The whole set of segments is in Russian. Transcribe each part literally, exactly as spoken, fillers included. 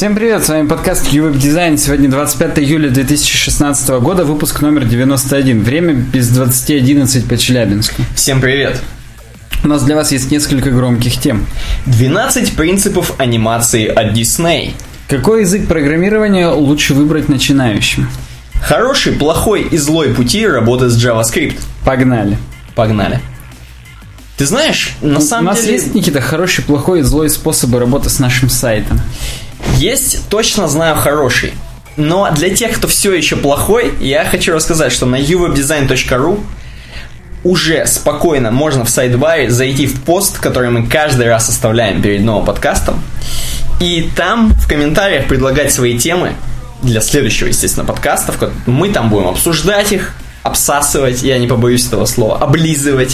Всем привет, с вами подкаст YouWeb Design. Сегодня двадцать пятое июля две тысячи шестнадцатого года, выпуск номер девяносто один. Время без двадцати одиннадцать по Челябинску. Всем привет. У нас для вас есть несколько громких тем. двенадцать принципов анимации от Disney. Какой язык программирования лучше выбрать начинающим? Хороший, плохой и злой пути работы с JavaScript. Погнали. Погнали. Ты знаешь, на У самом нас деле... есть, Никита, хороший, плохой и злой способы работы с нашим сайтом? Есть, точно знаю, хороший. Но для тех, кто все еще плохой, я хочу рассказать, что на ю веб дизайн точка ру уже спокойно можно в сайдбаре зайти в пост, который мы каждый раз оставляем перед новым подкастом, и там в комментариях предлагать свои темы для следующего, естественно, подкаста. Мы там будем обсуждать их, обсасывать, я не побоюсь этого слова, облизывать.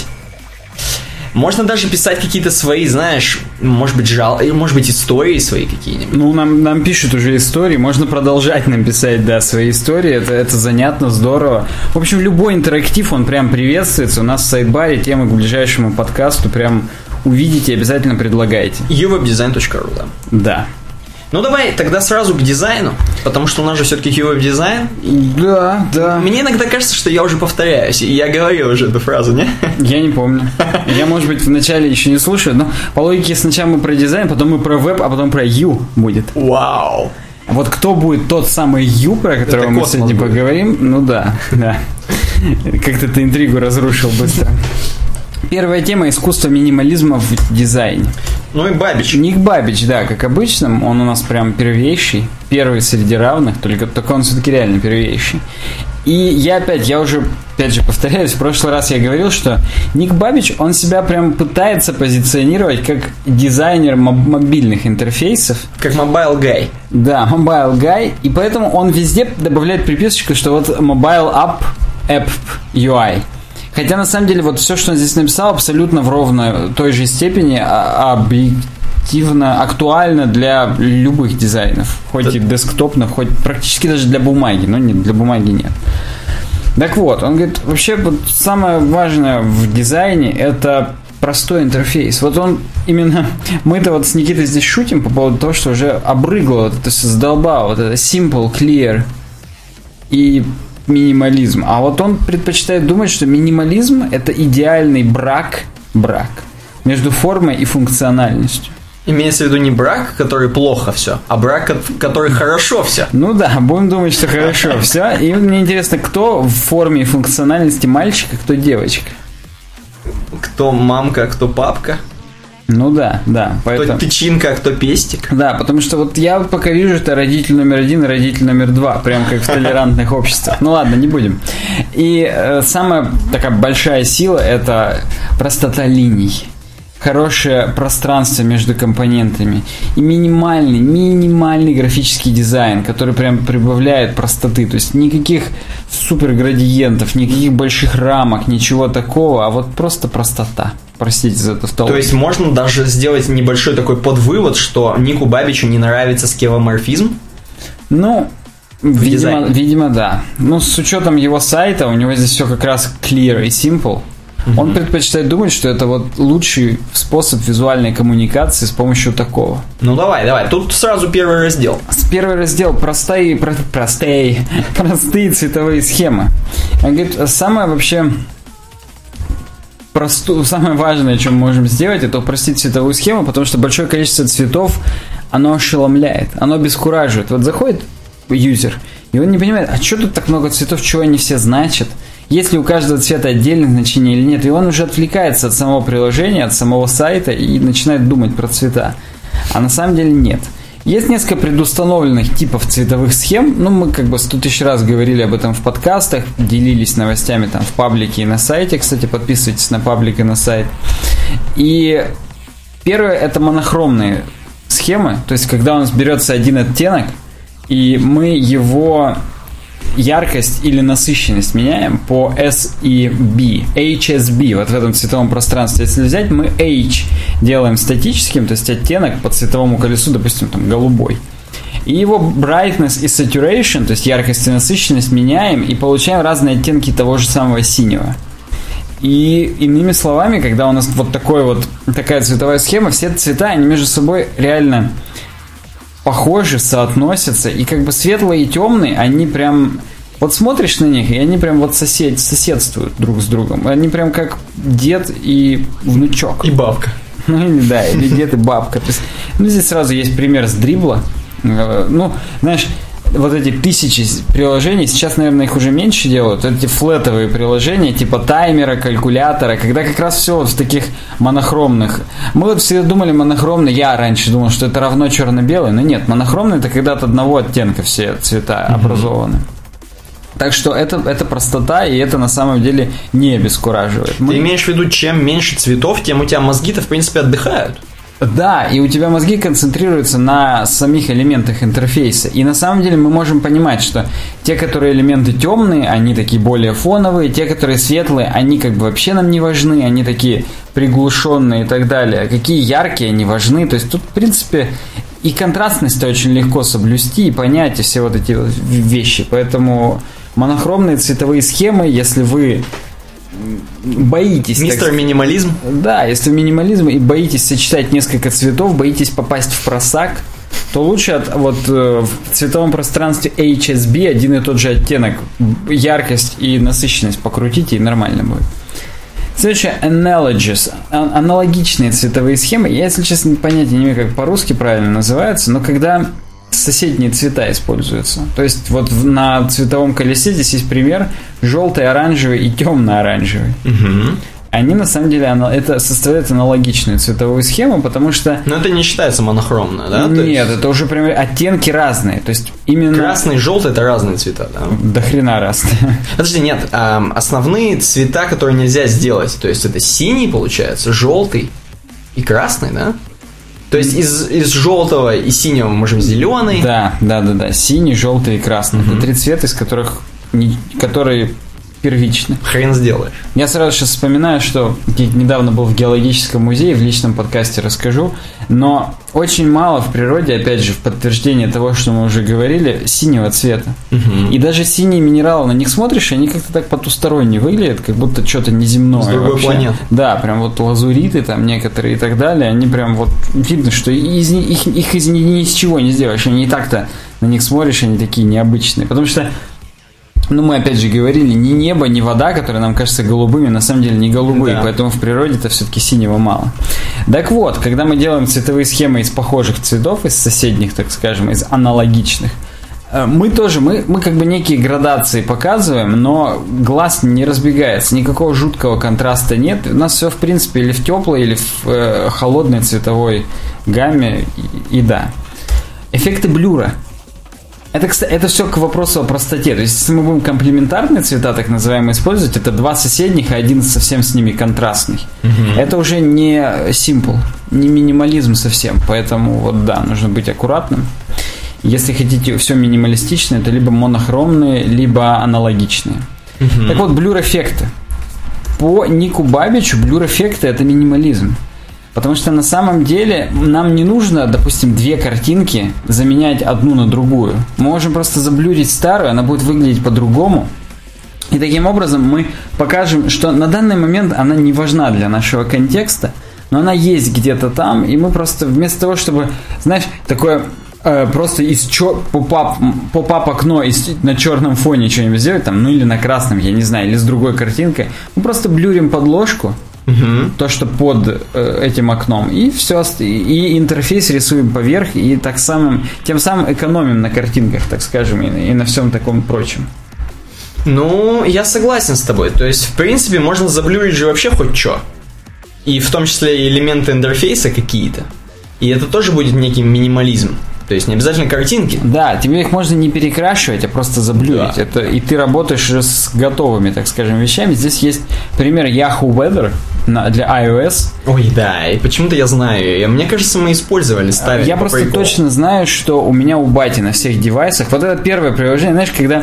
Можно даже писать какие-то свои, знаешь, может быть, жал... может быть, истории свои какие-нибудь. Ну, нам, нам пишут уже истории, можно продолжать нам писать, да, свои истории, это, это занятно, здорово. В общем, любой интерактив, он прям приветствуется. У нас в сайдбаре темы к ближайшему подкасту прям увидите и обязательно предлагайте. ю веб дизайн точка ру, да. Да. Ну, давай тогда сразу к дизайну, потому что у нас же все-таки ю веб дизайн. Да, да. Мне иногда кажется, что я уже повторяюсь, и я говорил уже эту фразу, не? Я не помню. Я, может быть, вначале еще не слушаю, но по логике сначала мы про дизайн, потом мы про веб, а потом про ю будет. Вау! Вот кто будет тот самый ю, про которого Это мы сегодня будет. поговорим, ну да, да. Как-то ты интригу разрушил быстро. Первая тема — искусство минимализма в дизайне. Ну и Бабич. Ник Бабич, да, как обычно, он у нас прям первейший, первый среди равных, только, только он все-таки реально первейший. И я опять, я уже, опять же, повторяюсь, в прошлый раз я говорил, что Ник Бабич, он себя прям пытается позиционировать как дизайнер моб- мобильных интерфейсов. Как Mobile Guy. Да, Mobile Guy, и поэтому он везде добавляет приписочку, что вот Mobile App, App ю ай. Хотя, на самом деле, вот все, что он здесь написал, абсолютно в ровно той же степени объективно актуально для любых дизайнов. Хоть да. И десктопных, хоть практически даже для бумаги. Но нет, для бумаги нет. Так вот, он говорит, вообще вот самое важное в дизайне — это простой интерфейс. Вот он именно... Мы-то вот с Никитой здесь шутим по поводу того, что уже обрыгло, вот это все задолбало. Вот это simple, clear и... минимализм. А вот он предпочитает думать, что минимализм — это идеальный брак, брак между формой и функциональностью. Имеется в виду не брак, который плохо все, а брак, который хорошо все. Ну да, будем думать, что хорошо все. И мне интересно, кто в форме и функциональности мальчик, а кто девочка? Кто мамка, а кто папка? Ну да, да. Поэтому... Кто печинка, а кто пестик. Да, потому что вот я пока вижу, это родитель номер один и родитель номер два, прям как в толерантных обществах. Ну ладно, не будем. И э, самая такая большая сила — это простота линий. Хорошее пространство между компонентами и минимальный, минимальный графический дизайн, который прям прибавляет простоты. То есть никаких супер градиентов, никаких больших рамок, ничего такого, а вот просто простота. Простите за это стол. То есть можно даже сделать небольшой такой подвывод, что Нику Бабичу не нравится скевоморфизм? Ну, видимо, видимо, да. Ну, с учетом его сайта, у него здесь все как раз clear и simple. Mm-hmm. Он предпочитает думать, что это вот лучший способ визуальной коммуникации с помощью такого. Ну давай, давай. Тут сразу первый раздел. Первый раздел простые, про, простые, простые цветовые схемы. Он говорит, самое вообще простое, самое важное, что мы можем сделать, это упростить цветовую схему, потому что большое количество цветов, оно ошеломляет, оно обескураживает. Вот заходит юзер, и он не понимает, а что тут так много цветов, чего они все значат? Есть ли у каждого цвета отдельное значение или нет, и он уже отвлекается от самого приложения, от самого сайта и начинает думать про цвета. А на самом деле нет. Есть несколько предустановленных типов цветовых схем. Ну, мы как бы сто тысяч раз говорили об этом в подкастах, делились новостями там в паблике и на сайте. Кстати, подписывайтесь на паблик и на сайт. И первое — это монохромные схемы. То есть, когда у нас берется один оттенок, и мы его... яркость или насыщенность меняем по эс и би, эйч эс би, вот в этом цветовом пространстве. Если взять, мы H делаем статическим, то есть оттенок по цветовому колесу, допустим, там голубой. И его brightness и saturation, то есть яркость и насыщенность, меняем и получаем разные оттенки того же самого синего. И иными словами, когда у нас вот такой вот, такая цветовая схема, все цвета, они между собой реально похожи, соотносятся, и как бы светлые и темные, они прям... Вот смотришь на них, и они прям вот сосед, соседствуют друг с другом. Они прям как дед и внучок. И бабка. Ну, или да, или дед и бабка. То есть, ну, здесь сразу есть пример с дрибла. Ну, знаешь, вот эти тысячи приложений, сейчас, наверное, их уже меньше делают. Эти флетовые приложения, типа таймера, калькулятора, когда как раз все вот в таких монохромных. Мы вот всегда думали монохромно, я раньше думал, что это равно черно-белый, но нет, монохромный это когда от одного оттенка все цвета mm-hmm. образованы. Так что это, это простота, и это на самом деле не обескураживает. Мы... Ты имеешь в виду, чем меньше цветов, тем у тебя мозги-то, в принципе, отдыхают. Да, и у тебя мозги концентрируются на самих элементах интерфейса. И на самом деле мы можем понимать, что те, которые элементы темные, они такие более фоновые, те, которые светлые, они как бы вообще нам не важны, они такие приглушенные и так далее. А какие яркие, они важны. То есть тут, в принципе, и контрастность очень легко соблюсти и понять все вот эти вещи. Поэтому монохромные цветовые схемы, если вы боитесь... Мистер Минимализм. Да, если минимализм и боитесь сочетать несколько цветов, боитесь попасть в просак, то лучше от, вот в цветовом пространстве эйч эс би один и тот же оттенок, яркость и насыщенность покрутите, и нормально будет. Следующее, analogies, аналогичные цветовые схемы. Я, если честно, понятия не имею, как по-русски правильно называется, но когда соседние цвета используются. То есть вот на цветовом колесе здесь есть пример желтый, оранжевый и темно-оранжевый. Угу. Они на самом деле это составляют аналогичную цветовую схему, потому что... Но это не считается монохромно, да? Нет, есть... это уже пример оттенки разные. То есть именно... Красный и желтый это разные цвета, да? До хрена разные. Подожди, нет, эм, основные цвета, которые нельзя сделать, то есть это синий, получается, желтый и красный, да? То есть из, из желтого и синего мы можем зеленый. Да, да, да, да. Синий, желтый и красный. Mm-hmm. Это три цвета, из которых не, которые первичны. Хрен сделаешь. Я сразу сейчас вспоминаю, что недавно был в геологическом музее, в личном подкасте расскажу, но очень мало в природе, опять же, в подтверждение того, что мы уже говорили, синего цвета. Угу. И даже синие минералы, на них смотришь, они как-то так потусторонне выглядят, как будто что-то неземное. С другой планеты. Да, прям вот лазуриты там некоторые и так далее, они прям вот видно, что из, их, их из ни из чего не сделаешь, они и так-то на них смотришь, они такие необычные, потому что ну, мы опять же говорили, ни небо, ни вода, которые нам кажутся голубыми, на самом деле не голубые, да. Поэтому в природе-то все-таки синего мало. Так вот, когда мы делаем цветовые схемы из похожих цветов, из соседних, так скажем, из аналогичных, мы тоже, мы, мы как бы некие градации показываем, но глаз не разбегается, никакого жуткого контраста нет. У нас все, в принципе, или в теплой, или в э, холодной цветовой гамме, и, и да. Эффекты блюра. Это, кстати, это все к вопросу о простоте. То есть, если мы будем комплементарные цвета, так называемые, использовать, это два соседних, а один совсем с ними контрастный. Mm-hmm. Это уже не simple, не минимализм совсем. Поэтому, вот да, нужно быть аккуратным. Если хотите все минималистичное, то либо монохромные, либо аналогичные. Mm-hmm. Так вот, блюр-эффекты. По Нику Бабичу блюр-эффекты – это минимализм. Потому что на самом деле нам не нужно, допустим, две картинки заменять одну на другую. Мы можем просто заблюрить старую, она будет выглядеть по-другому. И таким образом мы покажем, что на данный момент она не важна для нашего контекста, но она есть где-то там, и мы просто вместо того, чтобы, знаешь, такое э, просто из чер... поп-ап, поп-ап окно из... на черном фоне что-нибудь сделать, там, ну или на красном, я не знаю, или с другой картинкой, мы просто блюрим подложку, угу. То, что под э, этим окном, и все, и интерфейс рисуем поверх, и так самым, тем самым экономим на картинках, так скажем, и, и на всем таком прочем. Ну, я согласен с тобой. То есть, в принципе, можно заблюрить же вообще хоть что. И в том числе и элементы интерфейса какие-то. И это тоже будет некий минимализм. То есть не обязательно картинки. Да, тебе их можно не перекрашивать, а просто заблюрить. Да. Это, и ты работаешь с готовыми, так скажем, вещами. Здесь есть пример Yahoo Weather на, для iOS. Ой, да, и почему-то я знаю. И мне кажется, мы использовали, ставили. Я просто приколу. точно знаю, что у меня у бати на всех девайсах. Вот это первое приложение, знаешь, когда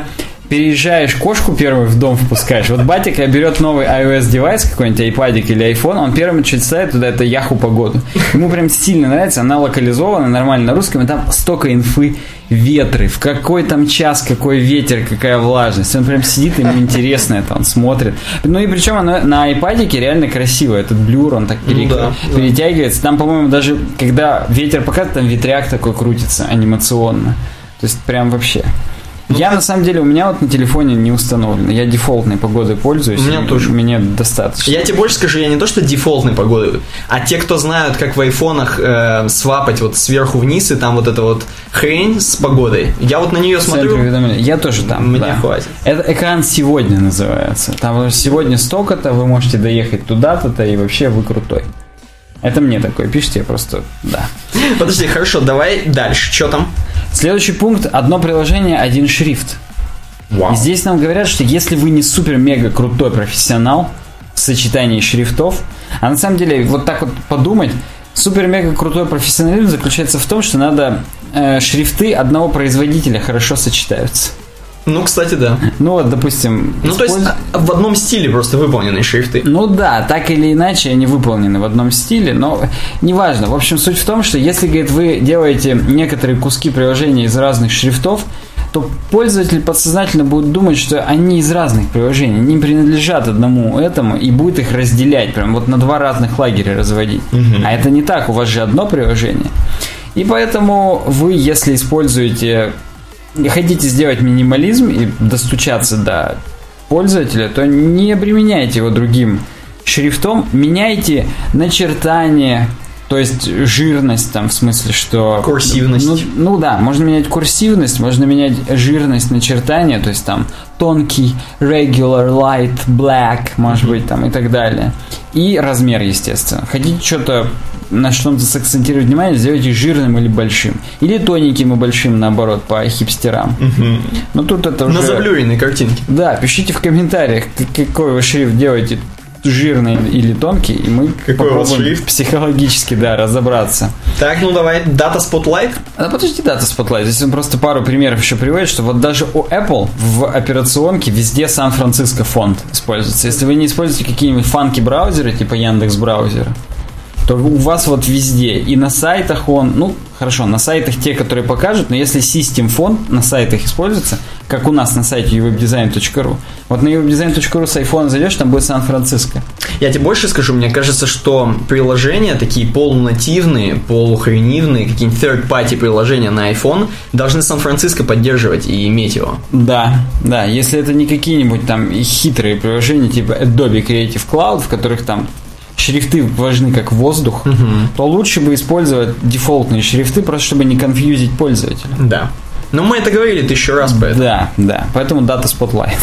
переезжаешь, кошку первую в дом впускаешь. Вот батя, когда берет новый iOS девайс, какой-нибудь iPadик или iPhone, он первым что-то ставит туда, это Yahoo погоду. Ему прям сильно нравится, она локализована, нормально на русском, и там столько инфы, ветры, в какой там час, какой ветер, какая влажность. Он прям сидит, ему интересно это, он смотрит. Ну и причем оно на iPadике реально красиво, этот блюр, он так пере... ну, да, перетягивается. Там, по-моему, даже когда ветер показывает, там ветряк такой крутится анимационно. То есть прям вообще... Ну, я, на самом деле, у меня вот на телефоне не установлено. Я дефолтной погодой пользуюсь. У меня тоже. Мне достаточно. Я тебе больше скажу, я не то, что дефолтной погодой, а те, кто знают, как в айфонах э, свапать вот сверху вниз, и там вот эта вот хрень с погодой. Я вот на нее смотрю. Я тоже там. Мне да. хватит. Это экран сегодня называется. Там сегодня столько-то, вы можете доехать туда-то-то, и вообще вы крутой. Это мне такое пишите, я просто, да. Подожди, хорошо, давай дальше. Что там? Следующий пункт. Одно приложение, один шрифт. Вау. И здесь нам говорят, что если вы не супер-мега крутой профессионал в сочетании шрифтов, а на самом деле, вот так вот подумать, супер-мега крутой профессионализм заключается в том, что надо э, шрифты одного производителя хорошо сочетаются. Ну, кстати, да. Ну, вот, допустим... Ну, использ... то есть, в одном стиле просто выполнены шрифты. Ну, да, так или иначе они выполнены в одном стиле, но неважно. В общем, суть в том, что если, говорит, вы делаете некоторые куски приложения из разных шрифтов, то пользователь подсознательно будет думать, что они из разных приложений, не принадлежат одному этому, и будет их разделять, прям вот на два разных лагеря разводить. Угу. А это не так, у вас же одно приложение. И поэтому вы, если используете... хотите сделать минимализм и достучаться до пользователя, то не применяйте его другим шрифтом, меняйте начертание, то есть жирность там, в смысле, что... Курсивность. Ну, ну да, можно менять курсивность, можно менять жирность начертания, то есть там тонкий, regular, light, black, может mm-hmm. быть, там и так далее. И размер, естественно. Хотите что-то на что-то сакцентировать внимание, сделайте жирным или большим. Или тоненьким и большим, наоборот, по хипстерам. Mm-hmm. Но тут это уже... На заблюренной картинке. Да, пишите в комментариях, какой вы шрифт делаете, жирный или тонкий, и мы какой попробуем психологически, да, разобраться. Так, ну давай, Data Spotlight. А подожди, Data Spotlight. Здесь он просто пару примеров еще приводит, что вот даже у Apple в операционке везде Сан-Франциско фонт используется. Если вы не используете какие-нибудь фанки браузеры, типа Яндекс браузера, то у вас вот везде. И на сайтах он, ну, хорошо, на сайтах те, которые покажут, но если System фонд на сайтах используется, как у нас на сайте ю веб дизайн точка ру, вот на ю веб дизайн точка ру с iPhone зайдешь, там будет Сан-Франциско. Я тебе больше скажу, мне кажется, что приложения, такие полунативные, полухренивные, какие-нибудь third-party приложения на iPhone должны Сан-Франциско поддерживать и иметь его. Да, да, если это не какие-нибудь там хитрые приложения типа Adobe Creative Cloud, в которых там шрифты важны как воздух, угу. то лучше бы использовать дефолтные шрифты, просто чтобы не конфьюзить пользователя. Да. Но мы это говорили тысячу раз по этому. Да, да. Поэтому Data Spotlight.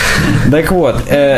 Так вот,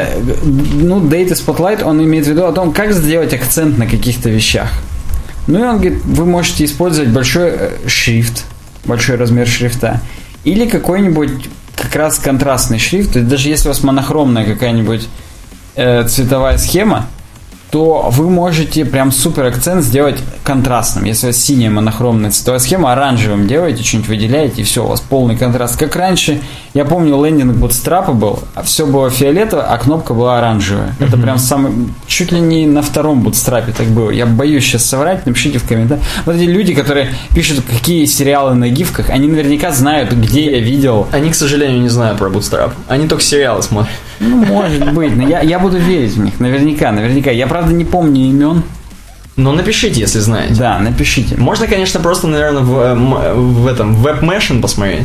ну, Data Spotlight, он имеет в виду о том, как сделать акцент на каких-то вещах. Ну, и он говорит, вы можете использовать большой шрифт, большой размер шрифта, или какой-нибудь как раз контрастный шрифт. То есть даже если у вас монохромная какая-нибудь цветовая схема, то вы можете прям супер акцент сделать контрастным. Если у вас синяя монохромная цветовая схема, оранжевым делаете, что-нибудь выделяете, и все, у вас полный контраст. Как раньше, я помню, лендинг Bootstrap был, все было фиолетовое, а кнопка была оранжевая. Mm-hmm. Это прям самый, чуть ли не на втором Bootstrap так было. Я боюсь сейчас соврать, напишите в комментариях. Вот эти люди, которые пишут, какие сериалы на гифках, они наверняка знают, где я видел. Они, к сожалению, не знают про Bootstrap. Они только сериалы смотрят. Ну, может быть, но я, я буду верить в них, наверняка, наверняка. Я, правда, не помню имен. Но напишите, если знаете. Да, напишите. Можно, конечно, просто, наверное, в, в этом WebMachine посмотреть.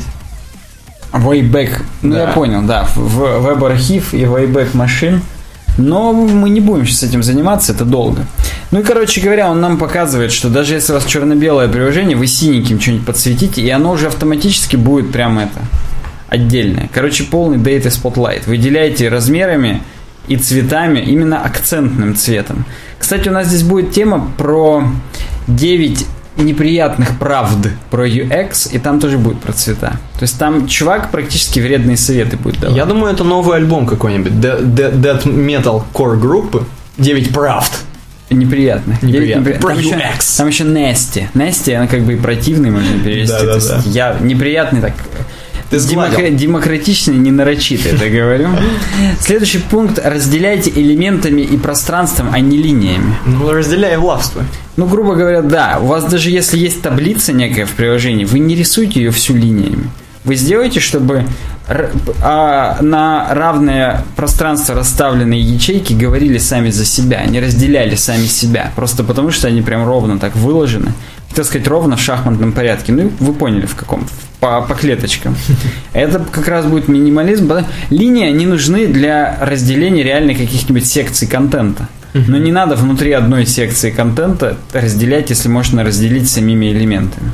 Wayback. Ну, да. Я понял, да. В WebArchive и Wayback Machine. Но мы не будем сейчас этим заниматься, это долго. Ну и, короче говоря, он нам показывает, что даже если у вас черно-белое приложение, вы синеньким что-нибудь подсветите, и оно уже автоматически будет прям это... отдельное. Короче, полный Data Spotlight. Выделяйте размерами и цветами, именно акцентным цветом. Кстати, у нас здесь будет тема про девять неприятных правд про ю экс, и там тоже будет про цвета. То есть там чувак практически вредные советы будет давать. Я думаю, это новый альбом какой-нибудь. Death Metal Core группы. девять правд. Неприятных. Неприятных. Про ю там, экс. Там еще Nasty. Nasty, она как бы и противный, можно перевести. Да, да, да. Я неприятный так... Ты Демокра- демократично и не нарочито, это говорю. Следующий пункт. Разделяйте элементами и пространством, а не линиями. Ну, разделяй и властвуй. Ну, грубо говоря, да. У вас даже если есть таблица некая в приложении, вы не рисуйте ее всю линиями. Вы сделаете, чтобы р- а, на равное пространство расставленные ячейки говорили сами за себя, не разделяли сами себя. Просто потому, что они прям ровно так выложены. Хотел сказать, ровно в шахматном порядке. Ну, вы поняли, в каком. По, по клеточкам. Это как раз будет минимализм. Линии не нужны для разделения реально каких-нибудь секций контента. Но не надо внутри одной секции контента разделять, если можно разделить самими элементами.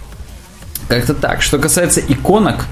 Как-то так. Что касается иконок,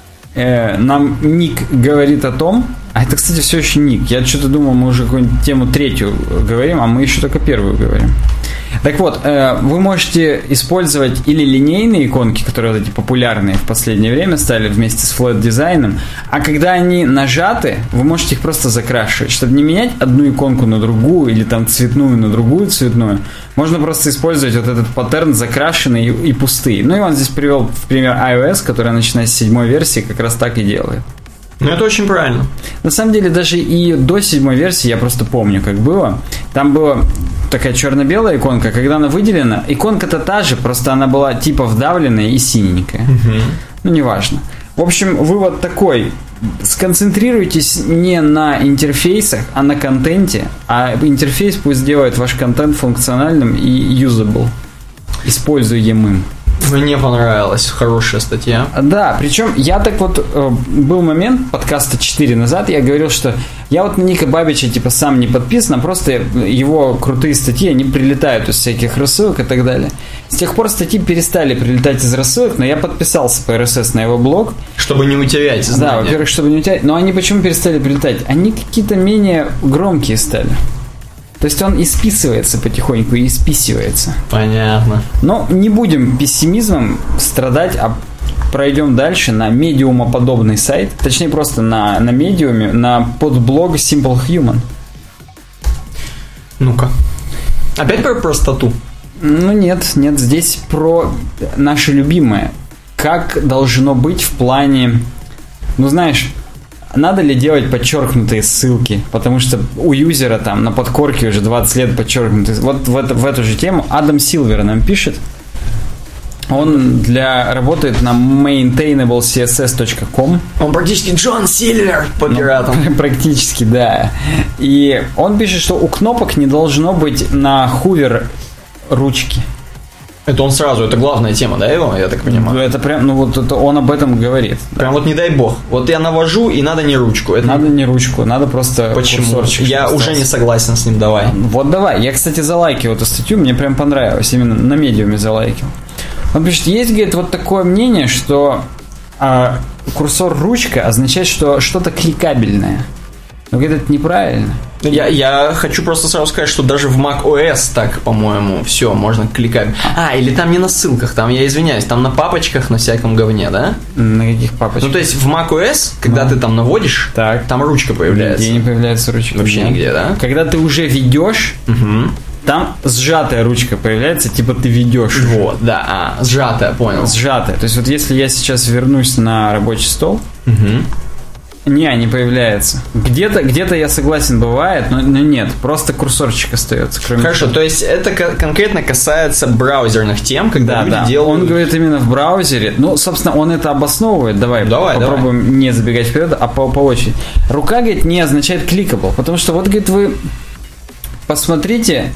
э, нам Ник говорит о том... А это, кстати, все еще Ник. Я что-то думал, мы уже какую-нибудь тему третью говорим, а мы еще только первую говорим. Так вот, э, вы можете использовать или линейные иконки, которые вот эти популярные в последнее время стали вместе с флэт-дизайном, а когда они нажаты, вы можете их просто закрашивать. Чтобы не менять одну иконку на другую или там цветную на другую цветную, можно просто использовать вот этот паттерн закрашенный и, и пустые. Ну и он здесь привел в пример iOS, который, начиная с седьмой версии, как раз так и делает. Ну, это очень правильно. На самом деле, даже и до седьмой версии, я просто помню, как было. Там была такая черно-белая иконка, когда она выделена. Иконка-то та же, просто она была типа вдавленная и синенькая. Uh-huh. Ну, неважно. В общем, вывод такой. Сконцентрируйтесь не на интерфейсах, а на контенте. А интерфейс пусть сделает ваш контент функциональным и usable, используемым. Мне понравилась, хорошая статья. Да, причем я так вот, был момент подкаста четыре назад, я говорил, что я вот на Ника Бабича типа сам не подписан, а просто его крутые статьи, они прилетают из всяких рассылок и так далее. С тех пор статьи перестали прилетать из рассылок, но я подписался по эр эс эс на его блог. Чтобы не утерять знания. Да, во-первых, чтобы не утерять. Но они почему перестали прилетать? Они какие-то менее громкие стали. То есть он и списывается потихоньку, и исписывается. Понятно. Но не будем пессимизмом страдать, а пройдем дальше на медиумоподобный сайт. Точнее, просто на, на медиуме, на подблог Simple Human. Ну-ка. Опять про простоту? Ну нет, нет, здесь про наше любимое. Как должно быть в плане... Ну знаешь... Надо ли делать подчеркнутые ссылки? Потому что у юзера там на подкорке уже двадцать лет подчеркнутые. Вот в, это, в эту же тему Адам Силвер нам пишет. Он для, работает на maintainable си эс эс точка ком. Он практически Джон Сильвер по пиратам. Ну, практически, да. И он пишет, что у кнопок не должно быть на хувер ручки. Это он сразу, это главная тема, да, его, я так понимаю? Это прям, ну вот это он об этом говорит. Прям вот не дай бог. Вот я навожу, и надо не ручку. Это... Надо не ручку, надо просто Почему? курсорчик. Я уже не согласен с ним, давай. Вот давай. Я, кстати, залайкил эту статью, мне прям понравилось. Именно на медиуме залайкил. Он пишет, есть, говорит, вот такое мнение, что а, курсор ручка означает, что что-то кликабельное. Но, говорит, это неправильно. Я, я хочу просто сразу сказать, что даже в macOS так, по-моему, все, можно кликать. А, или там не на ссылках, там, я извиняюсь, там на папочках, на всяком говне, да? На каких папочках? Ну, то есть в macOS, когда ну. ты там наводишь, так. там ручка появляется. Нигде не появляется ручка. Вообще да. нигде, да? Когда ты уже ведешь, угу. там сжатая ручка появляется, типа ты ведешь. Вот, да, а, сжатая, понял. Сжатая. То есть вот если я сейчас вернусь на рабочий стол, угу. Не, не появляется. Где-то, где-то я согласен, бывает, но, но нет, просто курсорчик остается. Хорошо, того. То есть это к- конкретно касается браузерных тем, когда да, люди да. делают... Он говорит именно в браузере. Ну, собственно, он это обосновывает. Давай, давай попробуем давай. не забегать вперед, а по, по очереди. Рука, говорит, не означает clickable, потому что вот, говорит, вы посмотрите,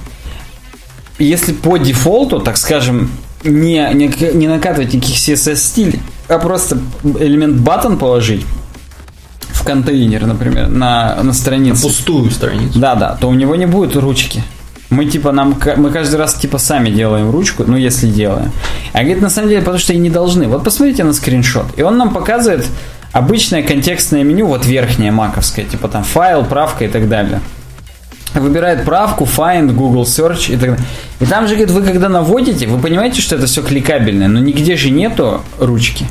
если по дефолту, так скажем, не, не, не накатывать никаких си эс эс-стилей, а просто элемент button положить, в контейнер, например, на, на странице. На пустую страницу. Да, да, то у него не будет ручки. Мы типа нам мы каждый раз типа сами делаем ручку, ну если делаем. А говорит, на самом деле, потому что и не должны. Вот посмотрите на скриншот. И он нам показывает обычное контекстное меню, вот верхнее маковское, типа там файл, правка и так далее. Выбирает правку, find, Google Search и так далее. И там же, говорит, вы когда наводите, вы понимаете, что это все кликабельное, но нигде же нету ручки.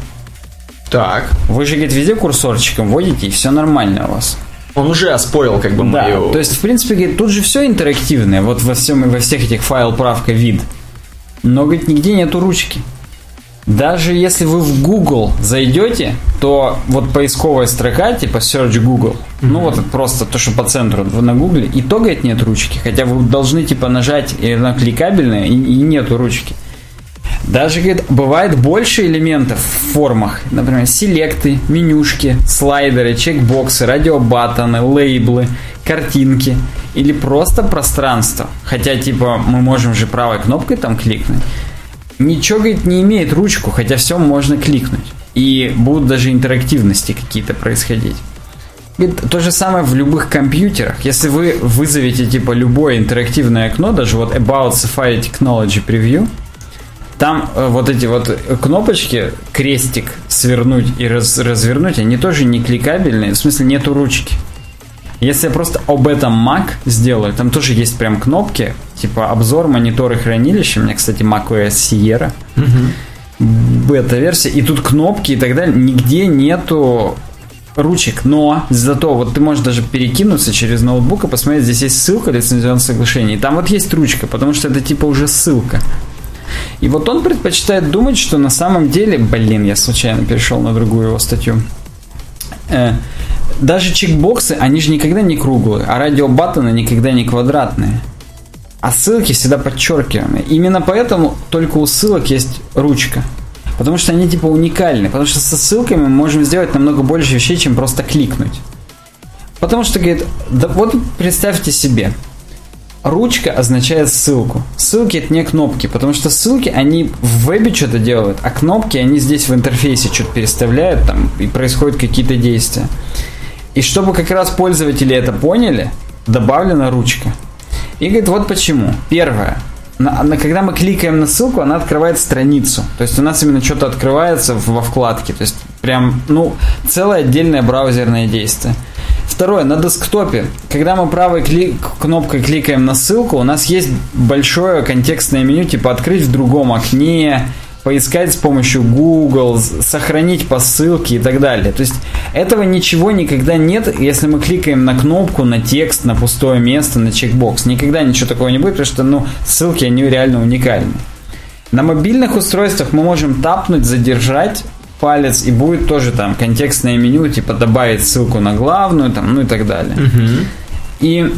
Так. Вы же, говорит, везде курсорчиком вводите, и все нормально у вас. Он уже оспорил, как бы, да, мою... то есть, в принципе, говорит, тут же все интерактивное, вот во, всем, во всех этих файл, правка, вид. Но, говорит, нигде нету ручки. Даже если вы в Google зайдете, то вот поисковая строка, типа Search Google, mm-hmm. ну вот просто то, что по центру на Гугле, и то, говорит, нет ручки. Хотя вы должны типа нажать, и она кликабельная, и, и нету ручки. Даже, говорит, бывает больше элементов в формах. Например, селекты, менюшки, слайдеры, чекбоксы, радиобаттоны, лейблы, картинки. Или просто пространство. Хотя, типа, мы можем же правой кнопкой там кликнуть. Ничего, говорит, не имеет ручку, хотя все можно кликнуть. И будут даже интерактивности какие-то происходить. Говорит, то же самое в любых компьютерах. Если вы вызовете, типа, любое интерактивное окно, даже вот About Safari Technology Preview, там э, вот эти вот кнопочки, крестик, свернуть и раз, развернуть, они тоже не кликабельные, в смысле нету ручки. Если я просто об этом Mac сделаю, там тоже есть прям кнопки, типа обзор, мониторы, хранилища. У меня, кстати, macOS Sierra, угу. бета-версия, и тут кнопки и так далее. Нигде нету ручек, но зато вот ты можешь даже перекинуться через ноутбук и посмотреть, здесь есть ссылка лицензионного соглашения, и там вот есть ручка, потому что это типа уже ссылка. И вот он предпочитает думать, что на самом деле, блин, я случайно перешел на другую его статью. Э, даже чекбоксы, они же никогда не круглые, а радиобаттоны никогда не квадратные. А ссылки всегда подчеркиваемые. Именно поэтому только у ссылок есть ручка. Потому что они типа уникальны. Потому что со ссылками мы можем сделать намного больше вещей, чем просто кликнуть. Потому что, говорит, да вот представьте себе. Ручка означает ссылку. Ссылки это не кнопки, потому что ссылки, они в вебе что-то делают, а кнопки, они здесь в интерфейсе что-то переставляют, там, и происходят какие-то действия. И чтобы как раз пользователи это поняли, добавлена ручка. И говорит, вот почему. Первое. На, на, когда мы кликаем на ссылку, она открывает страницу. То есть у нас именно что-то открывается во вкладке. То есть прям, ну, целое отдельное браузерное действие. Второе, на десктопе, когда мы правой клик, кнопкой кликаем на ссылку, у нас есть большое контекстное меню, типа открыть в другом окне, поискать с помощью Google, сохранить по ссылке и так далее. То есть этого ничего никогда нет, если мы кликаем на кнопку, на текст, на пустое место, на чекбокс. Никогда ничего такого не будет, потому что ну, ссылки, они реально уникальны. На мобильных устройствах мы можем тапнуть, задержать палец, и будет тоже там контекстное меню, типа добавить ссылку на главную, там, ну и так далее. Uh-huh. И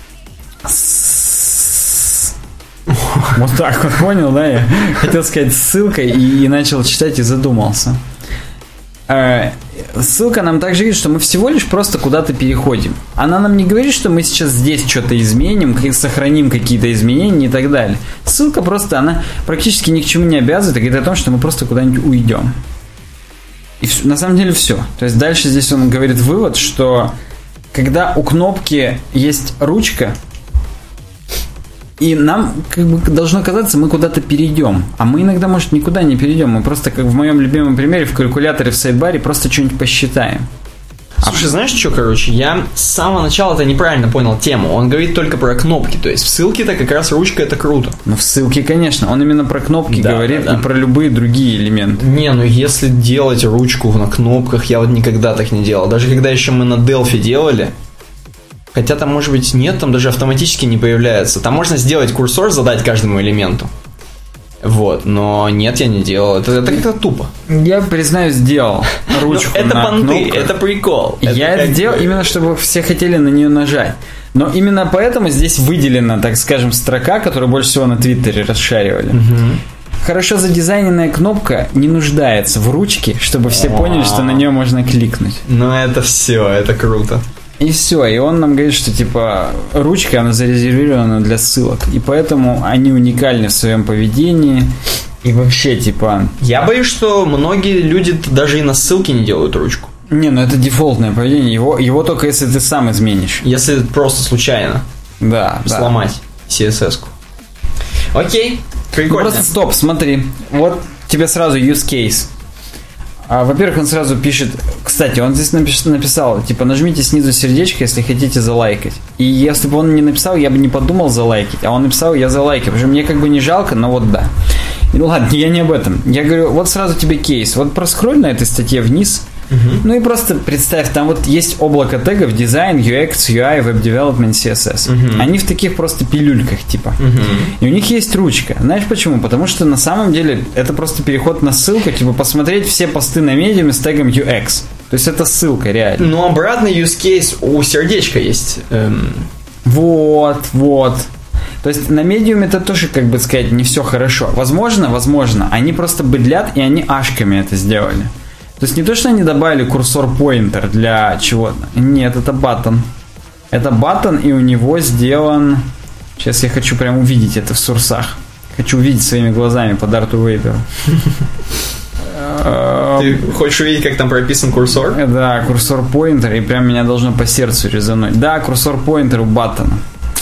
вот так вот, понял, да? Я хотел сказать ссылка и, и начал читать и задумался. Ссылка нам также говорит, что мы всего лишь просто куда-то переходим. Она нам не говорит, что мы сейчас здесь что-то изменим, сохраним какие-то изменения и так далее. Ссылка просто, она практически ни к чему не обязывает, а говорит о том, что мы просто куда-нибудь уйдем. И на самом деле все. То есть дальше здесь он говорит вывод, что когда у кнопки есть ручка, и нам как бы должно казаться, мы куда-то перейдем. А мы иногда, может, никуда не перейдем. Мы просто, как в моем любимом примере, в калькуляторе в сайдбаре просто что-нибудь посчитаем. Слушай, знаешь что, короче, я с самого начала-то неправильно понял тему. Он говорит только про кнопки, то есть в ссылке-то как раз ручка это круто. Ну в ссылке, конечно, он именно про кнопки да, говорит да, да. и про любые другие элементы. Не, ну если делать ручку на кнопках, я вот никогда так не делал. Даже когда еще мы на Delphi делали, хотя там может быть нет, там даже автоматически не появляется. Там можно сделать курсор, задать каждому элементу. Вот, но нет, я не делал. Это, это как-то тупо. Я, признаюсь, сделал ручку ну, это на понты, кнопках. Это прикол. Я это сделал именно, чтобы все хотели на нее нажать. Но именно поэтому здесь выделена, так скажем, строка, которую больше всего на Твиттере расшаривали. Угу. Хорошо задизайненная кнопка не нуждается в ручке, чтобы все О-о-о. поняли, что на нее можно кликнуть. Ну это все, это круто. И все, и он нам говорит, что типа ручка, она зарезервирована для ссылок. И поэтому они уникальны в своем поведении. И вообще, типа... Я боюсь, что многие люди даже и на ссылке не делают ручку. Не, ну это дефолтное поведение. Его, его только если ты сам изменишь. Если просто случайно. Да, сломать да. си эс эс-ку. Окей, прикольно. Ну просто стоп, смотри. Вот тебе сразу use case. А, во-первых, он сразу пишет... Кстати, он здесь напиш, написал, типа, нажмите снизу сердечко, если хотите залайкать. И если бы он не написал, я бы не подумал залайкать. А он написал, я залайкаю. Потому что мне как бы не жалко, но вот да. И, ну ладно, я не об этом. Я говорю, вот сразу тебе кейс. Вот проскроль на этой статье вниз. Uh-huh. Ну и просто представь, там вот есть облако тегов дизайн, ю экс, ю ай, Web Development, си эс эс. Uh-huh. Они в таких просто пилюльках типа. Uh-huh. И у них есть ручка. Знаешь почему? Потому что на самом деле это просто переход на ссылку, типа посмотреть все посты на медиуме с тегом ю экс. То есть это ссылка реально. Но обратный use case у сердечка есть. Эм... Вот, вот. То есть на медиуме это тоже, как бы сказать, не все хорошо. Возможно, возможно, они просто быдлят, и они ашками это сделали. То есть не то, что они добавили курсор-поинтер для чего-то. Нет, это баттон. Это баттон, и у него сделан... Сейчас я хочу прям увидеть это в сурсах. Хочу увидеть своими глазами по Дарту Вейдеру. Ты хочешь увидеть, как там прописан курсор? Да, курсор-поинтер, и прям меня должно по сердцу резануть. Да, курсор-поинтер у баттона.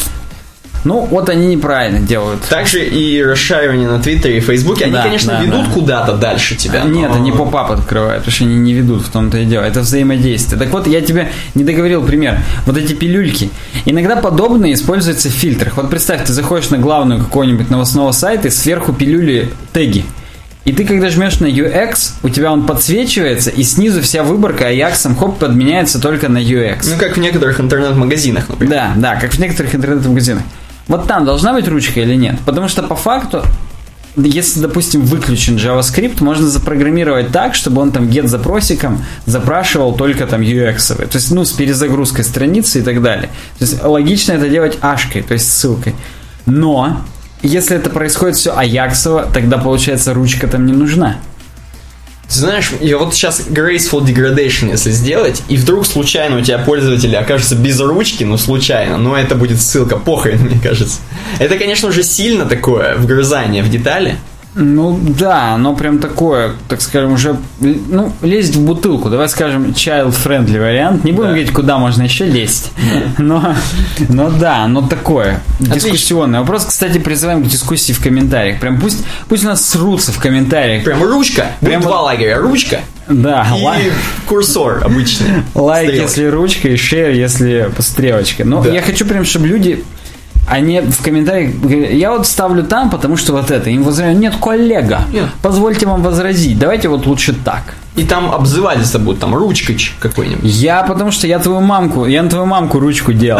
Ну, вот они неправильно делают. Также и расшаривание на Твиттере и Фейсбуке, они, да, конечно, да, ведут да. куда-то дальше тебя. Нет, но... они поп-ап открывают, потому что они не ведут, в том-то и дело. Это взаимодействие. Так вот, я тебе не договорил пример. Вот эти пилюльки. Иногда подобные используются в фильтрах. Вот представь, ты заходишь на главную какого-нибудь новостного сайта, и сверху пилюли теги. И ты, когда жмешь на ю экс, у тебя он подсвечивается, и снизу вся выборка аяксом, хоп, подменяется только на ю экс. Ну, как в некоторых интернет-магазинах, например. Да, да, как в некоторых интернет-магазинах. Вот там должна быть ручка или нет? Потому что по факту, если, допустим, выключен JavaScript, можно запрограммировать так, чтобы он там get запросиком запрашивал только там ю экс-овые. То есть, ну, с перезагрузкой страницы и так далее. То есть, логично это делать ашкой, то есть ссылкой. Но, если это происходит все аяксово, тогда, получается, ручка там не нужна. Знаешь, я вот сейчас graceful degradation, если сделать, и вдруг случайно у тебя пользователь окажется без ручки, ну случайно, но это будет ссылка, похрен, мне кажется. Это, конечно, уже сильно такое вгрызание в детали. Ну да, оно прям такое, так скажем, уже, ну, лезть в бутылку. Давай скажем, child-friendly вариант. Не будем да. говорить, куда можно еще лезть. Да. Но, но да, оно такое. Отлично. Дискуссионный вопрос. Кстати, призываем к дискуссии в комментариях. Прям пусть, пусть у нас срутся в комментариях. Прям ручка. Прям два вот... лагеря. Ручка. Да, и лайк. Курсор обычный. Лайк, стрелочка. Если ручка, и шер, если стрелочка. Но да. я хочу прям, чтобы люди... Они в комментариях говорят, я вот ставлю там, потому что вот это. Им возражают, нет, коллега, нет. Позвольте вам возразить, давайте вот лучше так. И там обзывательство будет, там, ручкач какой-нибудь. Я, потому что я твою мамку, я на твою мамку ручку делал.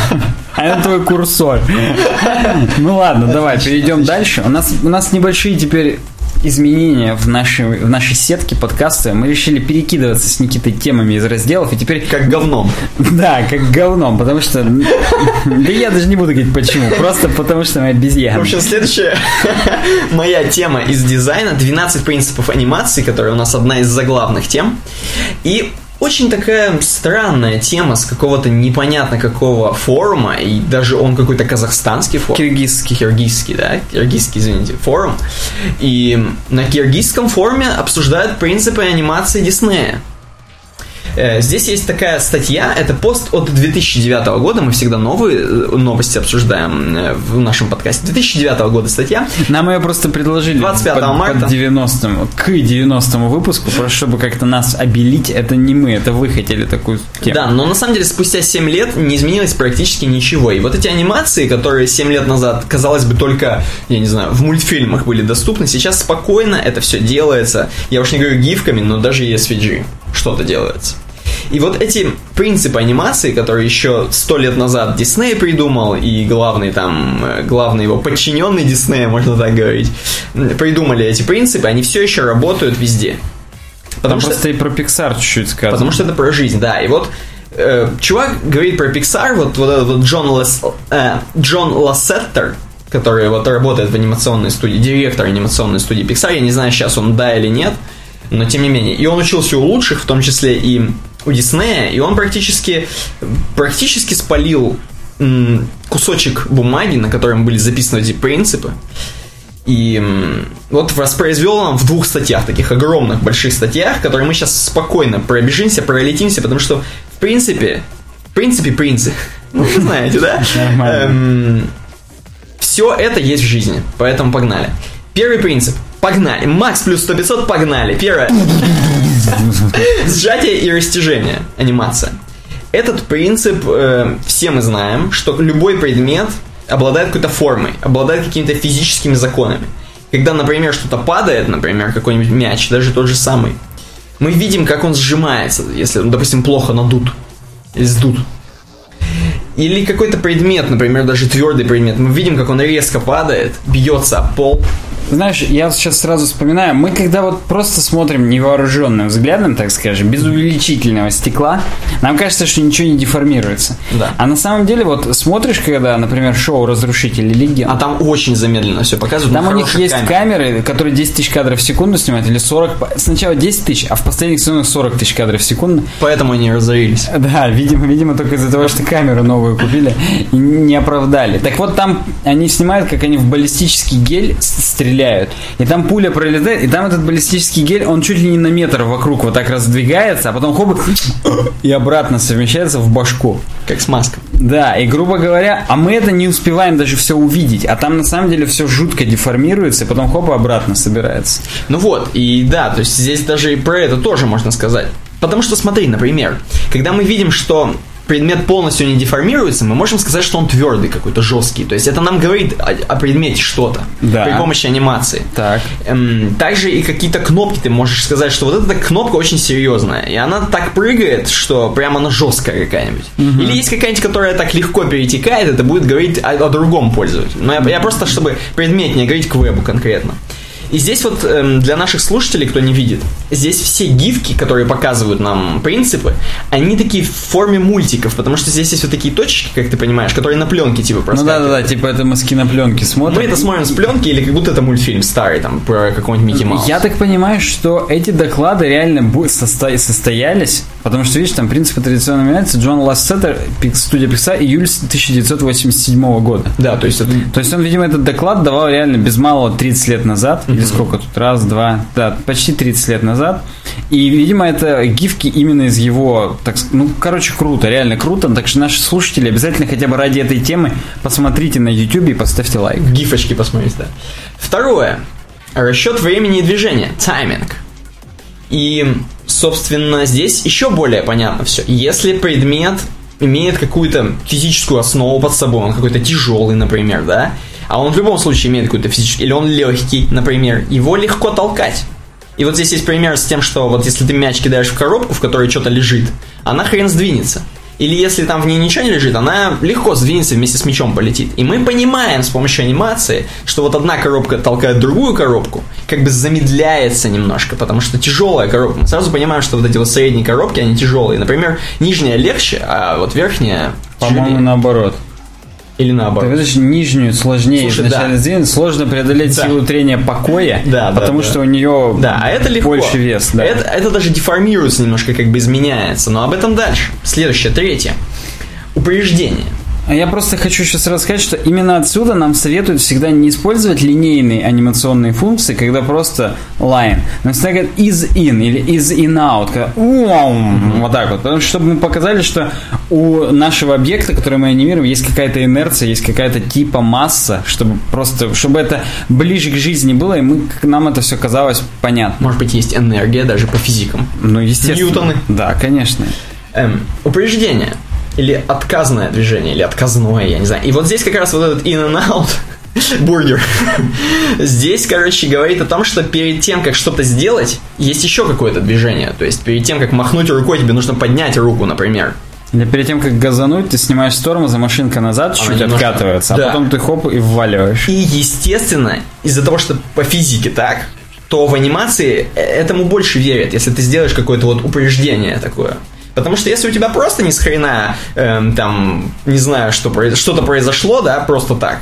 А я на твой курсор. Ну ладно, давай, перейдем дальше. У нас, у нас небольшие теперь изменения в нашей, в нашей сетке подкаста. Мы решили перекидываться с Никитой темами из разделов, и теперь... Как говном. Да, как говном, потому что... Да я даже не буду говорить почему, просто потому что мы обезьяны. В общем, следующая моя тема из дизайна. двенадцать принципов анимации, которая у нас одна из заглавных тем. И... очень такая странная тема с какого-то непонятно какого форума, и даже он какой-то казахстанский форум. Киргизский. Киргизский, да, киргизский, извините, форум. И на киргизском форуме обсуждают принципы анимации Диснея. Здесь есть такая статья, это пост от две тысячи девятого года, мы всегда новые новости обсуждаем в нашем подкасте. две тысячи девятого года статья. Нам ее просто предложили двадцать пятого марта. Под девяностому, к девяностому выпуску, просто чтобы как-то нас обелить, это не мы, это вы хотели такую тему. Да, но на самом деле спустя семь лет не изменилось практически ничего. И вот эти анимации, которые семь лет назад, казалось бы, только, я не знаю, в мультфильмах были доступны, сейчас спокойно это все делается. Я уж не говорю гифками, но даже и эс ви джи что-то делается. И вот эти принципы анимации, которые еще сто лет назад Дисней придумал, и главный там, главный его подчиненный Диснея, можно так говорить, придумали эти принципы, они все еще работают везде. Потому что просто и про Pixar чуть-чуть сказано. Потому что это про жизнь, да. И вот э, чувак говорит про Pixar, вот, вот этот вот Джон, Лас, э, Джон Лассетер, который вот работает в анимационной студии, директор анимационной студии Pixar, я не знаю, сейчас он да или нет, но тем не менее. И он учился у лучших, в том числе и у Диснея, и он практически, практически спалил м, кусочек бумаги, на котором были записаны эти принципы, и м, вот воспроизвел он в двух статьях, таких огромных, больших статьях, которые мы сейчас спокойно пробежимся, пролетимся, потому что, в принципе, в принципе, принцип, ну, вы знаете, да? Эм, все это есть в жизни, поэтому погнали. Первый принцип. Погнали. Макс плюс сто пятьсот, погнали. Первое. Сжатие и растяжение. Анимация. Этот принцип э, все мы знаем, что любой предмет обладает какой-то формой, обладает какими-то физическими законами. Когда, например, что-то падает, например, какой-нибудь мяч, даже тот же самый, Мы видим, как он сжимается, если, допустим, плохо надут или сдут. Или какой-то предмет, например, даже твердый предмет, мы видим, как он резко падает, бьется об пол. Знаешь, я сейчас сразу вспоминаю, мы когда вот просто смотрим невооруженным взглядом, так скажем, без увеличительного стекла, нам кажется, что ничего не деформируется. Да. А на самом деле, вот смотришь, когда, например, шоу «Разрушители легенд», а там очень замедленно все показывают. Там у них есть камер. камеры, которые десять тысяч кадров в секунду снимают, или сорок, сначала десять тысяч, а в последних сезонах сорок тысяч кадров в секунду. Поэтому они разорились. Да, видимо, видимо, только из-за того, что камеру новую купили и не оправдали. Так вот, там они снимают, как они в баллистический гель стреляют. И там пуля пролетает, и там этот баллистический гель, он чуть ли не на метр вокруг вот так раздвигается, а потом хоп, и обратно совмещается в башку. Как смазка. Да, и грубо говоря, а мы это не успеваем даже все увидеть, а там на самом деле все жутко деформируется, и потом хоп, обратно собирается. Ну вот, и да, то есть здесь даже и про это тоже можно сказать. Потому что смотри, например, когда мы видим, что предмет полностью не деформируется, мы можем сказать, что он твердый какой-то, жесткий. То есть это нам говорит о, о предмете что-то, да, при помощи анимации. Так. Эм, также и какие-то кнопки ты можешь сказать, что вот эта кнопка очень серьезная, и она так прыгает, что прямо она жесткая какая-нибудь. Угу. Или есть какая-нибудь, которая так легко перетекает, это будет говорить о, о другом пользователе. Но я, я просто, чтобы предмет не говорить к вебу конкретно. И здесь вот эм, для наших слушателей, кто не видит, здесь все гифки, которые показывают нам принципы, они такие в форме мультиков, потому что здесь есть вот такие точки, как ты понимаешь, которые на пленке типа проскакивают. Ну да-да-да, типа это мы с кинопленки смотрим. Мы это смотрим с пленки или как будто это мультфильм старый, там, про какого-нибудь Микки Мауса. Я так понимаю, что эти доклады реально состо- состоялись, потому что, видишь, там принципы традиционно меняются. Джон Лассетер, студия Pixar, июль тысяча девятьсот восемьдесят седьмого года. Да, то есть это... То есть он, видимо, этот доклад давал реально без малого тридцать лет назад. Или сколько тут? Раз, два, да, почти тридцать лет назад. И, видимо, это гифки именно из его, так, ну, короче, круто, реально круто. Так что наши слушатели обязательно хотя бы ради этой темы посмотрите на YouTube и поставьте лайк. Гифочки посмотрите, да. Второе. Расчет времени и движения. Тайминг. И, собственно, здесь еще более понятно все. Если предмет имеет какую-то физическую основу под собой, он какой-то тяжелый, например, да, а он в любом случае имеет какую-то физическую, или он легкий, например, его легко толкать. И вот здесь есть пример с тем, что вот если ты мяч кидаешь в коробку, в которой что-то лежит, она хрен сдвинется. Или если там в ней ничего не лежит, она легко сдвинется, вместе с мячом полетит. И мы понимаем с помощью анимации, что вот одна коробка толкает другую коробку, как бы замедляется немножко, потому что тяжелая коробка. Мы сразу понимаем, что вот эти вот средние коробки, они тяжелые. Например, нижняя легче, а вот верхняя По-моему, тяжелее. наоборот. Или наоборот. Так, видишь, нижнюю сложнее Слушай, изначально да. сдвинуть, сложно преодолеть Да. силу трения покоя, да, потому да, что да. у нее да, а это легко. больше вес. Да. Это, это даже деформируется немножко, как бы изменяется. Но об этом дальше. Следующее, третье. Упреждение. А я просто хочу сейчас рассказать, что именно отсюда нам советуют всегда не использовать линейные анимационные функции, когда просто line. Но всегда говорят is in или is in out. Когда, mm-hmm. Вот так вот. Потому что чтобы мы показали, что у нашего объекта, который мы анимируем, есть какая-то инерция, есть какая-то типа масса, чтобы просто, чтобы это ближе к жизни было, и мы, нам это все казалось понятно. Может быть, есть энергия даже по физикам. Ну, естественно. Ньютоны. Да, конечно. Эм, упреждение. Или отказное движение, или отказное, я не знаю. И вот здесь как раз вот этот in and out бургер. Здесь, короче, говорит о том, что перед тем, как что-то сделать, есть еще какое-то движение. То есть перед тем, как махнуть рукой, тебе нужно поднять руку, например. Или перед тем, как газануть, ты снимаешь с тормоза, машинка назад чуть-чуть немножко... откатывается, да. а потом ты хоп и вваливаешь. И, естественно, из-за того, что по физике так, то в анимации этому больше верят, если ты сделаешь какое-то вот упреждение такое. Потому что если у тебя просто ни с хрена, эм, там, не знаю, что произ... что-то произошло, да, просто так,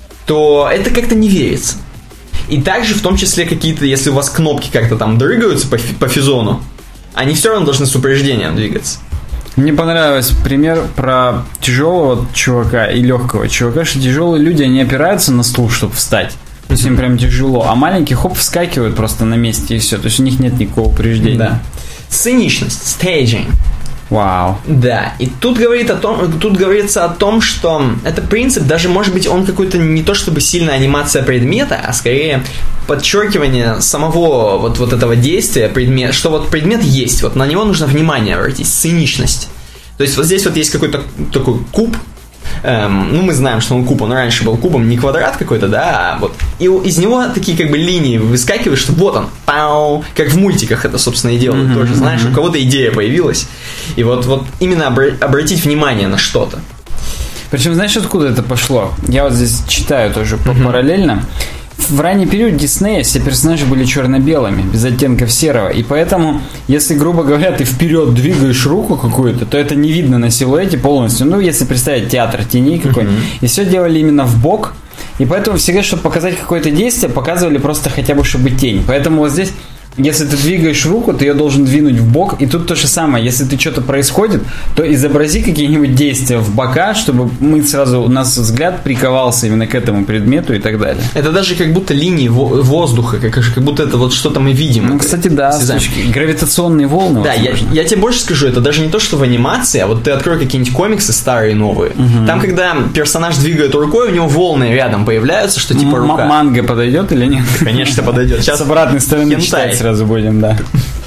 то это как-то не верится. И также в том числе какие-то, если у вас кнопки как-то там дрыгаются по, фи- по физону, они все равно должны с упреждением двигаться. Мне понравился пример про тяжелого чувака и легкого чувака, что тяжелые люди, они опираются на стул, чтобы встать. То есть им прям тяжело. А маленькие, хоп, вскакивают просто на месте и все. То есть у них нет никакого упреждения. Да. Сценичность, staging. Вау. Да, и тут говорит о том, тут говорится о том, что это принцип, даже может быть он какой-то не то чтобы сильная анимация предмета, а скорее подчеркивание самого вот, вот этого действия, предмет, что вот предмет есть, вот на него нужно внимание обратить, сценичность. То есть вот здесь вот есть какой-то такой куб, эм, ну, мы знаем, что он куб, он раньше был кубом, не квадрат какой-то, да, а вот, и из него такие как бы линии выскакивают, что вот он, пау, как в мультиках это, собственно, и делают mm-hmm, тоже, знаешь, mm-hmm. у кого-то идея появилась, и вот, вот именно обра- обратить внимание на что-то. Причем, знаешь, откуда это пошло? Я вот здесь читаю тоже mm-hmm. параллельно. В ранний период Диснея все персонажи были черно-белыми, без оттенков серого. И поэтому, если, грубо говоря, ты вперед двигаешь руку какую-то, то это не видно на силуэте полностью. Ну, если представить театр теней какой-нибудь. Mm-hmm. И все делали именно в бок. И поэтому всегда, чтобы показать какое-то действие, показывали просто хотя бы, чтобы тень. Поэтому вот здесь... Если ты двигаешь руку, ты ее должен двинуть в бок. И тут то же самое. Если ты что-то происходит, то изобрази какие-нибудь действия в бока, чтобы мы сразу, у нас взгляд приковался именно к этому предмету и так далее. Это даже как будто линии воздуха, как, как будто это вот что-то мы видим. Ну, кстати, да, точки, гравитационные волны. Да, я, я тебе больше скажу, это даже не то, что в анимации, а вот ты открой какие-нибудь комиксы старые, новые. Угу. Там, когда персонаж двигает рукой, у него волны рядом появляются, что типа рука. М- манга подойдет или нет? Конечно, подойдет. Сейчас с обратной стороны читать сразу будем, да.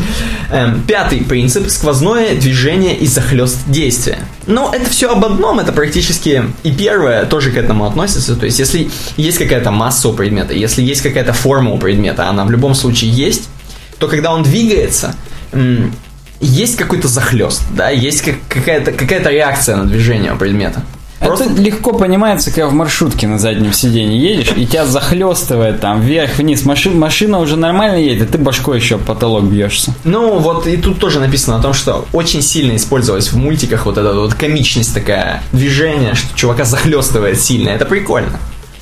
Пятый принцип – сквозное движение и захлёст действия. Но это все об одном, это практически и первое тоже к этому относится. То есть, если есть какая-то масса у предмета, если есть какая-то форма у предмета, она в любом случае есть, то когда он двигается, есть какой-то захлёст, да, есть какая-то, какая-то реакция на движение у предмета. Просто... Это легко понимается, когда в маршрутке на заднем сиденье едешь, и тебя захлестывает там вверх-вниз. Маши... Машина уже нормально едет, а ты башкой еще об потолок бьешься. Ну, вот и тут тоже написано о том, что очень сильно использовалась в мультиках вот эта вот комичность такая, движение, что чувака захлестывает сильно. Это прикольно.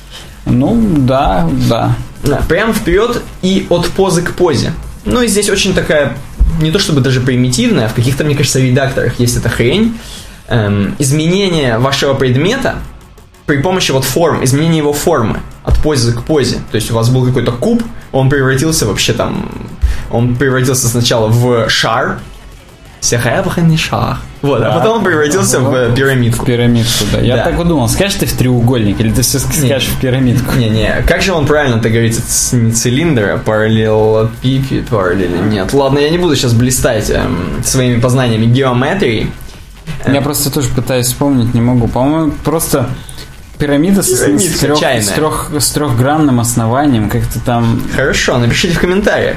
Ну, да, да. Да, прямо вперед и от позы к позе. Ну, и здесь очень такая, не то чтобы даже примитивная, в каких-то, мне кажется, редакторах есть эта хрень. Эм, изменение вашего предмета при помощи вот форм, изменение его формы от позы к позе. То есть у вас был какой-то куб, он превратился вообще там, он превратился сначала в шар, серебряный шар, вот, да, а потом он превратился да, в пирамидку. В пирамидку, да. Я да. так вот думал, скажешь ты в треугольник, или ты все-таки скажешь в пирамидку? Не-не, как же он правильно-то говорится, не цилиндр, а параллелепипед, параллель, нет. Ладно, я не буду сейчас блистать эм, своими познаниями геометрии. Я просто тоже пытаюсь вспомнить, не могу. По-моему, просто пирамида, пирамида с, с, трех, с, трех, с трехгранным основанием, как-то там... Хорошо, напишите в комментариях.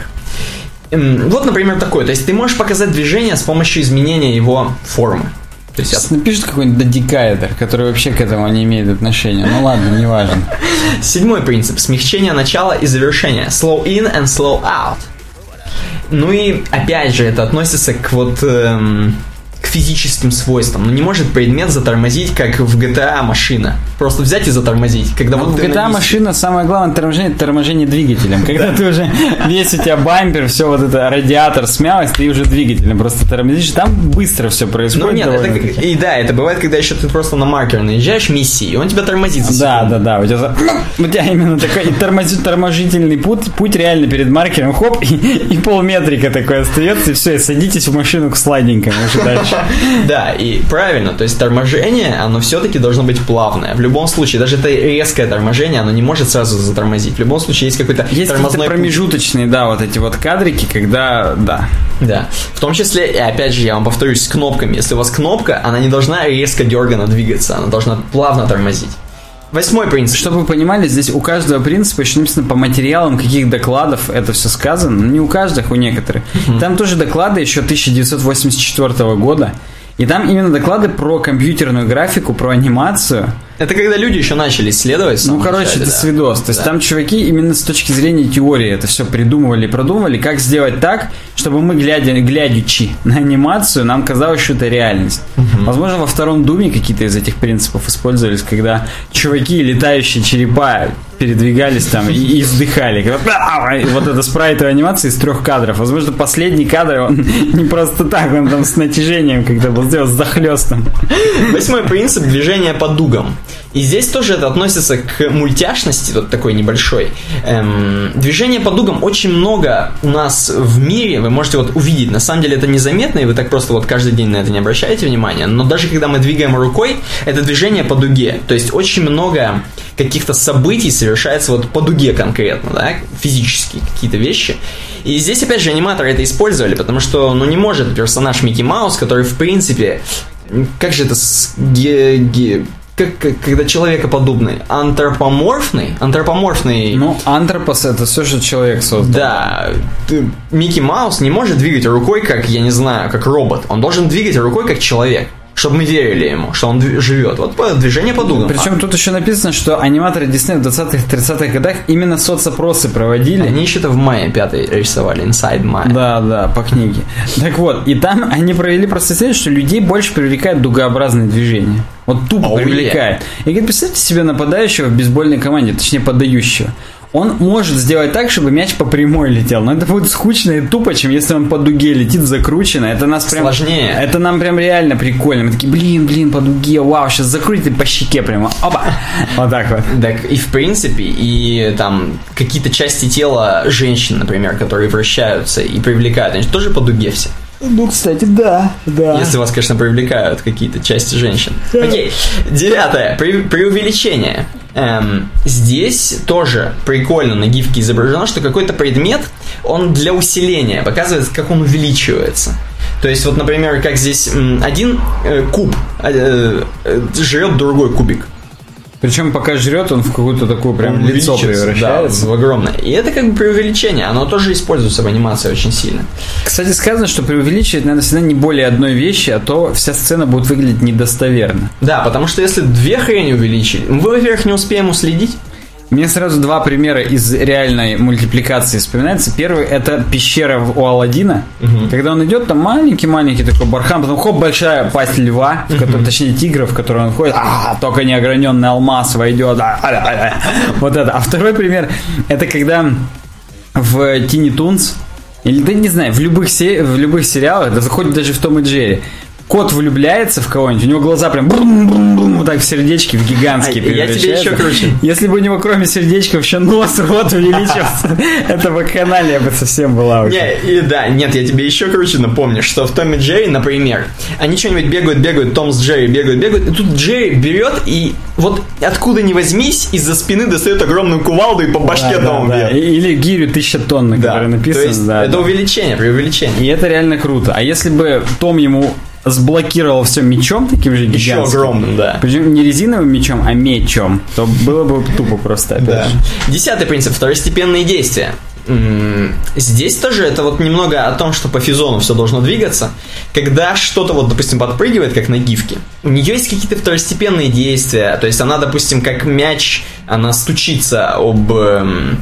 Вот, например, такое. То есть ты можешь показать движение с помощью изменения его формы. То есть я... Напишет какой-нибудь додекаэдр, который вообще к этому не имеет отношения. Ну ладно, не важно. Седьмой принцип. Смягчение начала и завершения. Slow in and slow out. Ну и, опять же, это относится к вот... Эм... к физическим свойствам. Но не может предмет затормозить, как в джи ти эй машина. Просто взять и затормозить. Когда ну, вот в джи ти эй машина самое главное торможение, это торможение двигателем. Когда ты уже весь у тебя бампер, все вот это, радиатор смялось, ты уже двигателем просто тормозишь. Там быстро все происходит. Ну нет, это, и да, это бывает, когда еще ты просто на маркер наезжаешь миссии, и он тебя тормозит. Да, да, да. У тебя, у тебя именно такой тормозит, торможительный путь, путь реально перед маркером, хоп, и, и полметрика такой остается, и все, и садитесь в машину к сладенькому уже дальше. Да, и правильно, то есть торможение, оно все-таки должно быть плавное. В любом случае, даже это резкое торможение, оно не может сразу затормозить. В любом случае есть какой-то есть тормозной какие-то промежуточные, да, вот эти вот кадрики, когда, да. Да, в том числе, и опять же, я вам повторюсь, с кнопками. Если у вас кнопка, она не должна резко дерганно двигаться, она должна плавно тормозить. Восьмой принцип. Чтобы вы понимали, здесь у каждого принципа еще написано по материалам, каких докладов это все сказано. Ну, не у каждых, у некоторых. Mm-hmm. Там тоже доклады еще тысяча девятьсот восемьдесят четвёртого года. И там именно доклады про компьютерную графику, про анимацию. Это когда люди еще начали исследовать. Ну, короче, начале, это да. свидос. То есть да. там чуваки именно с точки зрения теории это все придумывали и продумывали, как сделать так, чтобы мы, глядя, глядячи на анимацию, нам казалось, что это реальность. Угу. Возможно, во втором Думе какие-то из этих принципов использовались, когда чуваки, летающие черепа, передвигались там и, и вздыхали. И вот эта спрайтовая анимация из трех кадров. Возможно, последний кадр, он не просто так, он там с натяжением когда был сделан, с захлестом. Восьмой принцип – движение по дугам. И здесь тоже это относится к мультяшности, вот такой небольшой. Эм, движение по дугам очень много у нас в мире, вы можете вот увидеть. На самом деле это незаметно, и вы так просто вот каждый день на это не обращаете внимания. Но даже когда мы двигаем рукой, это движение по дуге. То есть очень много каких-то событий совершается вот по дуге конкретно, да, физические какие-то вещи. И здесь, опять же, аниматоры это использовали, потому что, ну, не может персонаж Микки Маус, который, в принципе, как же это... Ге- ге- как, как, когда человекоподобный, антропоморфный, антропоморфный... Ну, антропос — это все, что человек создал. Да, ты, Микки Маус не может двигать рукой, как, я не знаю, как робот. Он должен двигать рукой, как человек. Чтобы мы верили ему, что он живет. Вот движение по дугам. Причем тут еще написано, что аниматоры Диснея в двадцатых-тридцатых годах именно соцопросы проводили. Они еще это в мае пятой рисовали, Inside Maya. Да, да, по книге. Так вот, и там они провели просто исследование, что людей больше привлекает дугообразные движения. Вот тупо oh, привлекает. Yeah. И говорит, представьте себе нападающего в бейсбольной команде, точнее подающего. Он может сделать так, чтобы мяч по прямой летел. Но это будет скучно и тупо, чем если он по дуге летит закручено. Это нас прям... Сложнее. Это нам прям реально прикольно. Мы такие, блин, блин, по дуге, вау, сейчас закрутит по щеке прямо. Опа! Вот так вот. Так, и в принципе, и там какие-то части тела женщин, например, которые вращаются и привлекают, они тоже по дуге все. Ну, кстати, да, да. Если вас, конечно, привлекают какие-то части женщин. Окей. Девятое. При, преувеличение. Эм, здесь тоже прикольно на гифке изображено, что какой-то предмет, он для усиления показывает, как он увеличивается. То есть, вот, например, как здесь один э, куб э, э, жрет другой кубик. Причем пока жрет, он в какую-то такую прям он лицо превращается. Да, в огромное. И это как бы преувеличение. Оно тоже используется в анимации очень сильно. Кстати, сказано, что преувеличивать надо всегда не более одной вещи, а то вся сцена будет выглядеть недостоверно. Да, потому что если две хрени увеличили, мы, во-первых, не успеем уследить. Мне сразу два примера из реальной мультипликации вспоминается. Первый — это пещера у Аладдина. Угу. Когда он идет, там маленький-маленький такой бархан, потом хоп, большая пасть льва, в которой, угу. точнее тигра, в которую он ходит, а, только неограненный алмаз войдет. Вот это. А второй пример — это когда в Тини Тунс, или, да не знаю, в любых, се- в любых сериалах, да хоть даже в Том и Джерри, кот влюбляется в кого-нибудь, у него глаза прям бум-бум-бум, вот так в сердечки, в гигантские а, превращаются. Я тебе еще круче. Если бы у него кроме сердечков еще нос, рот увеличился, это вакханалия бы совсем была уже. Не, и, да, нет, я тебе еще круче напомню, что в Том и Джерри, например, они что-нибудь бегают, бегают, Том с Джерри бегают, бегают, и тут Джерри берет и вот откуда ни возьмись, из-за спины достает огромную кувалду и по башке одному да, да, да. Или гирю тысяча тонн, на да. которой написано. То есть да, это да. увеличение, преувеличение. И это реально круто. А если бы Том ему сблокировал все мечом таким же гигантским. Еще огромным, да. Причем не резиновым мечом, а мечом. То было бы тупо просто, опять да. же. Десятый принцип. Второстепенные действия. Здесь тоже это вот немного о том, что по физону все должно двигаться. Когда что-то вот, допустим, подпрыгивает, как на гифке, у нее есть какие-то второстепенные действия. То есть она, допустим, как мяч, она стучится об эм,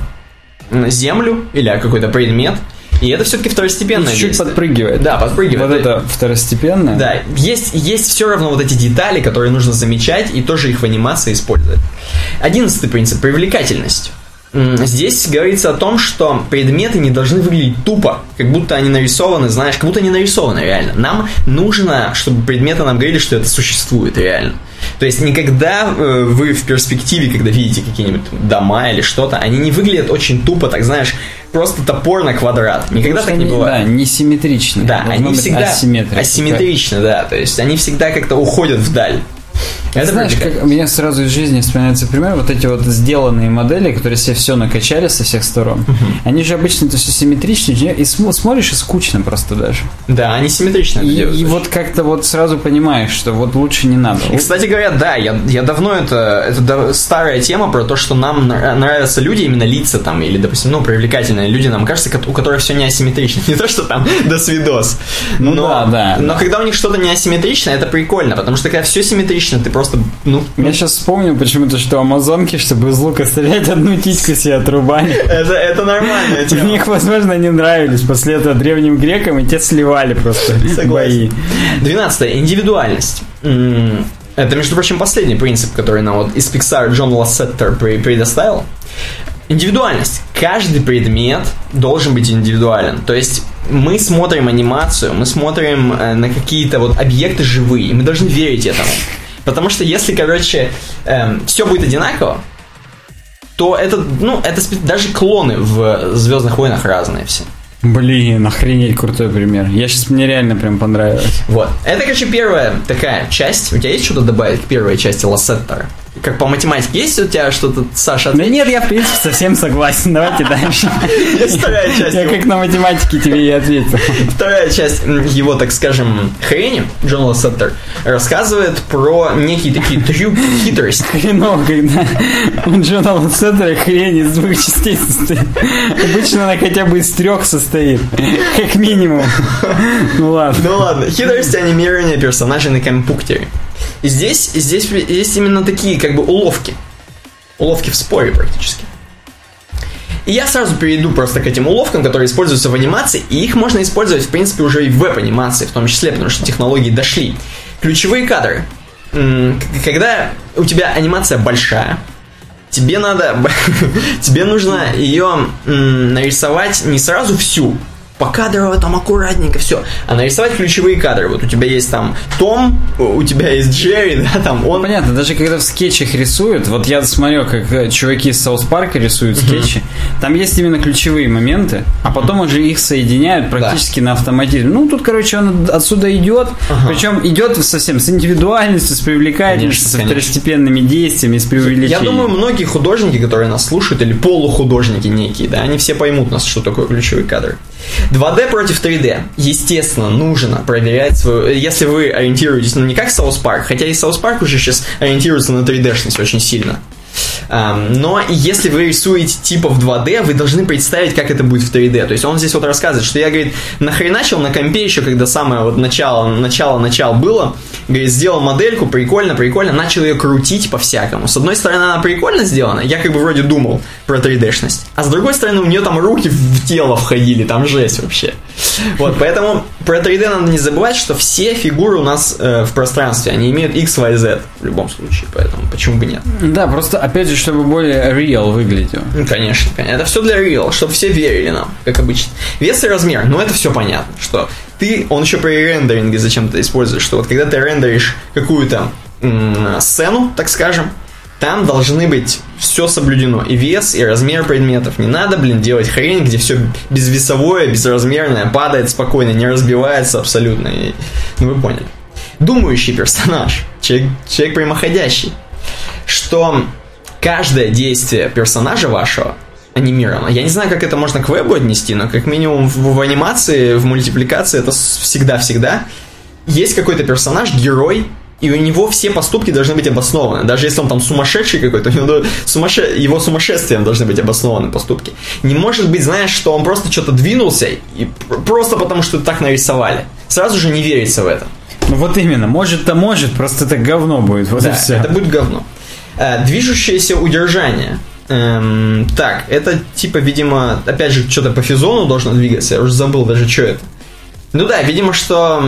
землю или о какой-то предмет. И это все-таки второстепенное чуть-чуть действие. подпрыгивает. Да, подпрыгивает. Вот это второстепенное. Да, есть, есть все равно вот эти детали, которые нужно замечать, и тоже их в анимации использовать. Одиннадцатый принцип – привлекательность. Здесь говорится о том, что предметы не должны выглядеть тупо, как будто они нарисованы, знаешь, как будто они нарисованы реально. Нам нужно, чтобы предметы нам говорили, что это существует реально. То есть никогда э, вы в перспективе, когда видите какие-нибудь дома или что-то, они не выглядят очень тупо, так знаешь, просто топор на квадрат. Никогда Потому так не они, бывает. Да, несимметричны. Да, должно они всегда асимметричны, да. То есть они всегда как-то уходят вдаль. Это знаешь, как, у меня сразу из жизни вспоминается пример, вот эти вот сделанные модели, которые себе все накачали со всех сторон, uh-huh. они же обычно это все симметричны, и см- смотришь, и скучно просто даже. Да, они симметрично. И, и вот как-то вот сразу понимаешь, что вот лучше не надо. И, кстати говоря, да, я, я давно это, это старая тема про то, что нам нравятся люди, именно лица там, или, допустим, ну, привлекательные люди, нам кажется, у которых все не асимметрично. Не то, что там до свидос. Ну но, да, да. Но да. когда у них что-то не асимметрично, это прикольно, потому что когда все симметрично, ты просто, ну... Я сейчас вспомнил почему-то, что амазонки, чтобы из лука стрелять, одну титьку себе отрубали. Это, это нормальная тема. Мне их, возможно, не нравились. После этого древним грекам, и те сливали просто бои. Двенадцатое. Индивидуальность. Это, между прочим, последний принцип, который нам вот из Pixar Джон Лассетер предоставил. Индивидуальность. Каждый предмет должен быть индивидуален. То есть мы смотрим анимацию, мы смотрим на какие-то вот объекты живые, и мы должны верить этому. Потому что если, короче, эм, все будет одинаково, то это, ну, это даже клоны в «Звездных войнах» разные все. Блин, охренеть крутой пример. Я сейчас, мне реально прям понравилось. Вот. Это, короче, первая такая часть. У тебя есть что-то добавить к первой части Лассеттера? как по математике. Есть у тебя что-то, Саша, ответишь? Да нет, я в принципе совсем согласен. Давайте дальше. Вторая часть. Я как на математике тебе и ответил. Вторая часть его, так скажем, хрени, Джон Лассетер, рассказывает про некие такие трюки, хитрость. Хреново, когда у Джона Лассетера хрень из двух частей состоит. Обычно она хотя бы из трех состоит. Как минимум. Ну ладно. Ну ладно. Хитрость анимирования персонажей на компьютере. И здесь, здесь есть именно такие как бы уловки. Уловки в споре практически. И я сразу перейду просто к этим уловкам, которые используются в анимации, и их можно использовать, в принципе, уже и в веб-анимации, в том числе, потому что технологии дошли. Ключевые кадры. Когда у тебя анимация большая, тебе надо, тебе нужно ее нарисовать не сразу всю, покадрово, там аккуратненько, все. А нарисовать ключевые кадры. Вот у тебя есть там Том, у тебя есть Джерри, да, там он... Понятно, даже когда в скетчах рисуют, вот я смотрел, как чуваки из Саус Парка рисуют скетчи, uh-huh. там есть именно ключевые моменты, а потом уже их соединяют практически да. на автоматизме. Ну, тут, короче, он отсюда идет, uh-huh. причем идет совсем с индивидуальностью, с привлекательностью, с второстепенными действиями, с преувеличением. Я думаю, многие художники, которые нас слушают, или полухудожники некие, да, они все поймут нас, что такое ключевые кадры. два дэ против три дэ. Естественно, нужно проверять свою... Если вы ориентируетесь, ну, не как Саус Парк, хотя и Саус Парк уже сейчас ориентируется на три дэ-шность очень сильно. Um, но если вы рисуете типа в два дэ, вы должны представить, как это будет в три дэ. То есть он здесь вот рассказывает, что я, говорит, нахреначил на компе еще, когда самое вот начало, начало, начало было, говорит, сделал модельку, прикольно, прикольно, начал ее крутить по-всякому. С одной стороны, она прикольно сделана, я как бы вроде думал про три дэ-шность, а с другой стороны, у нее там руки в тело входили, там жесть вообще. Вот, поэтому про три дэ надо не забывать, что все фигуры у нас э, в пространстве, они имеют X, Y, Z в любом случае, поэтому почему бы нет? Да, просто, опять же, чтобы более real выглядел. Ну, конечно, конечно. Это все для real, чтобы все верили нам, как обычно. Вес и размер, ну это все понятно, что ты, он еще при рендеринге зачем-то используешь, что вот когда ты рендеришь какую-то м- сцену, так скажем, там должны быть все соблюдено. И вес, и размер предметов. Не надо, блин, делать хрень, где все безвесовое, безразмерное, падает спокойно, не разбивается абсолютно. И, ну, вы поняли. Думающий персонаж, человек, человек прямоходящий, что каждое действие персонажа вашего анимировано. Я не знаю, как это можно к вебу отнести, но как минимум в, в анимации, в мультипликации это всегда-всегда есть какой-то персонаж, герой, и у него все поступки должны быть обоснованы. Даже если он там сумасшедший какой-то, у него сумасше... его сумасшествием должны быть обоснованы поступки. Не может быть, знаешь, что он просто что-то двинулся, и просто потому, что так нарисовали. Сразу же не верится в это. Ну вот именно, может-то может, просто это говно будет. Вот да, и все. Это будет говно. Э, движущееся удержание. Эм, так, это типа, видимо, опять же, что-то по физону должно двигаться. Я уже забыл даже, что это. Ну да, видимо, что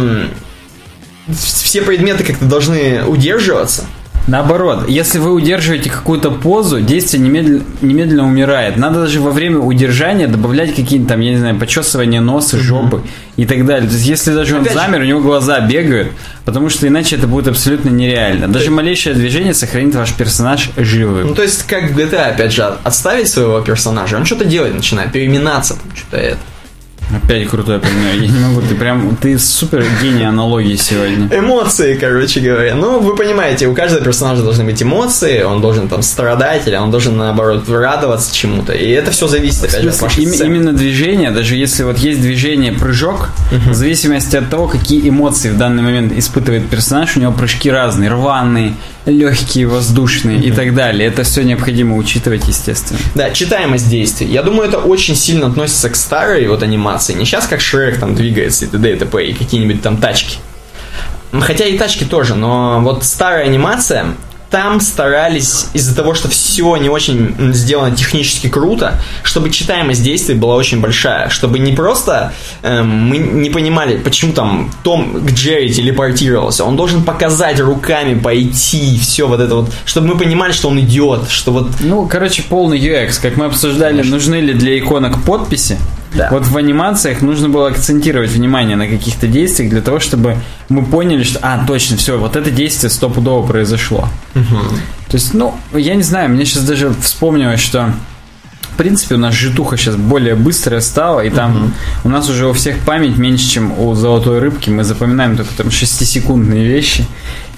все предметы как-то должны удерживаться. Наоборот, если вы удерживаете какую-то позу, действие немедленно, немедленно умирает. Надо даже во время удержания добавлять какие-то там, я не знаю, почесывания носа, жопы mm-hmm. и так далее. То есть, если даже он Опять замер, же... у него глаза бегают, потому что иначе это будет абсолютно нереально. Даже есть... малейшее движение сохранит ваш персонаж живым. Ну, то есть, как в джи ти эй, опять же, отставить своего персонажа, он что-то делать начинает, переминаться, что-то это. Опять крутой пример. Я не могу, ты прям, ты супер гений аналогии сегодня. Эмоции, короче говоря. Ну, вы понимаете, у каждого персонажа должны быть эмоции, он должен там страдать, или он должен, наоборот, радоваться чему-то. И это все зависит, опять же, от вашей сцены. Именно движение, даже если вот есть движение прыжок, uh-huh. в зависимости от того, какие эмоции в данный момент испытывает персонаж, у него прыжки разные, рваные, легкие, воздушные uh-huh. и так далее. Это все необходимо учитывать, естественно. Да, читаемость действий. Я думаю, это очень сильно относится к старой вот анимации. Не сейчас как Шрек там двигается и т.д. и т.п. и какие-нибудь там тачки. Хотя и тачки тоже, но вот старая анимация, там старались из-за того, что все не очень сделано технически круто, чтобы читаемость действий была очень большая, чтобы не просто э, мы не понимали, почему там Том к Джерри телепортировался, он должен показать руками, пойти, все вот это вот, чтобы мы понимали, что он идет, что вот... Ну, короче, полный ю экс, как мы обсуждали, Конечно. Нужны ли для иконок подписи. Да. Вот в анимациях нужно было акцентировать внимание на каких-то действиях для того, чтобы мы поняли, что, а, точно, все, вот это действие стопудово произошло. Угу. То есть, ну, я не знаю, мне сейчас даже вспомнилось, что в принципе у нас житуха сейчас более быстрая стала, и там угу. у нас уже у всех память меньше, чем у золотой рыбки, мы запоминаем только там шестисекундные вещи.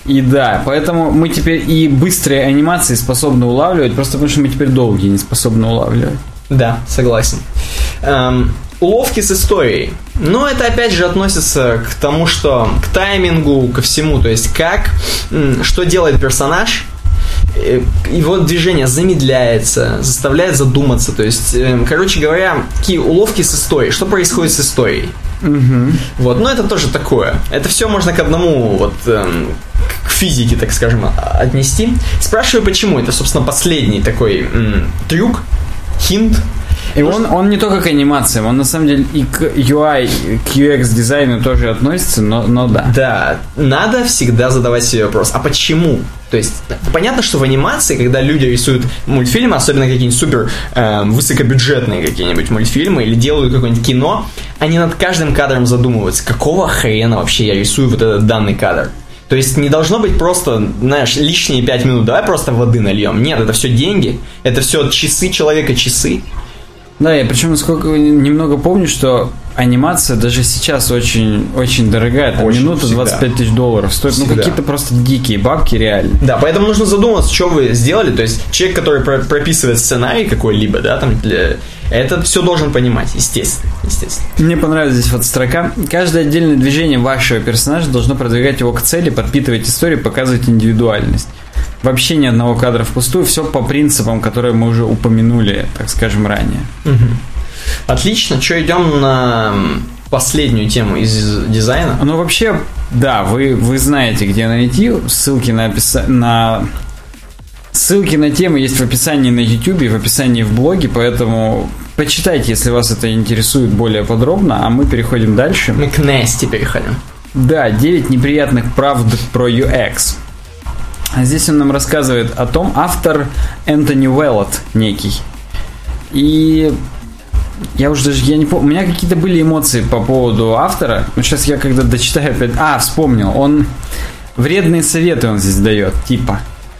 И да, поэтому мы теперь и быстрые анимации способны улавливать, просто потому что мы теперь долгие не способны улавливать. Да, согласен. Эм, уловки с историей. Но это опять же относится к тому, что к таймингу, ко всему. То есть как, что делает персонаж, его движение замедляется, заставляет задуматься. То есть, короче говоря, какие уловки с историей. Что происходит с историей? Угу. Вот, но это тоже такое. Это все можно к одному, вот, эм, к физике, так скажем, отнести. Спрашиваю, почему. Это, собственно, последний такой м, трюк, хинт. И он, он не только к анимациям, он на самом деле и к ю ай, к ю экс дизайну тоже относится, но, но да. Да, надо всегда задавать себе вопрос, а почему? То есть, понятно, что в анимации, когда люди рисуют мультфильмы, особенно какие-нибудь супер э, высокобюджетные какие-нибудь мультфильмы, или делают какое-нибудь кино, они над каждым кадром задумываются, какого хрена вообще я рисую вот этот данный кадр. То есть не должно быть просто, знаешь, лишние пять минут, давай просто воды нальем. Нет, это все деньги, это все часы человека, часы. Да, я причем, насколько немного помню, что анимация даже сейчас очень, очень дорогая. Там очень, минута двадцать пять тысяч долларов стоит. Всегда. Ну, какие-то просто дикие бабки реально. Да, поэтому нужно задуматься, что вы сделали. То есть человек, который прописывает сценарий какой-либо, да, там, для... это все должен понимать, естественно, естественно. Мне понравилась здесь вот строка. Каждое отдельное движение вашего персонажа должно продвигать его к цели, подпитывать историю, показывать индивидуальность. Вообще ни одного кадра впустую, все по принципам, которые мы уже упомянули, так скажем, ранее. Угу. Отлично, что, идем на последнюю тему из дизайна? Ну, вообще, да, вы, вы знаете, где найти. Ссылки на, описа... на... Ссылки на темы есть в описании на YouTube и в описании в блоге, поэтому почитайте, если вас это интересует более подробно, а мы переходим дальше. Мы к Насти переходим. Да, девять неприятных правд про ю экс. Здесь он нам рассказывает о том, автор Энтони Уэллот некий. И я уже даже, я не помню, у меня какие-то были эмоции по поводу автора. Но сейчас я когда дочитаю опять... А, вспомнил, он вредные советы он здесь дает, типа.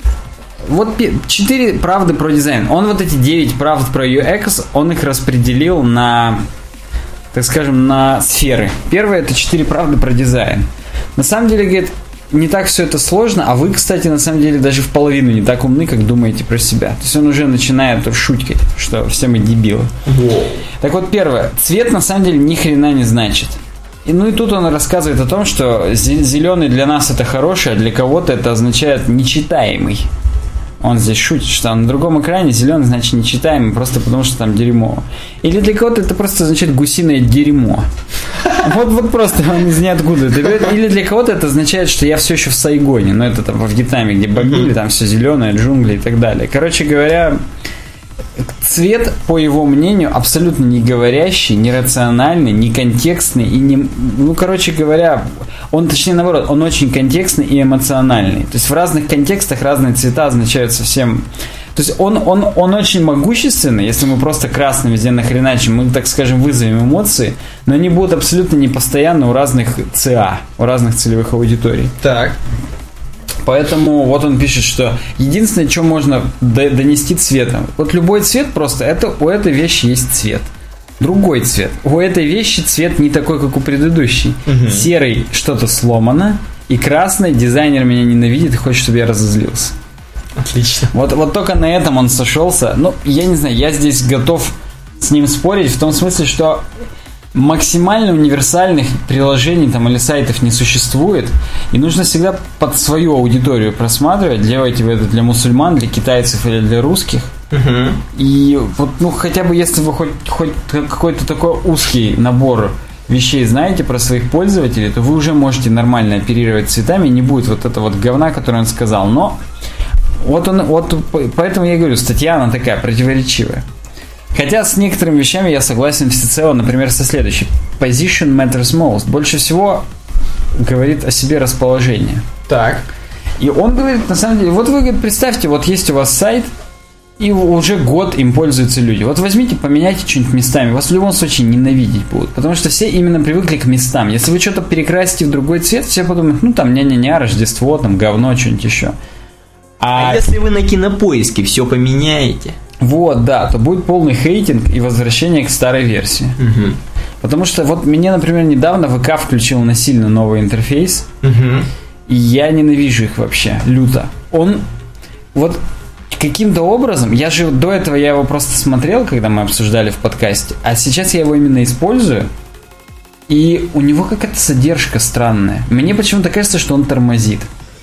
Вот четыре правды про дизайн. Он вот эти девять правд про ю экс, он их распределил на, так скажем, на сферы. Первое — это четыре правды про дизайн. На самом деле, говорит, не так все это сложно, а вы, кстати, на самом деле даже в половину не так умны, как думаете про себя. То есть он уже начинает шуткать, что все мы дебилы. Wow. Так вот, первое. Цвет на самом деле ни хрена не значит. И, ну и тут он рассказывает о том, что зеленый для нас это хороший, а для кого-то это означает нечитаемый. Он здесь шутит, что на другом экране зеленый значит нечитаемый, просто потому что там дерьмо. Или для кого-то это просто означает гусиное дерьмо. Вот, вот просто он из ниоткуда это берет. Или для кого-то это означает, что я все еще в Сайгоне. Но это там во Вьетнаме, где бомбили, там все зеленое, джунгли и так далее. Короче говоря, цвет, по его мнению, абсолютно не говорящий, не рациональный, не контекстный и не... Ну, короче говоря, он, точнее, наоборот, он очень контекстный и эмоциональный. То есть в разных контекстах разные цвета означают совсем... То есть он, он, он очень могущественный, если мы просто красным везде нахреначим, мы, так скажем, вызовем эмоции, но они будут абсолютно непостоянны у разных ЦА, у разных целевых аудиторий. Так. Поэтому вот он пишет, что единственное, что можно донести цветом. Вот любой цвет просто, это у этой вещи есть цвет. Другой цвет. У этой вещи цвет не такой, как у предыдущей. Угу. Серый что-то сломано, и красный дизайнер меня ненавидит и хочет, чтобы я разозлился. Отлично. Вот, вот только на этом он сошелся. Ну, я не знаю, я здесь готов с ним спорить в том смысле, что максимально универсальных приложений там, или сайтов не существует, и нужно всегда под свою аудиторию просматривать, делайте вы это для мусульман, для китайцев или для русских. Uh-huh. И вот, ну, хотя бы если вы хоть, хоть какой-то такой узкий набор вещей знаете про своих пользователей, то вы уже можете нормально оперировать цветами, не будет вот этого вот говна, которое он сказал. Но вот он, вот поэтому я говорю, статья, она такая противоречивая. Хотя с некоторыми вещами я согласен всецело, например, со следующей. Position matters most. Больше всего говорит о себе расположение. Так. И он говорит, на самом деле, вот вы, говорит, представьте, вот есть у вас сайт, и уже год им пользуются люди. Вот возьмите, поменяйте что-нибудь местами. Вас в любом случае ненавидеть будут. Потому что все именно привыкли к местам. Если вы что-то перекрасите в другой цвет, все подумают, ну там ня-ня-ня, Рождество, там говно, что-нибудь еще. А, а если вы на Кинопоиске все поменяете? Вот, да, то будет полный хейтинг и возвращение к старой версии. Угу. Потому что вот мне, например, недавно ВК включил насильно новый интерфейс. Угу. И я ненавижу их вообще, люто. Он вот каким-то образом, я же до этого я его просто смотрел, когда мы обсуждали в подкасте, а сейчас я его именно использую, и у него какая-то задержка странная. Мне почему-то кажется, что он тормозит.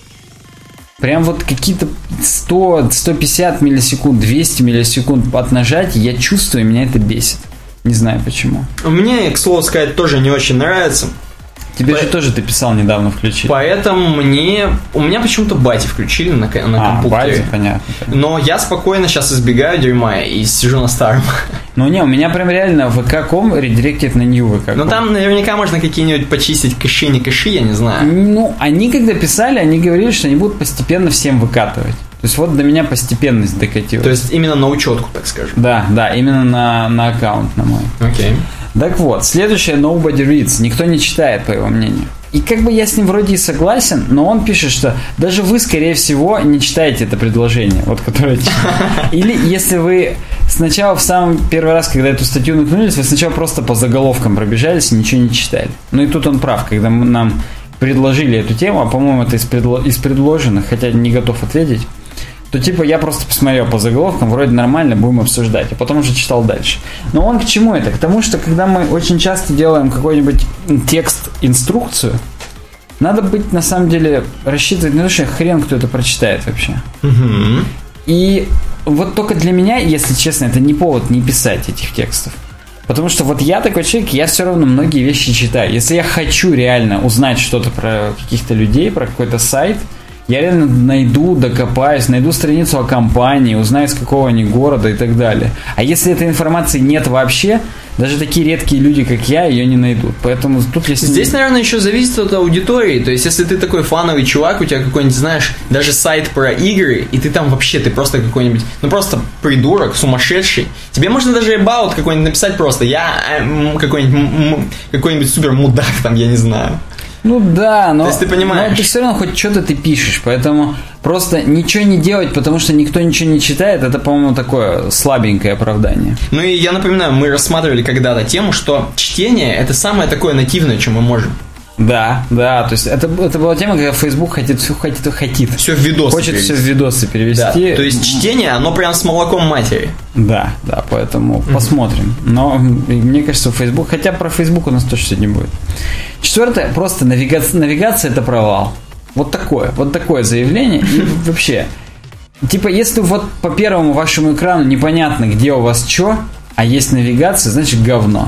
Прям вот какие-то сто, сто пятьдесят миллисекунд, двести миллисекунд от нажатия я чувствую, и меня это бесит. Не знаю почему. Мне, к слову сказать, тоже не очень нравится. Тебе По... же тоже ты писал недавно включили. Поэтому мне... У меня почему-то бати включили на, на а, компьютере. Бати, понятно, понятно. Но я спокойно сейчас избегаю дерьма и сижу на старом. Ну не, у меня прям реально ви кей точка ком редиректит на New ви кей точка ком. Ну там наверняка можно какие-нибудь почистить кэши, не кэши, я не знаю. Ну, они когда писали, они говорили, что они будут постепенно всем выкатывать. То есть вот до меня постепенность докатилась. То есть именно на учетку, так скажем. Да, да, именно на, на аккаунт на мой. Окей. Okay. Так вот, следующее Nobody Reads. Никто не читает, по его мнению. И как бы я с ним вроде и согласен, но он пишет, что даже вы, скорее всего, не читаете это предложение, вот которое... Или если вы сначала в самый первый раз, когда эту статью наткнулись, вы сначала просто по заголовкам пробежались и ничего не читали. Ну и тут он прав, когда нам предложили эту тему, а по-моему это из, предло... из предложенных, хотя не готов ответить, то типа я просто посмотрел по заголовкам, вроде нормально, будем обсуждать, а потом уже читал дальше. Но он к чему это? К тому, что когда мы очень часто делаем какой-нибудь текст, инструкцию, надо быть, на самом деле, рассчитывать на то, что хрен кто это прочитает вообще. Mm-hmm. И вот только для меня, если честно, это не повод не писать этих текстов. Потому что вот я такой человек, я все равно многие вещи читаю. Если я хочу реально узнать что-то про каких-то людей, про какой-то сайт, я реально найду, докопаюсь, найду страницу о компании, узнаю, из какого они города и так далее. А если этой информации нет вообще, даже такие редкие люди, как я, ее не найдут. Поэтому тут если... Здесь, наверное, еще зависит от аудитории. То есть, если ты такой фановый чувак, у тебя какой-нибудь, знаешь, даже сайт про игры, и ты там вообще, ты просто какой-нибудь, ну просто придурок, сумасшедший. Тебе можно даже about какой-нибудь написать просто. Я какой-нибудь, какой-нибудь супер мудак там, я не знаю. Ну да, но, то есть ты понимаешь. но ты все равно хоть что-то ты пишешь, поэтому просто ничего не делать, потому что никто ничего не читает, это, по-моему, такое слабенькое оправдание. Ну и я напоминаю, мы рассматривали когда-то тему, что чтение это самое такое нативное, чем мы можем. Да, да, то есть это, это была тема, когда Facebook хотит все хотит, хотит. Все в видосы Хочет перевести. все в видосы перевести. Да, то есть чтение, оно прям с молоком матери. Да, да, поэтому mm-hmm. посмотрим. Но мне кажется, Facebook, хотя про Facebook у нас тоже сегодня будет. Четвертое, просто навигация, навигация это провал. Вот такое, вот такое заявление. И вообще, типа, если вот по первому вашему экрану непонятно, где у вас что, а есть навигация, значит говно.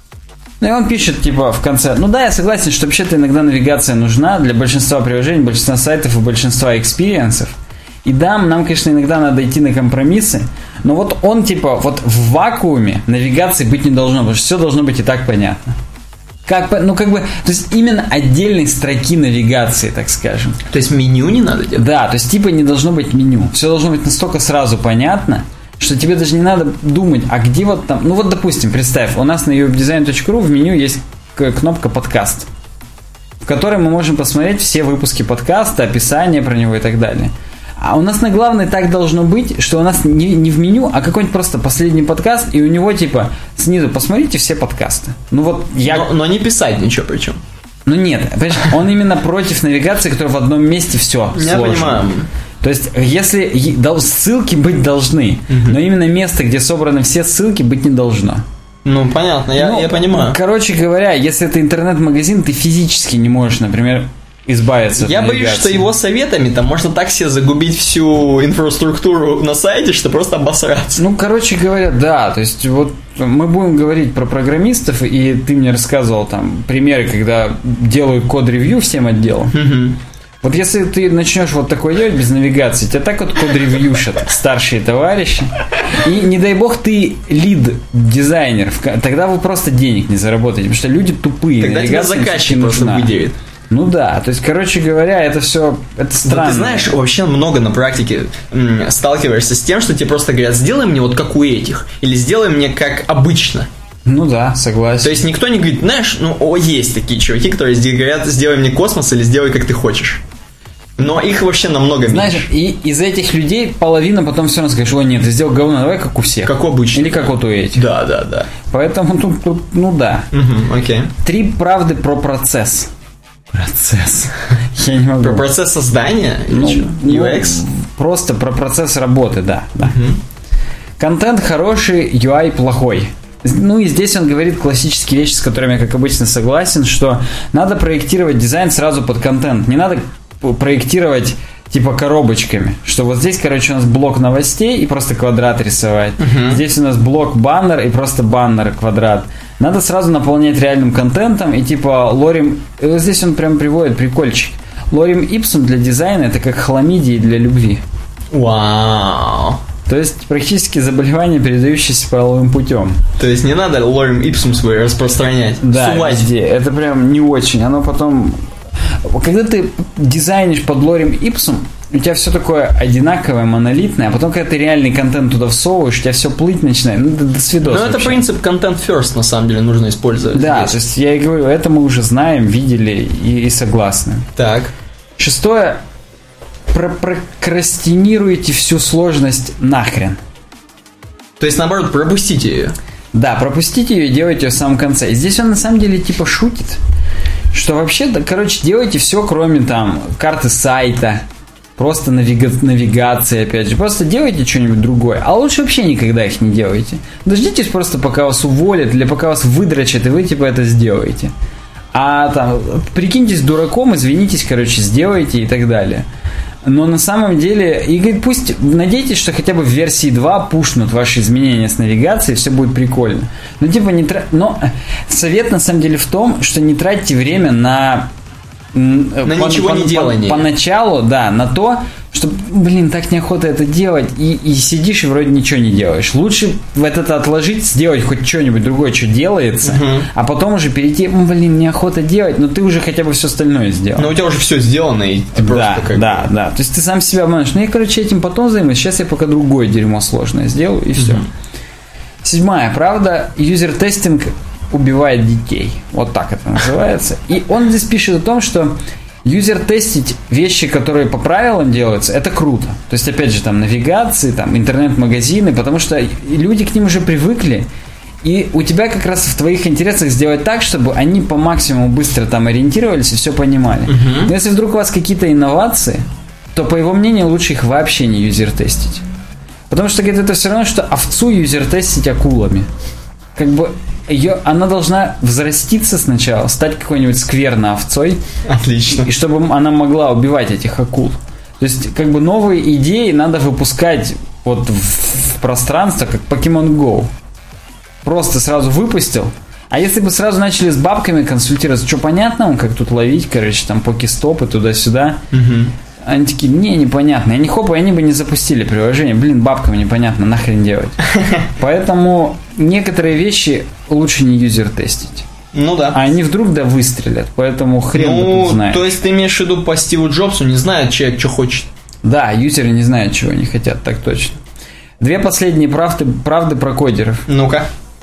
Ну и он пишет, типа, в конце, ну да, я согласен, что вообще-то иногда навигация нужна для большинства приложений, большинства сайтов и большинства экспириенсов. И да, нам, конечно, иногда надо идти на компромиссы, но вот он, типа, вот в вакууме навигации быть не должно, потому что все должно быть и так понятно. Как, ну, как бы, то есть именно отдельной строки навигации, так скажем. То есть меню не надо делать? Да, то есть типа не должно быть меню. Все должно быть настолько сразу понятно, что тебе даже не надо думать, а где вот там... Ну вот, допустим, представь, у нас на ю ай дизайн точка ру в меню есть кнопка «Подкаст», в которой мы можем посмотреть все выпуски подкаста, описание про него и так далее. А у нас на главной так должно быть, что у нас не, не в меню, а какой-нибудь просто последний подкаст, и у него типа снизу посмотрите все подкасты. Ну вот я... Но, но не писать ничего причем. Ну нет, понимаешь, он именно против навигации, которая в одном месте все Я сложно. понимаю. То есть, если ссылки быть должны, угу. но именно место, где собраны все ссылки, быть не должно. Ну, понятно, я, ну, я понимаю. Короче говоря, если это интернет-магазин, ты физически не можешь, например, избавиться от Я навигации. боюсь, что его советами там можно так себе загубить всю инфраструктуру на сайте, что просто обосраться. Ну, короче говоря, да. То есть, вот мы будем говорить про программистов, и ты мне рассказывал там примеры, когда делаю код-ревью всем отделам. Угу. Вот если ты начнешь вот такое делать без навигации, тебя так вот код-ревьюшат старшие товарищи. И не дай бог ты лид-дизайнер, тогда вы просто денег не заработаете, потому что люди тупые. Тогда тебя заказчик просто выделит. Ну да, то есть, короче говоря, это все, это странно. Да, ты знаешь, вообще много на практике м, сталкиваешься с тем, что тебе просто говорят, сделай мне вот как у этих, или сделай мне как обычно. Ну да, согласен. То есть никто не говорит, знаешь, ну о, есть такие чуваки, которые говорят, сделай мне космос или сделай как ты хочешь. Но их вообще намного Знаешь, меньше. И из этих людей половина потом все равно скажет, о нет, ты сделал говно, давай как у всех. Как обычно. Или как вот у этих. Да, да, да. Поэтому тут, тут ну да. Угу, окей. Три правды про процесс. Процесс. Я не могу. Про процесс создания? Ну, или что? ю экс? Ну, просто про процесс работы, да. да. Угу. Контент хороший, ю ай плохой. Ну и здесь он говорит классические вещи, с которыми я, как обычно, согласен, что надо проектировать дизайн сразу под контент. Не надо проектировать типа коробочками, что вот здесь, короче, у нас блок новостей и просто квадрат рисовать. Uh-huh. Здесь у нас блок баннер и просто баннер квадрат. Надо сразу наполнять реальным контентом и типа лорем... И вот здесь он прям приводит прикольчик. Лорем ипсум для дизайна это как хламидии для любви. Вау. То есть практически заболевание, передающееся половым путем. То есть не надо лорем ипсум свой распространять. Да, везде. Это прям не очень. Оно потом... Когда ты дизайнишь под лорем ипсум, у тебя все такое одинаковое, монолитное, а потом, когда ты реальный контент туда всовываешь, у тебя все плыть начинает. Ну, до, до свидос. Ну, это принцип content first, на самом деле, нужно использовать. Да, здесь. То есть я и говорю, это мы уже знаем, видели и, и согласны. Так. Шестое. Про- прокрастинируете всю сложность нахрен. То есть, наоборот, пропустите ее. Да, пропустите ее и делайте ее в самом конце. И здесь он на самом деле типа шутит, что вообще, да, короче, делайте все, кроме там карты сайта, просто навига- навигации, опять же. Просто делайте что-нибудь другое. А лучше вообще никогда их не делайте. Дождитесь просто, пока вас уволят или пока вас выдрачат, и вы типа это сделаете. А там, прикиньтесь дураком, извинитесь, короче, сделайте и так далее. Но на самом деле, и говорит, пусть надейтесь, что хотя бы в версии два пушнут ваши изменения с навигацией, все будет прикольно. Но типа не тра... Но совет на самом деле в том, что не тратьте время на на по, ничего по, не делание. По, поначалу, да, на то, что, блин, так неохота это делать, и, и сидишь и вроде ничего не делаешь. Лучше в это отложить, сделать хоть что-нибудь другое, что делается, uh-huh. а потом уже перейти, блин, неохота делать, но ты уже хотя бы все остальное сделал. Но у тебя уже все сделано, и ты просто да, как да, бы... да. То есть ты сам себя обманешь. Ну, я, короче, этим потом займусь. Сейчас я пока другое дерьмо сложное сделаю, и все. Uh-huh. Седьмая правда. Юзер-тестинг убивает детей. Вот так это называется. И он здесь пишет о том, что юзер-тестить вещи, которые по правилам делаются, это круто. То есть, опять же, там, навигации, там, интернет-магазины, потому что люди к ним уже привыкли, и у тебя как раз в твоих интересах сделать так, чтобы они по максимуму быстро там ориентировались и все понимали. Uh-huh. Но если вдруг у вас какие-то инновации, то, по его мнению, лучше их вообще не юзер-тестить. Потому что, говорит, это все равно, что овцу юзер-тестить акулами. Как бы ее, она должна взраститься сначала, стать какой-нибудь скверной овцой. Отлично. И чтобы она могла убивать этих акул. То есть, как бы новые идеи надо выпускать вот в, в пространство, как Pokemon Go. Просто сразу выпустил. А если бы сразу начали с бабками консультироваться, что понятно, как тут ловить, короче, там покестопы туда-сюда. Угу. Они такие, не, непонятно. И они хоп, и они бы не запустили приложение. Блин, бабкам непонятно, нахрен делать. Поэтому некоторые вещи лучше не юзер-тестить. Ну да. А они вдруг да выстрелят. Поэтому хрен ну, бы тут знает. То есть ты имеешь в виду по Стиву Джобсу, не знает человек, что хочет. Да, юзеры не знают, чего они хотят, так точно. Две последние правды, правды про кодеров. Ну-ка.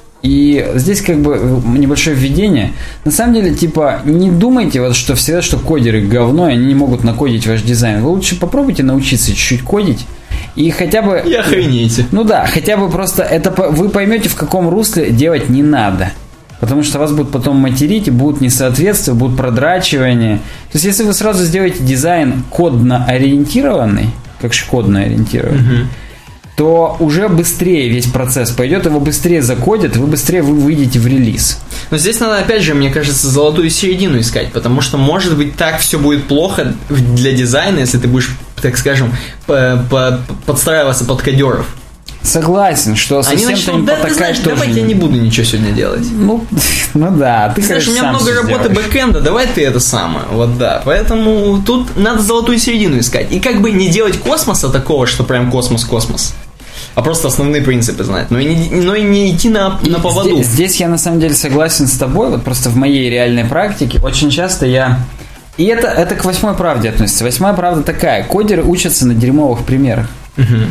И здесь как бы небольшое введение. На самом деле, типа, не думайте, вот, что всегда, что кодеры говно, и они не могут накодить ваш дизайн. Вы лучше попробуйте научиться чуть-чуть кодить. И хотя бы... И охренейте. Ну да, хотя бы просто это вы поймете, в каком русле делать не надо. Потому что вас будут потом материть, и будут несоответствия, будут продрачивания. То есть, если вы сразу сделаете дизайн кодно ориентированный, как шкодно ориентированный, угу. то уже быстрее весь процесс пойдет, его быстрее закодят, вы быстрее вы выйдете в релиз. Но здесь надо, опять же, мне кажется, золотую середину искать, потому что, может быть, так все будет плохо для дизайна, если ты будешь, так скажем, подстраиваться под кодеров. Согласен, что совсем-то начнут, не да, потакать знаешь, тоже... Давайте я не буду ничего сегодня делать. Ну, ну да, ты, ты знаешь, конечно, у меня много работы бэкэнда, давай ты это самое. Вот да, поэтому тут надо золотую середину искать. И как бы не делать космоса такого, что прям космос-космос, а просто основные принципы знать. Но и не, но и не идти на, на поводу. Здесь, здесь я на самом деле согласен с тобой. Вот просто в моей реальной практике очень часто я... И это, это к восьмой правде относится. Восьмая правда такая. Кодеры учатся на дерьмовых примерах. Угу.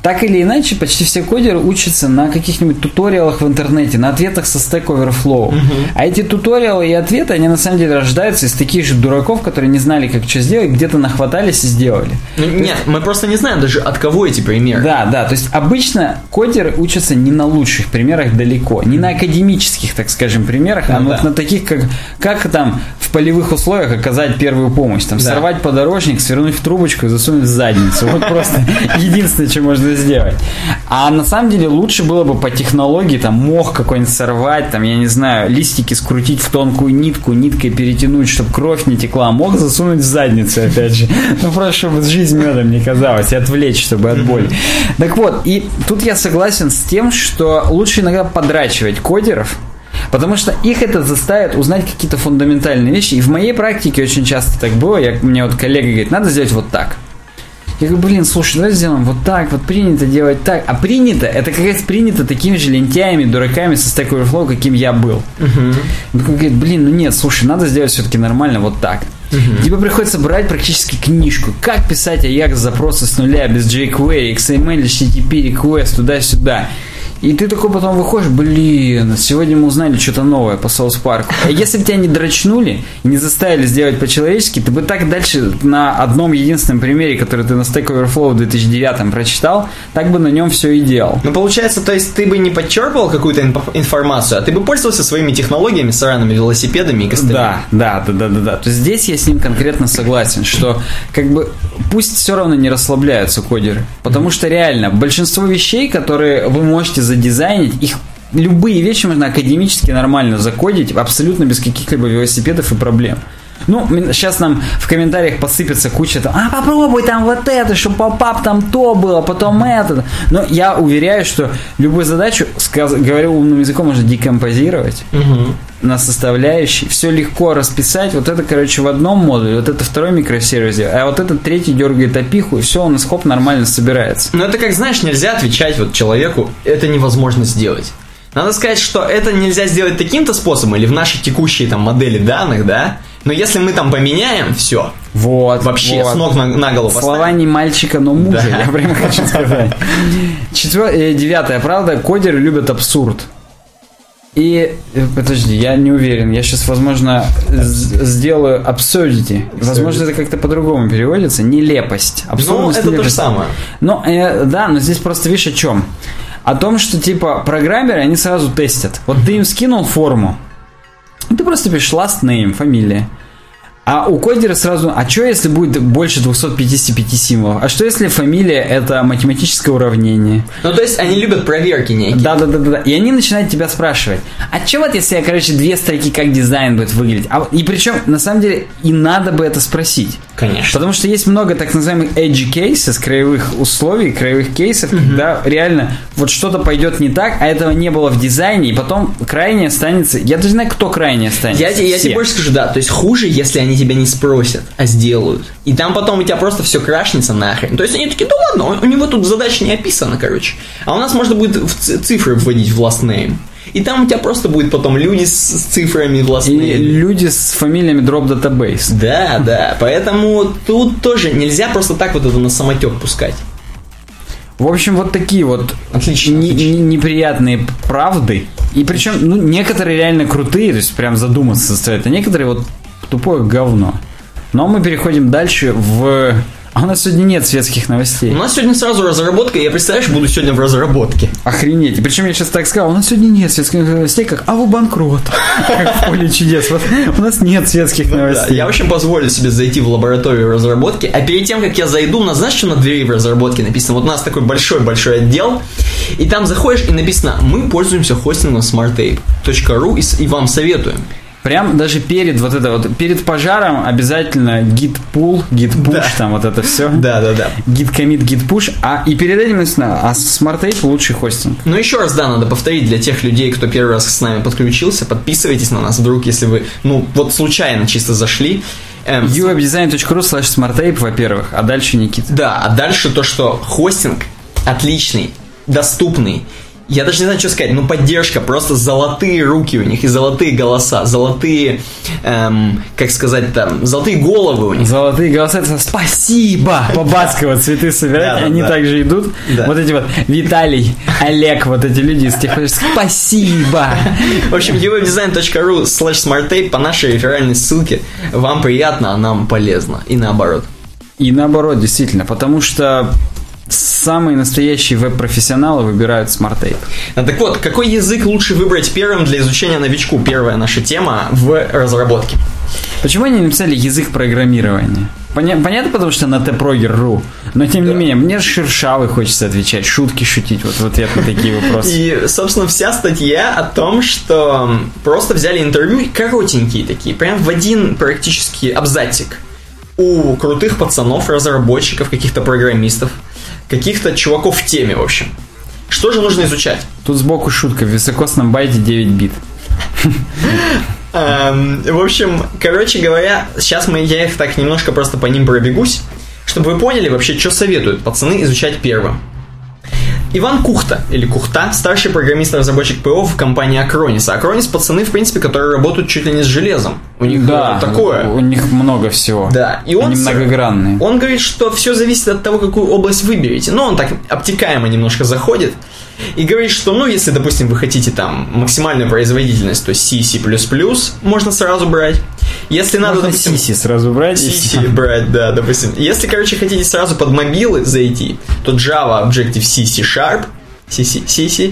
Так или иначе, почти все кодеры учатся на каких-нибудь туториалах в интернете, на ответах со Stack Overflow. Uh-huh. А эти туториалы и ответы, они на самом деле рождаются из таких же дураков, которые не знали, как что сделать, где-то нахватались и сделали. Ну, нет, есть... мы просто не знаем даже, от кого эти примеры. Да, да, то есть обычно кодеры учатся не на лучших примерах далеко, не на академических, так скажем, примерах, ну, а да. вот на таких, как, как там в полевых условиях оказать первую помощь, там, да. сорвать подорожник, свернуть в трубочку и засунуть в задницу. Вот просто единственное, что можно сделать. А на самом деле лучше было бы по технологии там мох какой-нибудь сорвать, там, я не знаю, листики скрутить в тонкую нитку, ниткой перетянуть, чтобы кровь не текла, мох засунуть в задницу, опять же. Ну, просто чтобы жизнь медом не казалась, и отвлечь, чтобы от боли. Так вот, и тут я согласен с тем, что лучше иногда подрачивать кодеров, потому что их это заставит узнать какие-то фундаментальные вещи. И в моей практике очень часто так было. Я, мне вот коллега говорит, надо сделать вот так. Я говорю, блин, слушай, давай сделаем вот так, вот принято делать так. А принято, это как раз принято такими же лентяями, дураками со Stack Overflow, каким я был. Uh-huh. Он говорит, блин, ну нет, слушай, надо сделать все-таки нормально вот так. Uh-huh. Тебе приходится брать практически книжку. Как писать Ajax запросы с нуля, без jQuery, икс эм эль, эйч ти ти пи, request, туда-сюда. И ты такой потом выходишь, блин, сегодня мы узнали что-то новое по South Park. А если бы тебя не дрочнули и не заставили сделать по-человечески, ты бы так дальше на одном единственном примере, который ты на Stack Overflow в две тысячи девятом прочитал, так бы на нем все и делал. Ну, получается, то есть ты бы не подчерпывал какую-то информацию, а ты бы пользовался своими технологиями, сраными велосипедами и костылями. Да, да, да, да, да, да. То есть здесь я с ним конкретно согласен, что как бы пусть все равно не расслабляются кодеры, потому что реально большинство вещей, которые вы можете задизайнить, их любые вещи можно академически нормально закодить, абсолютно без каких-либо велосипедов и проблем. Ну, сейчас нам в комментариях посыпется куча там, а попробуй там вот это, чтобы поп-ап там то было, потом это. Но я уверяю, что любую задачу, сказ- говорю умным языком, можно декомпозировать угу. на составляющие, все легко расписать. Вот это, короче, в одном модуле, вот это второй микросервис, а вот этот третий дергает опиху, и все, он из хоп нормально собирается. Ну, это как, знаешь, нельзя отвечать вот человеку, это невозможно сделать. Надо сказать, что это нельзя сделать таким-то способом, или в нашей текущей там модели данных, да, но если мы там поменяем все, вот, вообще вот. с ног на, на голову Слова поставим. не мальчика, но мужа, да. Я прямо хочу сказать. Четвер... Девятое, правда, кодеры любят абсурд. И, подожди, я не уверен, я сейчас, возможно, сделаю absurdity. Возможно, это как-то по-другому переводится. Нелепость. Абсурдность, ну, это то же самое. Ну, э, да, но здесь просто, видишь, о чем? О том, что, типа, программеры, они сразу тестят. Вот ты им скинул форму, и ты просто пишешь last name, фамилия. А у кодера сразу, а что если будет больше двести пятьдесят пять символов? А что если фамилия это математическое уравнение? Ну, то есть они любят проверки некие. Да-да-да. И они начинают тебя спрашивать, а что вот если я, короче, две строки, как дизайн будет выглядеть? А, и причем, на самом деле, и надо бы это спросить. Конечно. Потому что есть много так называемых edge cases, краевых условий, краевых кейсов, mm-hmm. когда реально вот что-то пойдет не так, а этого не было в дизайне, и потом крайне останется... Я даже не знаю, кто крайне останется. Я, я тебе больше скажу, да, то есть хуже, если они тебя не спросят, а сделают. И там потом у тебя просто все крашнется нахрен. То есть они такие, да ладно, у него тут задача не описана, короче. А у нас можно будет в цифры вводить в last name. И там у тебя просто будет потом люди с цифрами в last name. И люди с фамилиями drop database. Да, да. Поэтому тут тоже нельзя просто так вот это на самотек пускать. В общем, вот такие вот отлично, не, отлично. Не, неприятные правды. И причем, ну, некоторые реально крутые, то есть прям задуматься стоит, а некоторые вот тупое говно. Но мы переходим дальше в... А у нас сегодня нет светских новостей. У нас сегодня сразу разработка, и я, представляешь, буду сегодня в разработке. Охренеть. Причем я сейчас так сказал, у нас сегодня нет светских новостей, как «А вы банкрот». Как в поле чудес. Вот у нас нет светских новостей. Да, я, в общем, позволю себе зайти в лабораторию разработки, а перед тем, как я зайду, у нас, знаешь, что на двери в разработке написано? Вот у нас такой большой-большой отдел, и там заходишь, и написано «Мы пользуемся хостингом smartape точка ру и, и вам советуем». Прям даже перед вот это вот, перед пожаром обязательно git pull, git push, да. Там вот это все. Да, да, да. Git commit, git push, а и перед этим написано, а smartape лучший хостинг. Ну еще раз, да, надо повторить для тех людей, кто первый раз с нами подключился, подписывайтесь на нас вдруг, если вы, ну, вот случайно чисто зашли. Эм, ю веб дизайн точка ру слэш smartape, во-первых, а дальше Никита. Да, а дальше то, что хостинг отличный, доступный я даже не знаю, что сказать, ну, поддержка, просто золотые руки у них, и золотые голоса, золотые, эм, как сказать там, золотые головы у них. Золотые голоса, это спасибо! По-бацкому цветы собирать, они также идут. Вот эти вот Виталий, Олег, вот эти люди из тех, спасибо! В общем, uwebdesign.ru слэш smarttape по нашей реферальной ссылке. Вам приятно, а нам полезно. И наоборот. И наоборот, действительно, потому что самые настоящие веб-профессионалы выбирают SmartTape. А, так вот, какой язык лучше выбрать первым для изучения новичку? Первая наша тема в разработке. Почему они написали язык программирования? Поня- понятно, потому что на tproger точка ру, но тем да. не менее, мне же шершавый хочется отвечать, шутки шутить, вот в ответ на такие вопросы. И, собственно, вся статья о том, что просто взяли интервью, коротенькие такие, прям в один практически абзацик у крутых пацанов, разработчиков, каких-то программистов, каких-то чуваков в теме, в общем. Что же нужно изучать? Тут сбоку шутка, в високосном байте девять бит. В общем, короче говоря, сейчас мы, я их так немножко просто по ним пробегусь, чтобы вы поняли вообще, что советуют пацаны изучать первым. Иван Кухта, или Кухта, старший программист-разработчик ПО в компании Acronis. Acronis, пацаны, в принципе, которые работают чуть ли не с железом. У них да, такое. У них много всего. Да, и он, они многогранные. Он говорит, что все зависит от того, какую область выберете. Но он так обтекаемо немножко заходит. И говорит, что, ну, если, допустим, вы хотите там максимальную производительность, то C, C++ можно сразу брать. Если надо, можно допустим... C сразу брать. C брать, да, допустим. Если, короче, хотите сразу под мобилы зайти, то Java, Objective-C, C-Sharp, C, C, C, C.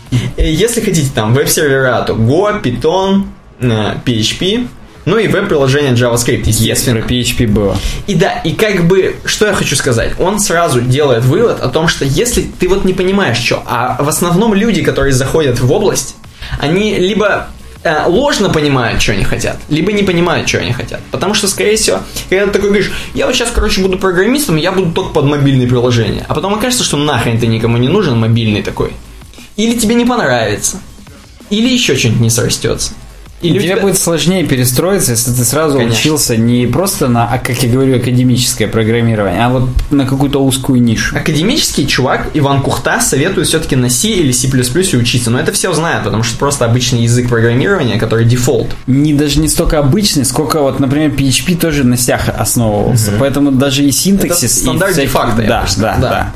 Если хотите там веб-сервера, то Go, Python, пи эйч пи, ну и веб-приложение JavaScript, естественно. Про пи эйч пи было. И да, и как бы, что я хочу сказать, он сразу делает вывод о том, что если ты вот не понимаешь, что, а в основном люди, которые заходят в область, они либо э, ложно понимают, что они хотят, либо не понимают, что они хотят. Потому что, скорее всего, когда ты такой говоришь, я вот сейчас, короче, буду программистом, я буду только под мобильные приложения. А потом окажется, что нахрен ты никому не нужен, мобильный такой. Или тебе не понравится, или еще что-нибудь не срастется. Или тебе тебя... будет сложнее перестроиться, если ты сразу Конечно. учился не просто на, а, как я говорю, академическое программирование, а вот на какую-то узкую нишу. Академический чувак Иван Кухта советует все-таки на C или C++ учиться, но это все знают, потому что просто обычный язык программирования, который дефолт. Не даже не столько обычный, сколько вот, например, пи эйч пи тоже на C основывался, угу. поэтому даже и синтаксис... Это стандарт и де-факто. Да, да, да, да.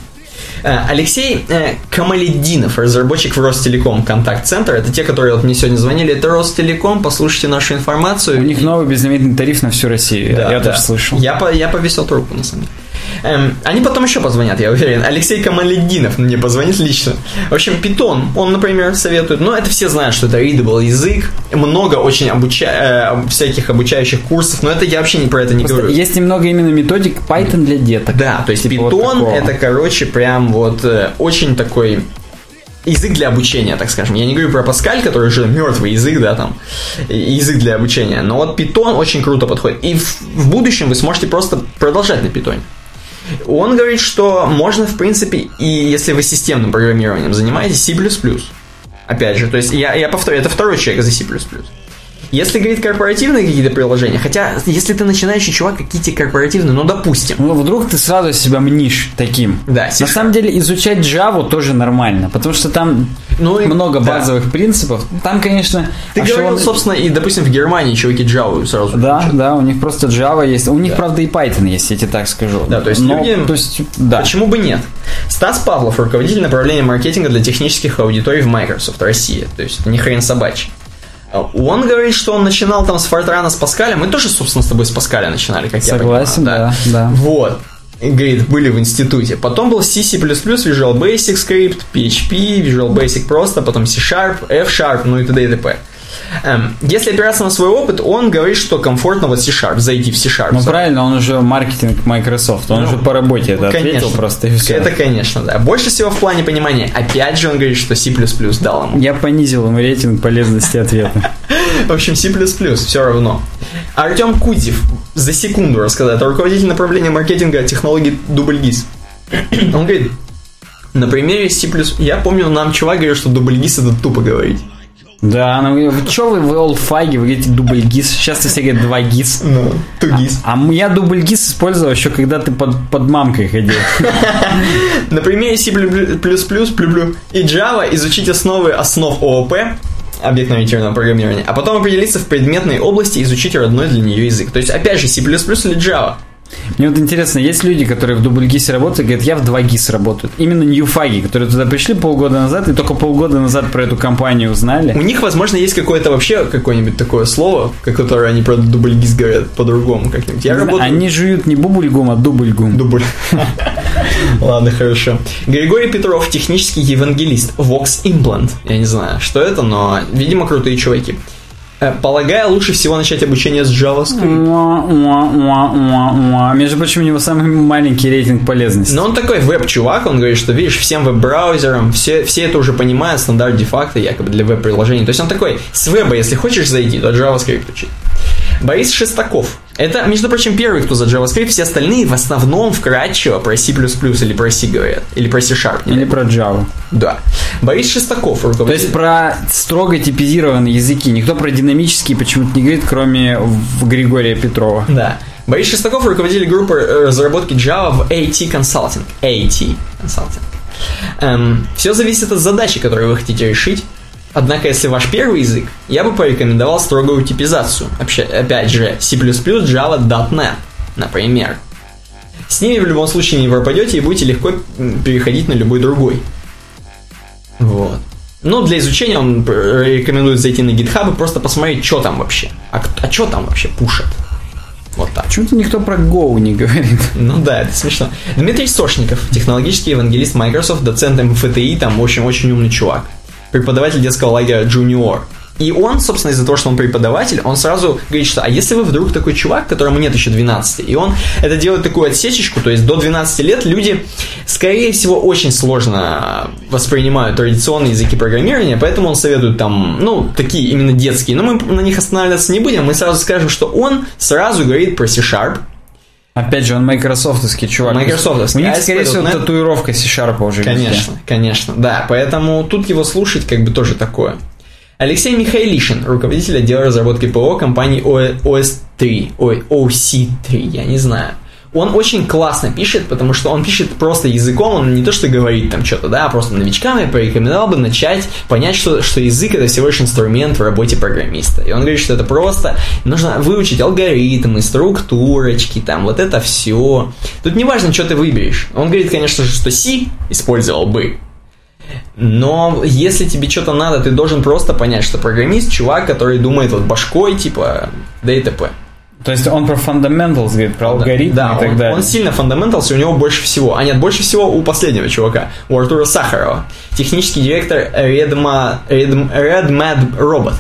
Алексей э, Камалетдинов, разработчик в Ростелеком контакт-центр. Это те, которые вот мне сегодня звонили. Это Ростелеком, послушайте нашу информацию. У них новый безлимитный тариф на всю Россию. Да, я да. тоже слышал. Я, по, я повесил трубку, на самом деле. Эм, они потом еще позвонят, я уверен. Алексей Камалетдинов мне позвонит лично. В общем, Python, он, например, советует. Но это все знают, что это readable язык. Много очень обуча... э, всяких обучающих курсов. Но это я вообще не про это не Просто говорю. Есть немного именно методик Python для деток. Да, то есть типа Python вот это, короче, прям вот э, очень такой... язык для обучения, так скажем. Я не говорю про Паскаль, который уже мертвый язык, да, там, язык для обучения. Но вот Python очень круто подходит. И в, в будущем вы сможете просто продолжать на Python. Он говорит, что можно, в принципе, и если вы системным программированием занимаетесь, C++. Опять же, то есть я, я повторю, это второй человек за C++. Если, говорит, корпоративные какие-то приложения, хотя, если ты начинающий чувак, какие-то корпоративные, ну, допустим. Ну, вдруг ты сразу себя мнишь таким. Да, на самом деле, изучать Java тоже нормально, потому что там ну, много да. базовых принципов. Там, конечно... Ты а говорил, он... собственно, и, допустим, в Германии чуваки Java сразу Да, учат. Да, у них просто Java есть. У них, да. правда, и Python есть, я тебе так скажу. Да, то есть Но, люди... То есть, да. Почему бы нет? Стас Павлов, руководитель направления маркетинга для технических аудиторий в Microsoft Россия. То есть, не хрен собачий. Он говорит, что он начинал там с Фортрана, с Паскаля. Мы тоже, собственно, с тобой с Паскаля начинали, как Согласен, я понимаю. Согласен, да, да. Вот. Говорит, были в институте. Потом был C, C++, Visual Basic Script, пи эйч пи, Visual Basic просто, потом C-Sharp, F-Sharp, ну и т.д. и т.п. Эм, если опираться на свой опыт, он говорит, что комфортно вот C-Sharp, зайти в C-Sharp. Ну правильно, он уже маркетинг Microsoft, он ну, уже по работе это конечно, ответил просто и все. Это, конечно, да. Больше всего в плане понимания. Опять же он говорит, что C++ дал ему. Я понизил ему рейтинг полезности ответа. В общем, C++, все равно. Артем Кудзев за секунду рассказал. Это руководитель направления маркетинга технологий Дубльгиз. Он говорит, на примере C++, я помню, нам чувак говорил, что Дубльгиз это тупо говорить. Да, ну вы что вы, вы олдфаги, вы говорите дубль гис. Сейчас все говорят два гис. Ну, тугис. А, а я дубль гис использовал еще, когда ты под, под мамкой ходил. На примере C++, и Java изучить основы основ ООП, объектно-ориентированного программирования, а потом определиться в предметной области и изучить родной для нее язык. То есть, опять же, C++ или Java. Мне вот интересно, есть люди, которые в дубль-гисе работают, и говорят, я в два гис работаю. Именно ньюфаги, которые туда пришли полгода назад, и только полгода назад про эту компанию узнали. У них, возможно, есть какое-то вообще какое-нибудь такое слово, которое они про дубль-гис говорят по-другому как-нибудь. Я работаю... Они жуют не бубльгум, а дубльгум. Дубль. Ладно, хорошо. Григорий Петров, технический евангелист, Vox Implant. Я не знаю, что это, но, видимо, крутые чуваки. Полагаю, лучше всего начать обучение с JavaScript. Между прочим, у него самый маленький рейтинг полезности. Но он такой веб-чувак, он говорит, что, видишь, всем веб-браузерам, все, все это уже понимают, стандарт де-факто, якобы для веб-приложений. То есть он такой, с веба, если хочешь зайти, то JavaScript учить. Борис Шестаков. Это, между прочим, первый, кто за JavaScript, все остальные в основном вкратчиво про C++ или про C говорят, или про C-Sharp. Или про Java. Да. Борис Шестаков, руководитель. То есть про строго типизированные языки. Никто про динамические почему-то не говорит, кроме Григория Петрова. Да. Борис Шестаков, руководитель группы разработки Java в эй ти Consulting. эй ти Consulting. Эм, все зависит от задачи, которую вы хотите решить. Однако, если ваш первый язык, я бы порекомендовал строгую типизацию. Опять же, C++, Java, .дот нет, например. С ними в любом случае не пропадете и будете легко переходить на любой другой. Вот. Но для изучения он рекомендует зайти на GitHub и просто посмотреть, что там вообще. А, а что там вообще пушат? Вот так. Почему-то никто про Go не говорит. Ну да, это смешно. Дмитрий Сошников, технологический евангелист Microsoft, доцент эм эф тэ и, там очень, очень умный чувак. Преподаватель детского лагеря Junior. И он, собственно, из-за того, что он преподаватель, он сразу говорит, что а если вы вдруг такой чувак, которому нет еще двенадцати, и он это делает такую отсечечку, то есть до двенадцати лет люди, скорее всего, очень сложно воспринимают традиционные языки программирования, поэтому он советует там, ну, такие именно детские, но мы на них останавливаться не будем, мы сразу скажем, что он сразу говорит про C-Sharp. Опять же, он майкрософтовский чувак. Майкрософтовский. У них, скорее всего, татуировка C-Sharp уже. Конечно, везде. Конечно, да. Поэтому тут его слушать как бы тоже такое. Алексей Михайлишин, руководитель отдела разработки ПО компании о эс три, ой, о си три, я не знаю. Он очень классно пишет, потому что он пишет просто языком, он не то что говорит там что-то, да, а просто новичкам я порекомендовал бы начать понять, что, что язык это всего лишь инструмент в работе программиста. И он говорит, что это просто нужно выучить алгоритмы, структурочки, там, вот это все. Тут не важно, что ты выберешь. Он говорит, конечно же, что C использовал бы. Но если тебе что-то надо, ты должен просто понять, что программист, чувак, который думает вот башкой, типа, да и т.п. То есть он про fundamentals говорит, про алгоритмы да, и так он, далее. Он сильно fundamentals, и у него больше всего. А нет, больше всего у последнего чувака, у Артура Сахарова. Технический директор Redma, Redm, RedMad Robot.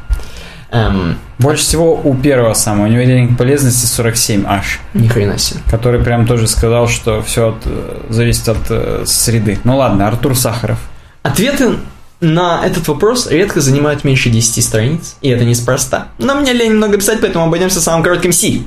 Эм, больше всего у первого самого. У него рейтинг полезности сорок семь аж. Ни хрена себе. Который прям тоже сказал, что все от, зависит от э, среды. Ну ладно, Артур Сахаров. Ответы на этот вопрос редко занимают меньше десяти страниц, и это неспроста. Но мне лень много писать, поэтому обойдемся самым коротким C.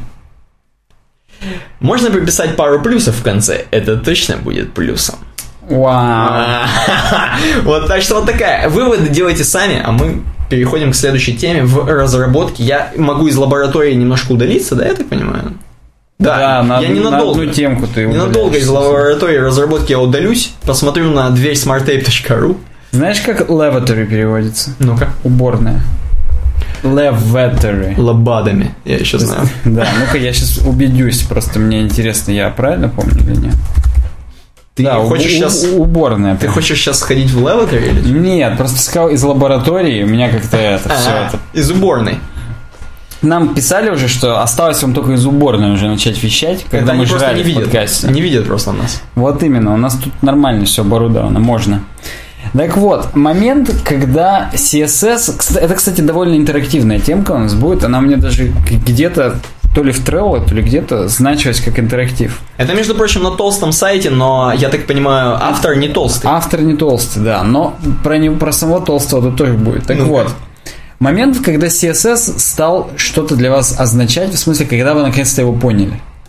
Можно приписать пару плюсов в конце, это точно будет плюсом. Вау. Вот так что вот такая. Выводы делайте сами, а мы переходим к следующей теме в разработке. Я могу из лаборатории немножко удалиться, да, я так понимаю? Да, да на, я ненадолго, на одну темку ты ненадолго из лаборатории разработки я удалюсь, посмотрю на дверь смарт-тейп точка ру. Знаешь, как lavatory переводится? Ну-ка. Уборная. Lavatory. Лобадами, я еще То знаю. Есть, да, ну-ка я сейчас убедюсь, просто мне интересно, я правильно помню или нет? Ты да, хочешь у- сейчас... уборная. Ты хочешь сейчас сходить в lavatory или что? Нет, просто сказал из лаборатории, у меня как-то это все это... Из уборной. Нам писали уже, что осталось вам только из уборной уже начать вещать, когда Это мы они просто жрали не в видят. подкасте. Не видят просто нас. Вот именно, у нас тут нормально все оборудовано, можно. Так вот, момент, когда си эс эс... Это, кстати, довольно интерактивная темка у нас будет. Она у меня даже где-то, то ли в Trello, то ли где-то значилась как интерактив. Это, между прочим, на толстом сайте, но, я так понимаю, автор не толстый. Автор не толстый, да. Но про, не, про самого толстого тут тоже будет. Так Ну-ка. вот, момент, когда си эс эс стал что-то для вас означать, в смысле, когда вы наконец-то его поняли.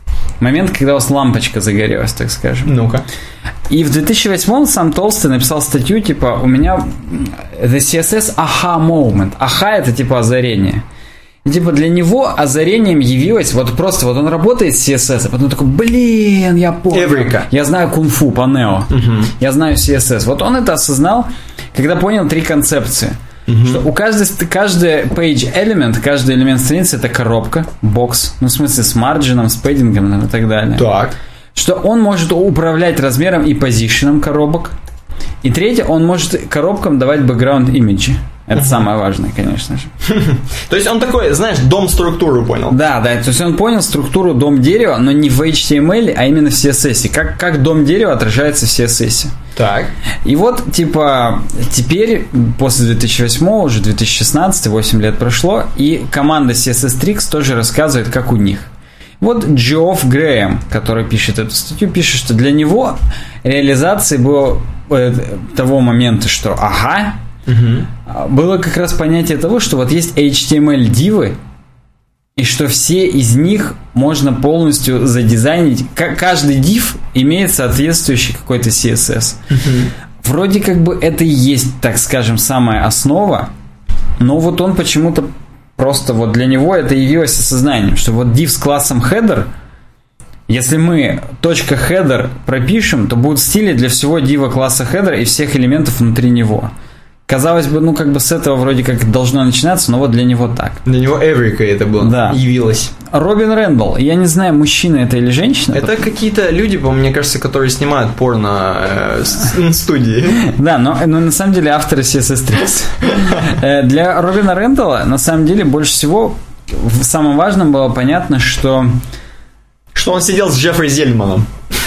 момент, когда у вас лампочка загорелась, так скажем. Ну-ка. И в две тысячи восьмом сам Толстый написал статью, типа, у меня The си эс эс aha moment. Aha — это типа озарение. И типа для него озарением явилось, вот просто, вот он работает с си эс эс, а потом такой, блин, я понял. Эврика. Я знаю кунг-фу по Нео. Угу. Я знаю си эс эс. Вот он это осознал, когда понял три концепции. Угу. Что у каждой, каждый page element, каждый элемент страницы — это коробка, бокс, ну в смысле с марджином, с пэддингом и так далее. Так. Что он может управлять размером и позиционом коробок. И третье, он может коробкам давать бэкграунд-имиджи. Это uh-huh. самое важное, конечно же. То есть он такой, знаешь, дом-структуру понял. Да, да, то есть он понял структуру дом-дерева, но не в эйч ти эм эл, а именно в си эс эс. Как, как дом-дерева отражается в си эс эс. Так. И вот, типа, теперь, после две тысячи восьмого, уже две тысячи шестнадцатый, восемь лет прошло, и команда си эс эс Tricks тоже рассказывает, как у них. Вот Джофф Грэем, который пишет эту статью, пишет, что для него реализацией было э, того момента, что ага, угу. было как раз понятие того, что вот есть эйч ти эм эл-дивы, и что все из них можно полностью задизайнить. К- каждый div имеет соответствующий какой-то си эс эс. Угу. Вроде как бы это и есть, так скажем, самая основа, но вот он почему-то просто вот для него это явилось осознанием, что вот div с классом header, если мы точка header пропишем, то будут стили для всего дива класса header и всех элементов внутри него. Казалось бы, ну как бы с этого вроде как должно начинаться, но вот для него так. Для него Эврика это было, да. Явилось. Робин Рэндалл, я не знаю, мужчина это или женщина. Это потому... какие-то люди, по мне кажется, которые снимают порно э, в студии. Да, но, но на самом деле авторы си эс эс Tricks. Для Робина Рэндалла на самом деле больше всего самым важным было понятно, что... Что он сидел с Джеффри Зельдманом.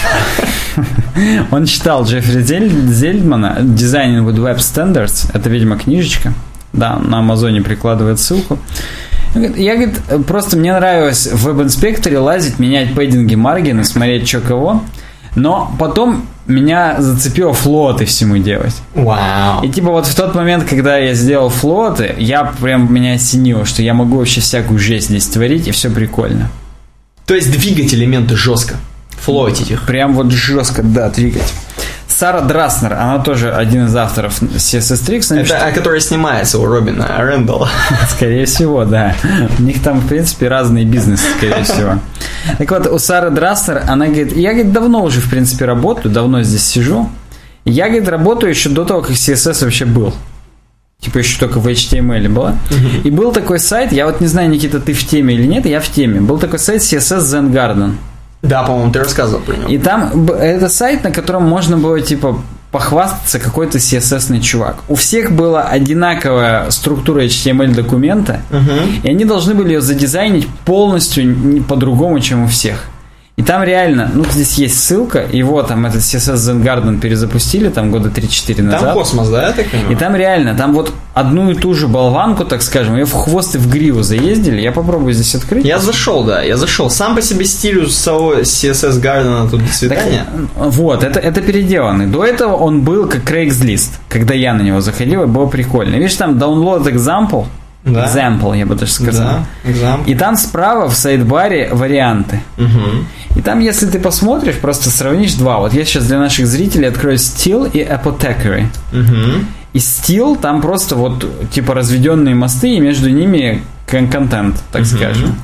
Он читал Джеффри Зельдмана Designing with Web Standards. Это, видимо, книжечка. Да, на Амазоне прикладывает ссылку. Я, говорит, просто мне нравилось в веб-инспекторе лазить, менять пэддинги, маргины, смотреть, что кого. Но потом меня зацепило флоты всему делать. Вау. И типа вот в тот момент, когда я сделал флоты, я прям меня осенило, что я могу вообще всякую жесть здесь творить, и все прикольно. То есть двигать элементы жестко. Флотить их. Прям вот жестко, да, двигать. Сара Драснер, она тоже один из авторов си эс эс Tricks. Это, а которая снимается у Робина Рэндалла. Скорее всего, да. У них там, в принципе, разные бизнесы, скорее всего. Так вот, у Сары Драснер, она говорит, я, говорит, давно уже, в принципе, работаю, давно здесь сижу. Я, говорит, работаю еще до того, как си эс эс вообще был. Типа еще только в эйч ти эм эл было. Uh-huh. И был такой сайт, я вот не знаю, Никита, ты в теме или нет, я в теме. Был такой сайт си эс эс Zen Garden. Да, по-моему, ты рассказывал про него. И там это сайт, на котором можно было, типа, похвастаться какой-то си эс эс-ный чувак. У всех была одинаковая структура эйч ти эм эл документа, uh-huh. и они должны были ее задизайнить полностью по-другому, чем у всех. И там реально, ну, здесь есть ссылка, его там этот си эс эс Zen Garden перезапустили там года три-четыре назад. Там космос, да, я так понимаю? И там реально, там вот одну и ту же болванку, так скажем, ее в хвост и в гриву заездили. Я попробую здесь открыть. Я зашел, да, я зашел. Сам по себе стилю самого си эс эс Garden тут до свидания. Так, вот, это, это переделанный. До этого он был как Craigslist. Когда я на него заходил, и было прикольно. Видишь, там download example. Да. Example, я бы даже сказал. Да, и там справа в сайдбаре варианты. Угу. И там, если ты посмотришь, просто сравнишь два. Вот я сейчас для наших зрителей открою Steel и Apothecary. Угу. И Steel там просто вот типа разведенные мосты, и между ними контент, так угу. скажем.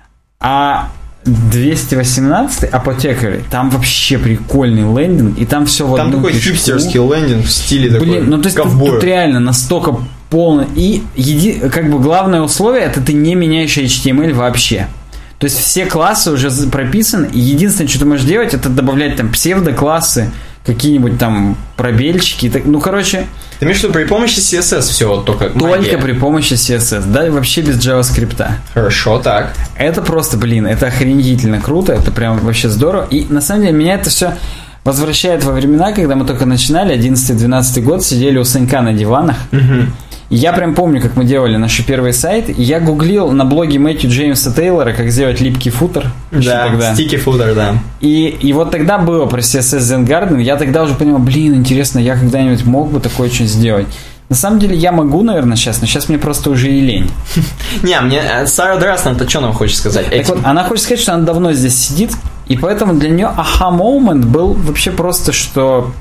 А двести восемнадцатый Apothecary, там вообще прикольный лендинг, и там все в там одну такой кишку. хипстерский лендинг в стиле Блин, такой ну то есть тут, тут реально настолько полно. И еди... как бы главное условие, это ты не меняешь эйч ти эм эл вообще. То есть все классы уже прописаны, и единственное, что ты можешь делать, это добавлять там псевдоклассы, какие-нибудь там пробельчики. Так, ну, короче... Ты имеешь в виду при помощи си эс эс все вот только Только магия. При помощи си эс эс, да, и вообще без JavaScript. Хорошо, так. Это просто, блин, это охренительно круто, это прям вообще здорово. И на самом деле меня это все возвращает во времена, когда мы только начинали, одиннадцатый-двенадцатый год, сидели у Санька на диванах. Угу. И я прям помню, как мы делали наши первые сайты. И я гуглил на блоге Мэтью Джеймса Тейлора, как сделать липкий футер. Да, стики футер, да. И, и вот тогда было про си эс эс Zen Garden. Я тогда уже понимал, блин, интересно, я когда-нибудь мог бы такое что-нибудь сделать. На самом деле я могу, наверное, сейчас, но сейчас мне просто уже и лень. Не, мне Сара Драснер, это что нам хочет сказать? Так вот, она хочет сказать, что она давно здесь сидит, И поэтому для нее аха-момент был вообще просто, что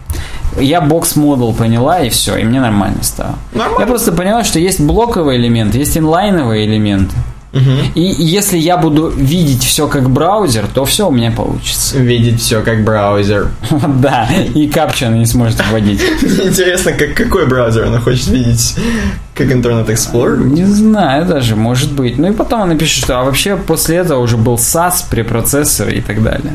я бокс-модул поняла, и все, и мне нормально стало. Нормально. Я просто поняла, что есть блоковые элементы, есть инлайновые элементы. Угу. И если я буду видеть все как браузер, то все у меня получится. Видеть все как браузер. Да, и капча она не сможет вводить. Интересно, как, какой браузер она хочет видеть? Как Internet Explorer? Не знаю даже, может быть. Ну и потом она пишет, что а вообще после этого уже был сас, препроцессор и так далее.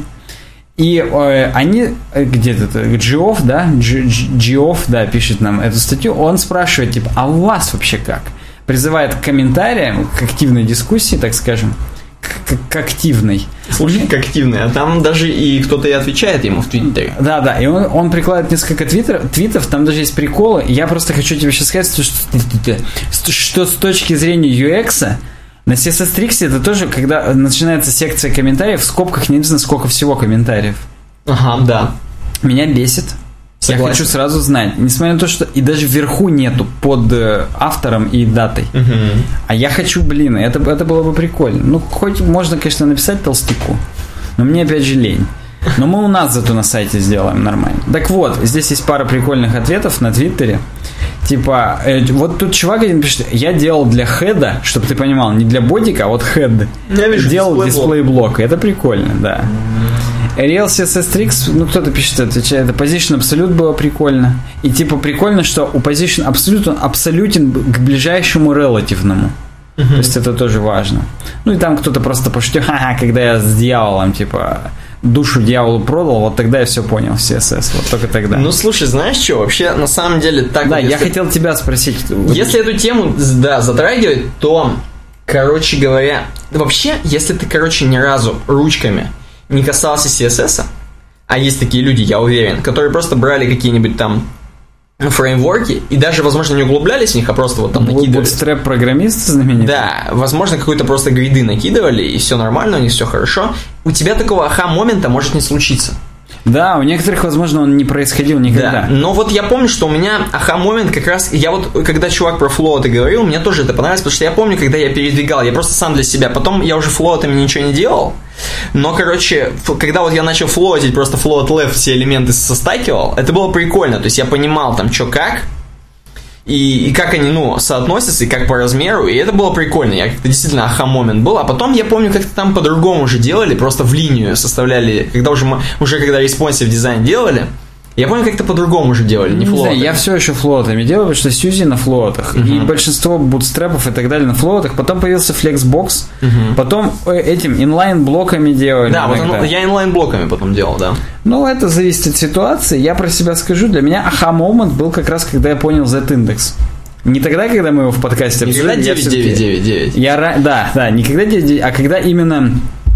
И э, они, где-то, Geoff, да, Geoff, да, пишет нам эту статью, он спрашивает, типа, а у вас вообще как? Призывает к комментариям, к активной дискуссии, так скажем, к, к активной. Слушай, к активной, а там даже и кто-то и отвечает ему в Твиттере. Да, да, и он, он прикладывает несколько твиттер, твитов, там даже есть приколы. Я просто хочу тебе сейчас сказать, что, что, что с точки зрения ю экс на си эс эс Tricks это тоже, когда начинается секция комментариев, в скобках не знаю сколько всего комментариев. Ага, да. Меня бесит. Согласен. Я хочу сразу знать, несмотря на то, что и даже вверху нету под э, автором и датой. Uh-huh. А я хочу, блин, это, это было бы прикольно. Ну, хоть можно, конечно, написать толстяку, но мне опять же лень. Но мы у нас зато на сайте сделаем нормально. Так вот, здесь есть пара прикольных ответов на Твиттере. Типа, э, вот тут чувак один пишет, я делал для хеда, чтобы ты понимал, не для бодика, а вот хед. Я вижу, делал дисплей-блок. Это прикольно, да. Real си эс эс Tricks, ну кто-то пишет, отвечает, это Position Absolute было прикольно. И типа прикольно, что у Position Absolute он абсолютен к ближайшему релативному. Uh-huh. То есть это тоже важно. Ну и там кто-то просто пошутил, ха-ха, когда я с дьяволом, типа, душу дьяволу продал, вот тогда я все понял в си эс эс, вот только тогда. Ну слушай, знаешь что, вообще на самом деле так... Да, вот, я хотел тебя спросить. Если эту тему, да, затрагивать, то, короче говоря, вообще, если ты, короче, ни разу ручками не касался си эс эс, а есть такие люди, я уверен, которые просто брали какие-нибудь там фреймворки и даже, возможно, не углублялись в них, а просто вот там накидывали. Bootstrap-программисты знаменитые? Да, возможно, какой-то просто гриды накидывали, и все нормально, у них все хорошо. У тебя такого аха-момента может не случиться. Да, у некоторых, возможно, он не происходил никогда. Да, но вот я помню, что у меня аха-момент как раз... Я вот, когда чувак про флоуты говорил, мне тоже это понравилось, потому что я помню, когда я передвигал, я просто сам для себя, потом я уже флоутами ничего не делал, но, короче, когда вот я начал флоутить, просто float left все элементы состакивал, это было прикольно, то есть я понимал там, что как, и, и как они, ну, соотносятся, и как по размеру, и это было прикольно, я как-то действительно аха-момент был, а потом я помню, как-то там по-другому уже делали, просто в линию составляли, когда уже, уже когда responsive дизайн делали, я помню, как-то по-другому уже делали, не, не флоутами. Знаю, я все еще флоутами делаю, потому что Сьюзи на флоутах, uh-huh. и большинство бутстрапов и так далее на флоутах, потом появился Flexbox, uh-huh. потом этим инлайн-блоками делали. Да, вот он, я инлайн-блоками потом делал, да. Ну, это зависит от ситуации, я про себя скажу, для меня аха-момент был как раз, когда я понял Z-индекс. Не тогда, когда мы его в подкасте обсуждали. Никогда девять девять девять девять. Я, да, да, не когда девять девять, а когда именно...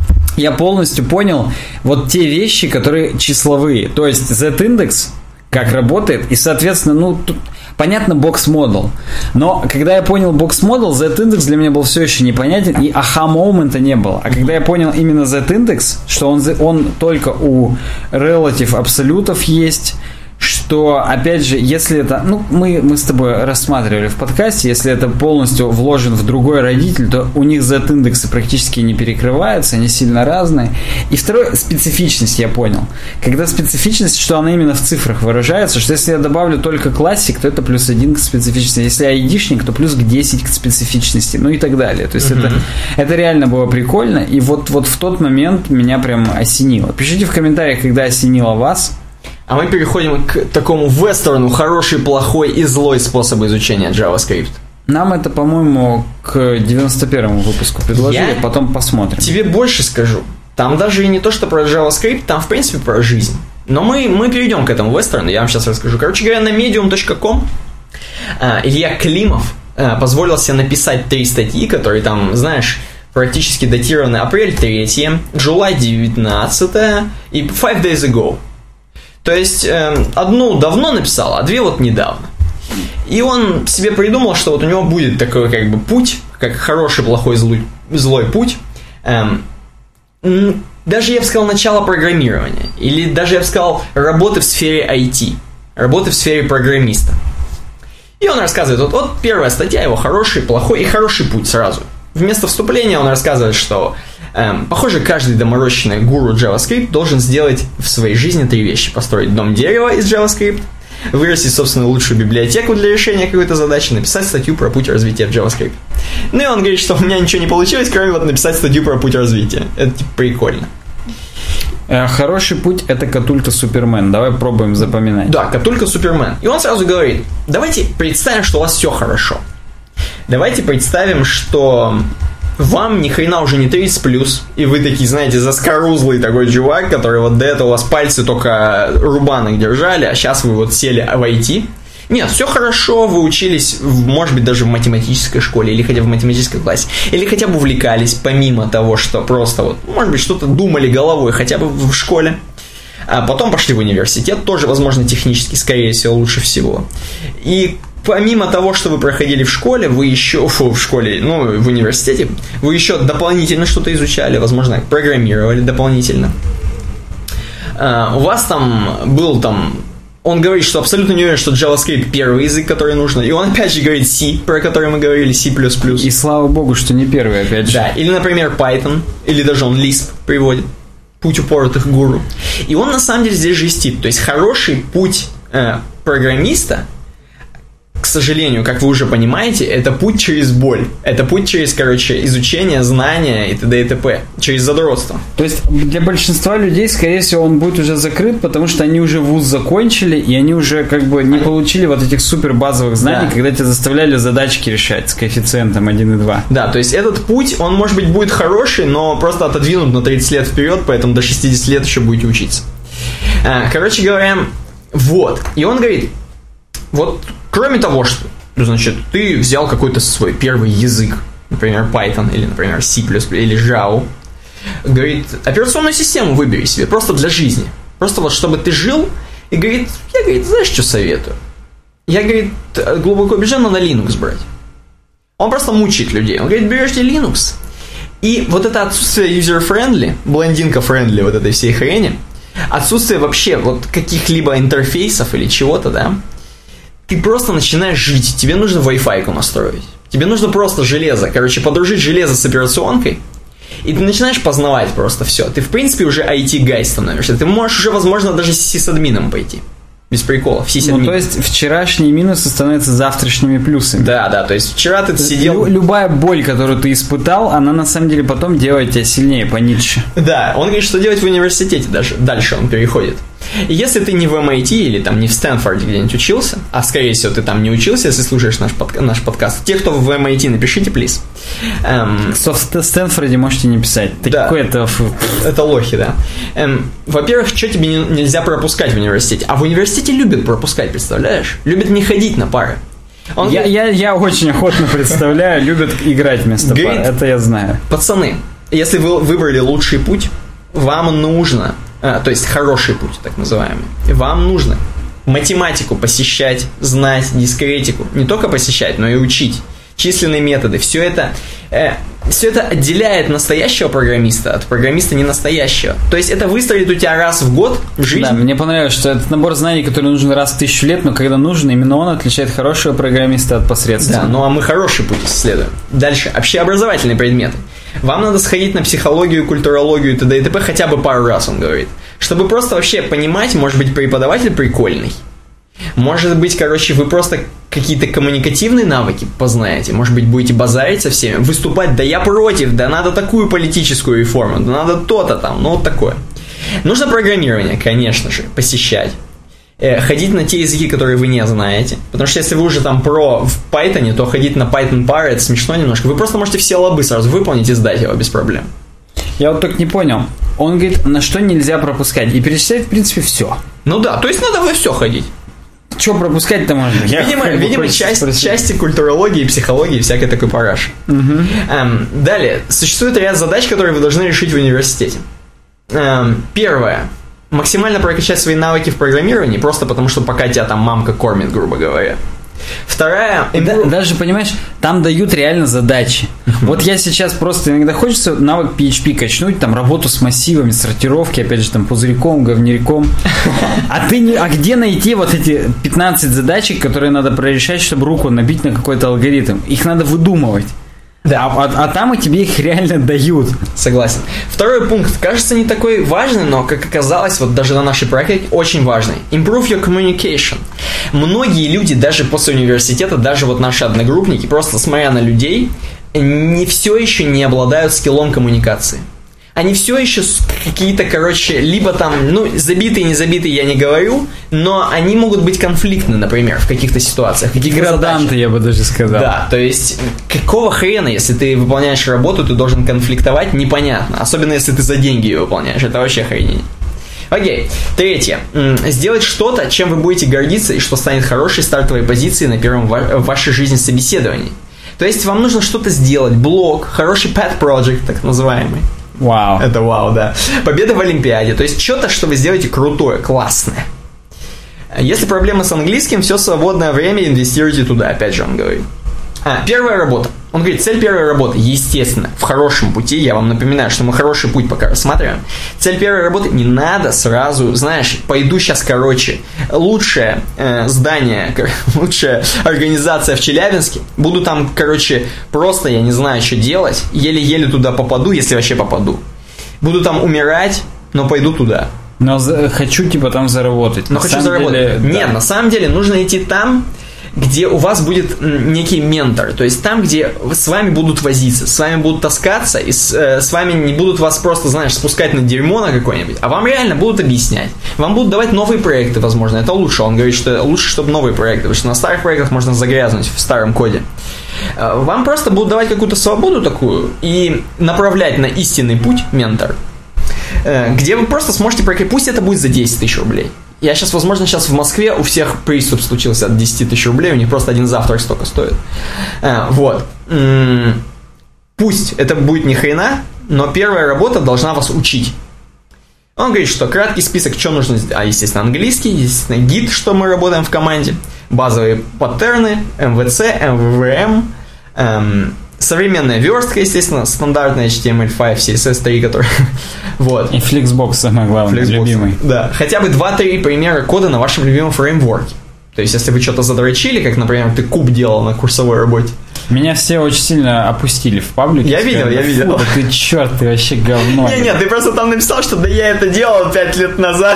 Я полностью понял вот те вещи, которые числовые. То есть Z-индекс, как работает, и, соответственно, ну, тут, понятно, бокс-модел. Но когда я понял бокс-модел, Z-индекс для меня был все еще непонятен, и аха-момента не было. А когда я понял именно Z-индекс, что он, он только у relative абсолютов есть, что, опять же, если это... Ну, мы, мы с тобой рассматривали в подкасте, если это полностью вложен в другой родитель, то у них Z-индексы практически не перекрываются, они сильно разные. И второе, специфичность, я понял. Когда специфичность, что она именно в цифрах выражается, что если я добавлю только классик, то это плюс один к специфичности. Если айдишник, то плюс к десять к специфичности, ну и так далее. То есть uh-huh. это, это реально было прикольно, и вот, вот в тот момент меня прям осенило. Пишите в комментариях, когда осенило вас. А мы переходим к такому вестерну, хороший, плохой и злой способу изучения JavaScript. Нам это, по-моему, к девяносто первому выпуску предложили, я потом посмотрим. Тебе больше скажу. Там даже и не то, что про JavaScript, там, в принципе, про жизнь. Но мы, мы перейдем к этому вестерну, я вам сейчас расскажу. Короче говоря, на медиум точка ком Илья Климов позволил себе написать три статьи, которые там, знаешь... практически датированы апрель третьего, July девятнадцатого и five days ago. То есть, э, одну давно написал, а две вот недавно. И он себе придумал, что вот у него будет такой как бы путь, как хороший, плохой, злой, злой путь. Эм, даже, я бы сказал, начало программирования. Или даже, я бы сказал, работы в сфере ай ти. Работы в сфере программиста. И он рассказывает, вот, вот первая статья его, хороший, плохой и хороший путь сразу. Вместо вступления он рассказывает, что Эм, похоже, каждый доморощенный гуру JavaScript должен сделать в своей жизни три вещи. Построить дом дерева из JavaScript, вырастить собственную лучшую библиотеку для решения какой-то задачи, написать статью про путь развития в JavaScript. Ну и он говорит, что у меня ничего не получилось, кроме вот написать статью про путь развития. Это типа прикольно. Хороший путь — это Катулька Супермен. Давай пробуем запоминать. Да, Катулька Супермен. И он сразу говорит, давайте представим, что у вас все хорошо. Давайте представим, что вам ни хрена уже не тридцать плюс, и вы такие, знаете, заскорузлый такой чувак, который вот до этого у вас пальцы только рубанок держали, а сейчас вы вот сели в ай ти. Нет, все хорошо, вы учились, в, может быть, даже в математической школе, или хотя бы в математическом классе, или хотя бы увлекались, помимо того, что просто вот, может быть, что-то думали головой хотя бы в школе. А потом пошли в университет, тоже, возможно, технически, скорее всего, лучше всего. И помимо того, что вы проходили в школе, вы еще, фу, в школе, ну, в университете, вы еще дополнительно что-то изучали, возможно, программировали дополнительно. А, у вас там был там... Он говорит, что абсолютно не уверен, что JavaScript первый язык, который нужно. И он опять же говорит C, про который мы говорили, C++. И слава богу, что не первый, опять же. Да, или, например, Python, или даже он Lisp приводит. Путь упоротых гуру. И он на самом деле здесь жестит. То есть хороший путь э, программиста, к сожалению, как вы уже понимаете, это путь через боль. Это путь через, короче, изучение, знания и т.д. и т.п. Через задротство. То есть для большинства людей, скорее всего, он будет уже закрыт, потому что они уже вуз закончили, и они уже как бы не получили вот этих супер базовых знаний, да, когда тебя заставляли задачки решать с коэффициентом один и два. Да, то есть этот путь, он, может быть, будет хороший, но просто отодвинут на тридцать лет вперед, поэтому до шестидесяти лет еще будете учиться. Короче говоря, вот. И он говорит, вот... Кроме того, что, значит, ты взял какой-то свой первый язык, например, Python, или, например, C++, или Java, говорит, операционную систему выбери себе, просто для жизни. Просто вот, чтобы ты жил, и говорит, я, говорит, знаешь, что советую? Я, говорит, глубоко убежден, надо Linux брать. Он просто мучает людей. Он говорит, берешь тебе Linux, и вот это отсутствие user-friendly, блондинка-friendly вот этой всей хрени, отсутствие вообще вот каких-либо интерфейсов или чего-то, да, ты просто начинаешь жить. Тебе нужно Wi-Fi настроить. Тебе нужно просто железо. Короче, подружить железо с операционкой. И ты начинаешь познавать просто все. Ты, в принципе, уже ай ти-гай становишься. Ты можешь уже, возможно, даже с сисадмином пойти. Без приколов. Ну, то есть, вчерашние минусы становятся завтрашними плюсами. Да, да. То есть, вчера ты сидел... Любая боль, которую ты испытал, она, на самом деле, потом делает тебя сильнее по Ницше. Да. Он говорит, что делать в университете даже. Дальше он переходит. И если ты не в эм ай ти или там не в Стэнфорде где-нибудь учился, а скорее всего ты там не учился, если слушаешь наш, подка- наш подкаст, те, кто в эм ай ти, напишите, плиз. Эм... Кто в Стэнфорде, можете не писать. Да. Какой это... Это лохи, да. Эм, во-первых, что тебе не, нельзя пропускать в университете? А в университете любят пропускать, представляешь? Любят не ходить на пары. Он я, говорит, я, я очень охотно представляю, любят играть вместо пары. Это я знаю. Пацаны, если вы выбрали лучший путь, вам нужно... А, то есть хороший путь, так называемый. Вам нужно математику посещать, знать, дискретику. Не только посещать, но и учить. Численные методы. Все это, э, все это отделяет настоящего программиста от программиста ненастоящего. То есть это выстрелит у тебя раз в год в жизни. Да, мне понравилось, что это набор знаний, который нужен раз в тысячу лет, но когда нужен, именно он отличает хорошего программиста от посредственного. Да, ну а мы хороший путь исследуем. Дальше. Общеобразовательные предметы. Вам надо сходить на психологию, культурологию и т.д. и т.п. хотя бы пару раз, он говорит. Чтобы просто вообще понимать, может быть, преподаватель прикольный. Может быть, короче, вы просто какие-то коммуникативные навыки познаете. Может быть, будете базарить со всеми, выступать, да я против, да надо такую политическую реформу, да надо то-то там, ну вот такое. Нужно программирование, конечно же, посещать. Ходить на те языки, которые вы не знаете. Потому что если вы уже там про в Python, то ходить на Python пары, это смешно немножко. Вы просто можете все лабы сразу выполнить и сдать его без проблем. Я вот только не понял. Он говорит, на что нельзя пропускать. И перечисляет, в принципе, все. Ну да, то есть надо во все ходить. Что пропускать-то можно? Я видимо, видимо часть, части культурологии, психологии и всякой такой параши. Угу. Эм, далее. Существует ряд задач, которые вы должны решить в университете. Эм, первое. Максимально прокачать свои навыки в программировании, просто потому что пока тебя там мамка кормит, грубо говоря. Вторая... Да, даже, понимаешь, там дают реально задачи. Uh-huh. Вот я сейчас просто иногда хочется навык пи эйч пи качнуть, там работу с массивами, сортировки, опять же, там пузырьком, говнярьком. А ты не, а где найти вот эти пятнадцать задачек, которые надо прорешать, чтобы руку набить на какой-то алгоритм? Их надо выдумывать. Да, а, а, а там и тебе их реально дают. Согласен. Второй пункт, кажется, не такой важный, но, как оказалось, вот даже на нашей практике, очень важный. Improve your communication. Многие люди, даже после университета, даже вот наши одногруппники, просто смотря на людей, не все еще не обладают скиллом коммуникации. Они все еще какие-то, короче, либо там, ну, забитые, не забитые, я не говорю, но они могут быть конфликтны, например, в каких-то ситуациях. Деграданты, я бы даже сказал. Да, то есть, какого хрена, если ты выполняешь работу, ты должен конфликтовать, непонятно. Особенно, если ты за деньги ее выполняешь. Это вообще охренеть. Окей. Третье. Сделать что-то, чем вы будете гордиться, и что станет хорошей стартовой позицией на первом в вашей жизни собеседовании. То есть, вам нужно что-то сделать. Блог, хороший pet project, так называемый. Вау. Это вау, да. Победа в Олимпиаде. То есть, что-то, что вы сделаете крутое, классное. Если проблемы с английским, все свободное время инвестируйте туда, опять же он говорит. А, первая работа. Он говорит, цель первой работы, естественно, в хорошем пути, я вам напоминаю, что мы хороший путь пока рассматриваем. Цель первой работы, не надо сразу, знаешь, пойду сейчас, короче, лучшее э, здание, лучшая организация в Челябинске, буду там, короче, просто, я не знаю, что делать, еле-еле туда попаду, если вообще попаду. Буду там умирать, но пойду туда. Но за, хочу, типа, там заработать. Но на хочу заработать. Деле, Нет, да. На самом деле нужно идти там, где у вас будет некий ментор, то есть там, где с вами будут возиться, с вами будут таскаться, и с, э, с вами не будут вас просто, знаешь, спускать на дерьмо на какое-нибудь, а вам реально будут объяснять. Вам будут давать новые проекты, возможно, это лучше. Он говорит, что лучше, чтобы новые проекты, потому что на старых проектах можно загрязнуть в старом коде. Вам просто будут давать какую-то свободу такую и направлять на истинный путь ментор, где вы просто сможете пройти, пусть это будет за десять тысяч рублей. Я сейчас, возможно, сейчас в Москве у всех приступ случился от десять тысяч рублей, у них просто один завтрак столько стоит. А, вот. М-м- пусть это будет ни хрена, но первая работа должна вас учить. Он говорит, что краткий список, что нужно сделать. А, естественно, английский, естественно, гид, что мы работаем в команде, базовые паттерны, эм вэ цэ, эм вэ вэ эм, эм, современная верстка, естественно, стандартная эйч ти эм эль пять, си эс эс три, который... вот. И Flexbox, самое главное, Flexbox, любимый. Да, хотя бы два-три примера кода на вашем любимом фреймворке. То есть, если вы что-то задрочили, как, например, ты куб делал на курсовой работе. Меня все очень сильно опустили в паблике. Я видел, я видел. Да ты черт, ты вообще говно. Не-не, ты просто там написал, что да я это делал пять лет назад.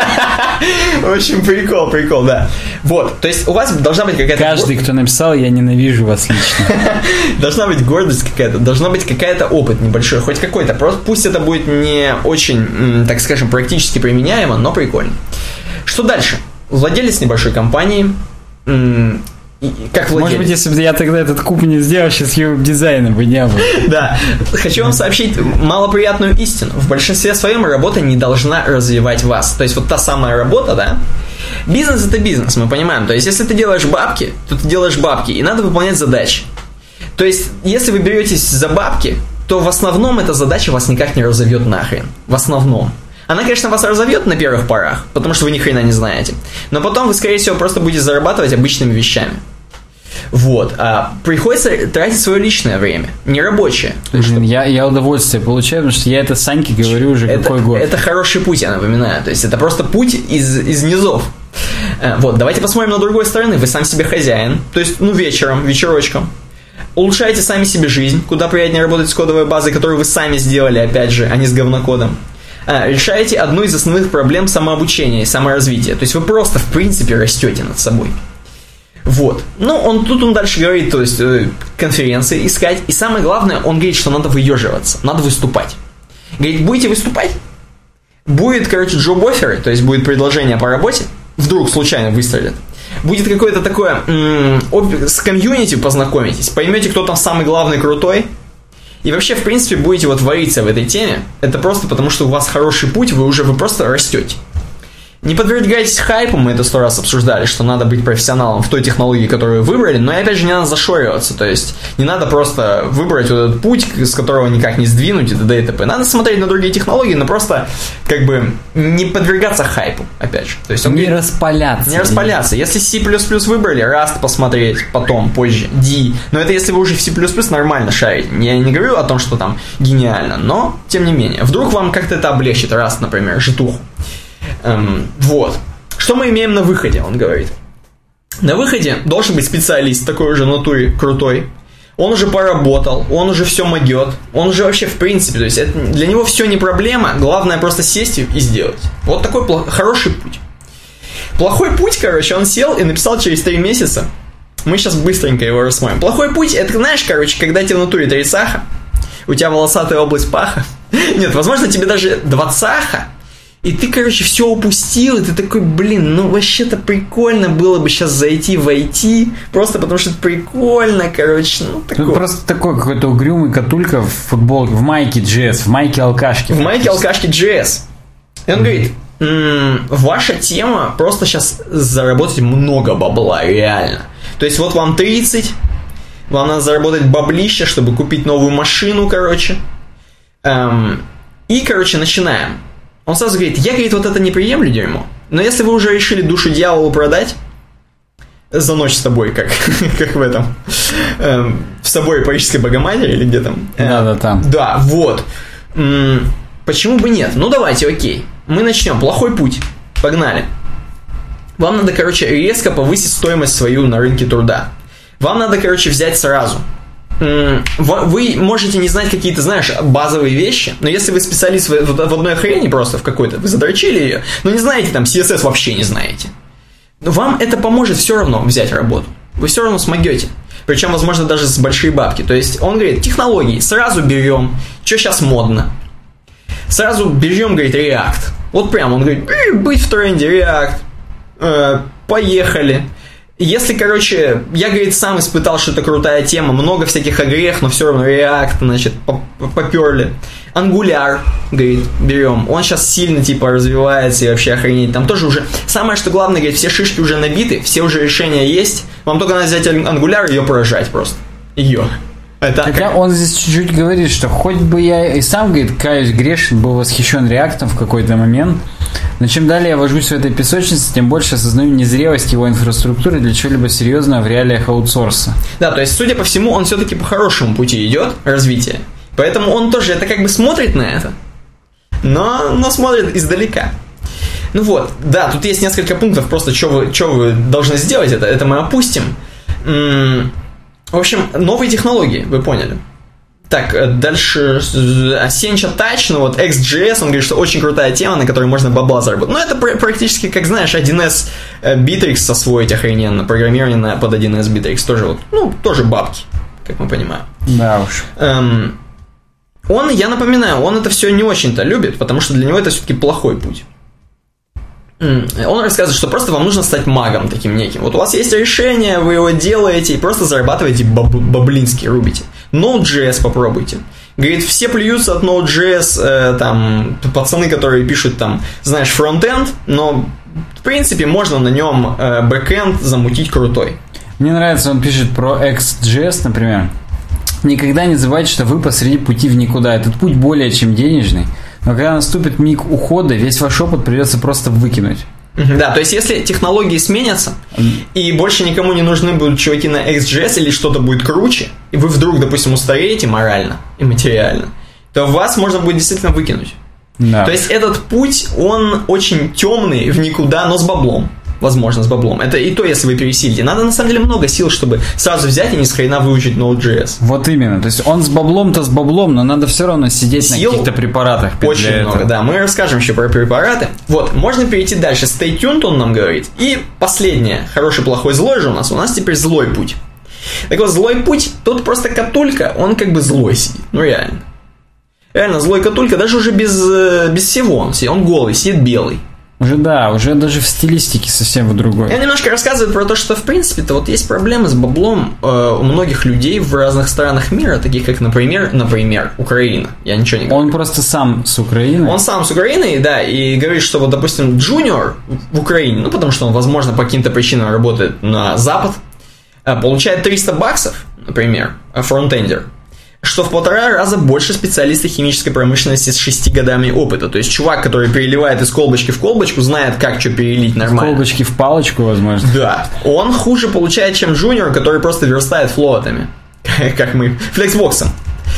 В общем, прикол, прикол, да. Вот, то есть у вас должна быть какая-то... Каждый, кто написал, я ненавижу вас лично. Должна быть гордость какая-то, должна быть какая-то опыт небольшой, хоть какой-то. Просто пусть это будет не очень, так скажем, практически применяемо, но прикольно. Что дальше? Владелец небольшой компании... Как владелец. Может быть, если бы я тогда этот куб не сделал, сейчас его дизайна бы не было. Да. Хочу вам сообщить малоприятную истину. В большинстве своем работа не должна развивать вас. То есть, вот та самая работа, да? Бизнес – это бизнес, мы понимаем. То есть, если ты делаешь бабки, то ты делаешь бабки, и надо выполнять задачи. То есть, если вы беретесь за бабки, то в основном эта задача вас никак не разовьет нахрен. В основном. Она, конечно, вас разовьет на первых порах, потому что вы ни хрена не знаете. Но потом вы, скорее всего, просто будете зарабатывать обычными вещами. Вот. А приходится тратить свое личное время, не рабочее. Блин, я, я удовольствие получаю, потому что я это Саньке говорю уже это, какой год. Это хороший путь, я напоминаю. То есть это просто путь из, из низов. Вот, давайте посмотрим на другой стороны. Вы сам себе хозяин. То есть, ну, вечером, вечерочком. Улучшаете сами себе жизнь. Куда приятнее работать с кодовой базой, которую вы сами сделали, опять же, а не с говнокодом. А, решаете одну из основных проблем самообучения и саморазвития. То есть вы просто, в принципе, растете над собой. Вот. Ну, он, тут он дальше говорит, то есть э, конференции искать. И самое главное, он говорит, что надо выеживаться, надо выступать. Говорит, будете выступать? Будет, короче, джоб-офферы, то есть будет предложение по работе. Вдруг случайно выстрелят. Будет какое-то такое... М- об- с комьюнити познакомитесь. Поймете, кто там самый главный, крутой. И вообще, в принципе, будете вот вариться в этой теме. Это просто потому, что у вас хороший путь, вы уже вы просто растете. Не подвергайтесь хайпу, мы это сто раз обсуждали, что надо быть профессионалом в той технологии, которую вы выбрали, но и опять же не надо зашориваться, то есть не надо просто выбрать вот этот путь, с которого никак не сдвинуть и т.д. и т.п. Надо смотреть на другие технологии, но просто как бы не подвергаться хайпу, опять же. То есть он не говорит, распаляться. Не распаляться. Если C++ выбрали, Rust посмотреть потом, позже, D. Но это если вы уже в C++ нормально шарите. Я не говорю о том, что там гениально, но тем не менее. Вдруг вам как-то это облегчит, Rust, например, житуху. Эм, вот. Что мы имеем на выходе, он говорит. На выходе должен быть специалист такой уже в натуре крутой. он уже поработал, он уже все могет, он уже вообще в принципе, то есть это, для него все не проблема, главное просто сесть и сделать. Вот такой плох, хороший путь. Плохой путь, короче, он сел и написал через три месяца. Мы сейчас быстренько его рассмотрим. Плохой путь, это, знаешь, короче, когда тебе в натуре тридцаха, у тебя волосатая область паха. Нет, возможно, тебе даже двадцаха, и ты, короче, все упустил, и ты такой, блин, ну вообще-то прикольно было бы сейчас зайти в ай ти, просто потому что это прикольно, короче, ну такое. Тут просто такой какой-то угрюмый катулька в футболке, в майке джей эс, в майке алкашки. В майке алкашки джей эс. И он говорит, м-м, ваша тема просто сейчас заработать много бабла, реально. То есть вот вам тридцать, вам надо заработать баблище, чтобы купить новую машину, короче. Эм, и, короче, начинаем. Он сразу говорит, я, говорит, вот это не приемлю дерьмо, но если вы уже решили душу дьяволу продать за ночь с тобой, как, как в этом, эм, в соборе Парижской Богоматери или где там? Да-да, там. Да, вот. М-м, почему бы нет? Ну, давайте, окей. Мы начнем. Плохой путь. Погнали. Вам надо, короче, резко повысить стоимость свою на рынке труда. Вам надо, короче, взять сразу. Вы можете не знать какие-то, знаешь, базовые вещи, но если вы специалист в, в, в одной хрени просто в какой-то, вы задрочили ее, но не знаете, там, си эс эс вообще не знаете, вам это поможет все равно взять работу. Вы все равно смогете. Причем, возможно, даже с большие бабки. То есть, он говорит, технологии сразу берем, что сейчас модно. Сразу берем, говорит, React. Вот прям, он говорит, быть в тренде, React. Э, поехали. Если, короче, я, говорит, сам испытал, что это крутая тема, много всяких огрех, но все равно React, значит, поперли. Angular, говорит, берем. Он сейчас сильно, типа, развивается и вообще охренеть. Там тоже уже, самое, что главное, говорит, все шишки уже набиты, все уже решения есть. Вам только надо взять Angular и ее поражать просто. Ее. Это... Хотя он здесь чуть-чуть говорит, что хоть бы я и сам, говорит, каюсь грешен, был восхищен React в какой-то момент, но чем далее я вожусь в этой песочнице, тем больше осознаю незрелость его инфраструктуры для чего-либо серьезного в реалиях аутсорса. Да, то есть, судя по всему, он все-таки по хорошему пути идет, развитие. Поэтому он тоже, это как бы смотрит на это, но, но смотрит издалека. Ну вот, да, тут есть несколько пунктов, просто что вы, что вы должны сделать, это, это мы опустим. М-м- В общем, новые технологии, вы поняли. Так, дальше Sencha Touch, ну вот экс джей эс, он говорит, что очень крутая тема, на которой можно бабла заработать. Ну, это пр- практически, как знаешь, один эс Bittrex освоить охрененно, программирование на, под один эс Bittrex, тоже вот, ну, тоже бабки, как мы понимаем. Да уж. Эм, он, я напоминаю, он это все не очень-то любит, потому что для него это все-таки плохой путь. Он рассказывает, что просто вам нужно стать магом таким неким. Вот у вас есть решение, вы его делаете и просто зарабатываете баб- баблински, рубите. Node.js попробуйте. Говорит, все плюются от Node.js, э, там, пацаны, которые пишут там, знаешь, фронтенд, но в принципе можно на нем э, бэкенд замутить крутой. Мне нравится, он пишет про экс джей эс, например. Никогда не забывайте, что вы посреди пути в никуда. Этот путь более чем денежный. Но когда наступит миг ухода, весь ваш опыт придется просто выкинуть. Да, то есть если технологии сменятся, и больше никому не нужны будут чуваки на экс джей эс или что-то будет круче, и вы вдруг, допустим, устареете морально и материально, то вас можно будет действительно выкинуть. Да. То есть этот путь, он очень темный в никуда, но с баблом. Возможно, с баблом. Это и то, если вы пересилите. Надо, на самом деле, много сил, чтобы сразу взять и ни с хрена выучить Node.js. Вот именно. То есть он с баблом-то с баблом, но надо все равно сидеть сил на каких-то препаратах. Очень много, этого. Да. Мы расскажем еще про препараты. Вот, можно перейти дальше. Stay tuned, он нам говорит. И последнее. Хороший, плохой, злой же у нас. У нас теперь злой путь. Так вот, злой путь, тут просто катулька, он как бы злой сидит. Ну, реально. Реально, злой катулька, даже уже без, без всего он сидит. Он голый, сидит белый. Уже да, уже даже в стилистике совсем в другой. Я немножко рассказываю про то, что в принципе-то вот есть проблемы с баблом э, у многих людей в разных странах мира, таких как, например, например, Украина. Я ничего не говорю. Он просто сам с Украины. Он сам с Украины, да, и говорит, что вот, допустим, джуниор в Украине, ну, потому что он, возможно, по каким-то причинам работает на Запад, получает триста баксов, например, фронтендер, что в полтора раза больше специалиста химической промышленности с шести годами опыта. То есть чувак, который переливает из колбочки в колбочку, знает, как что перелить нормально. Из колбочки в палочку, возможно. Да. Он хуже получает, чем джуниор, который просто верстает флотами. Как мы. Флексбоксом.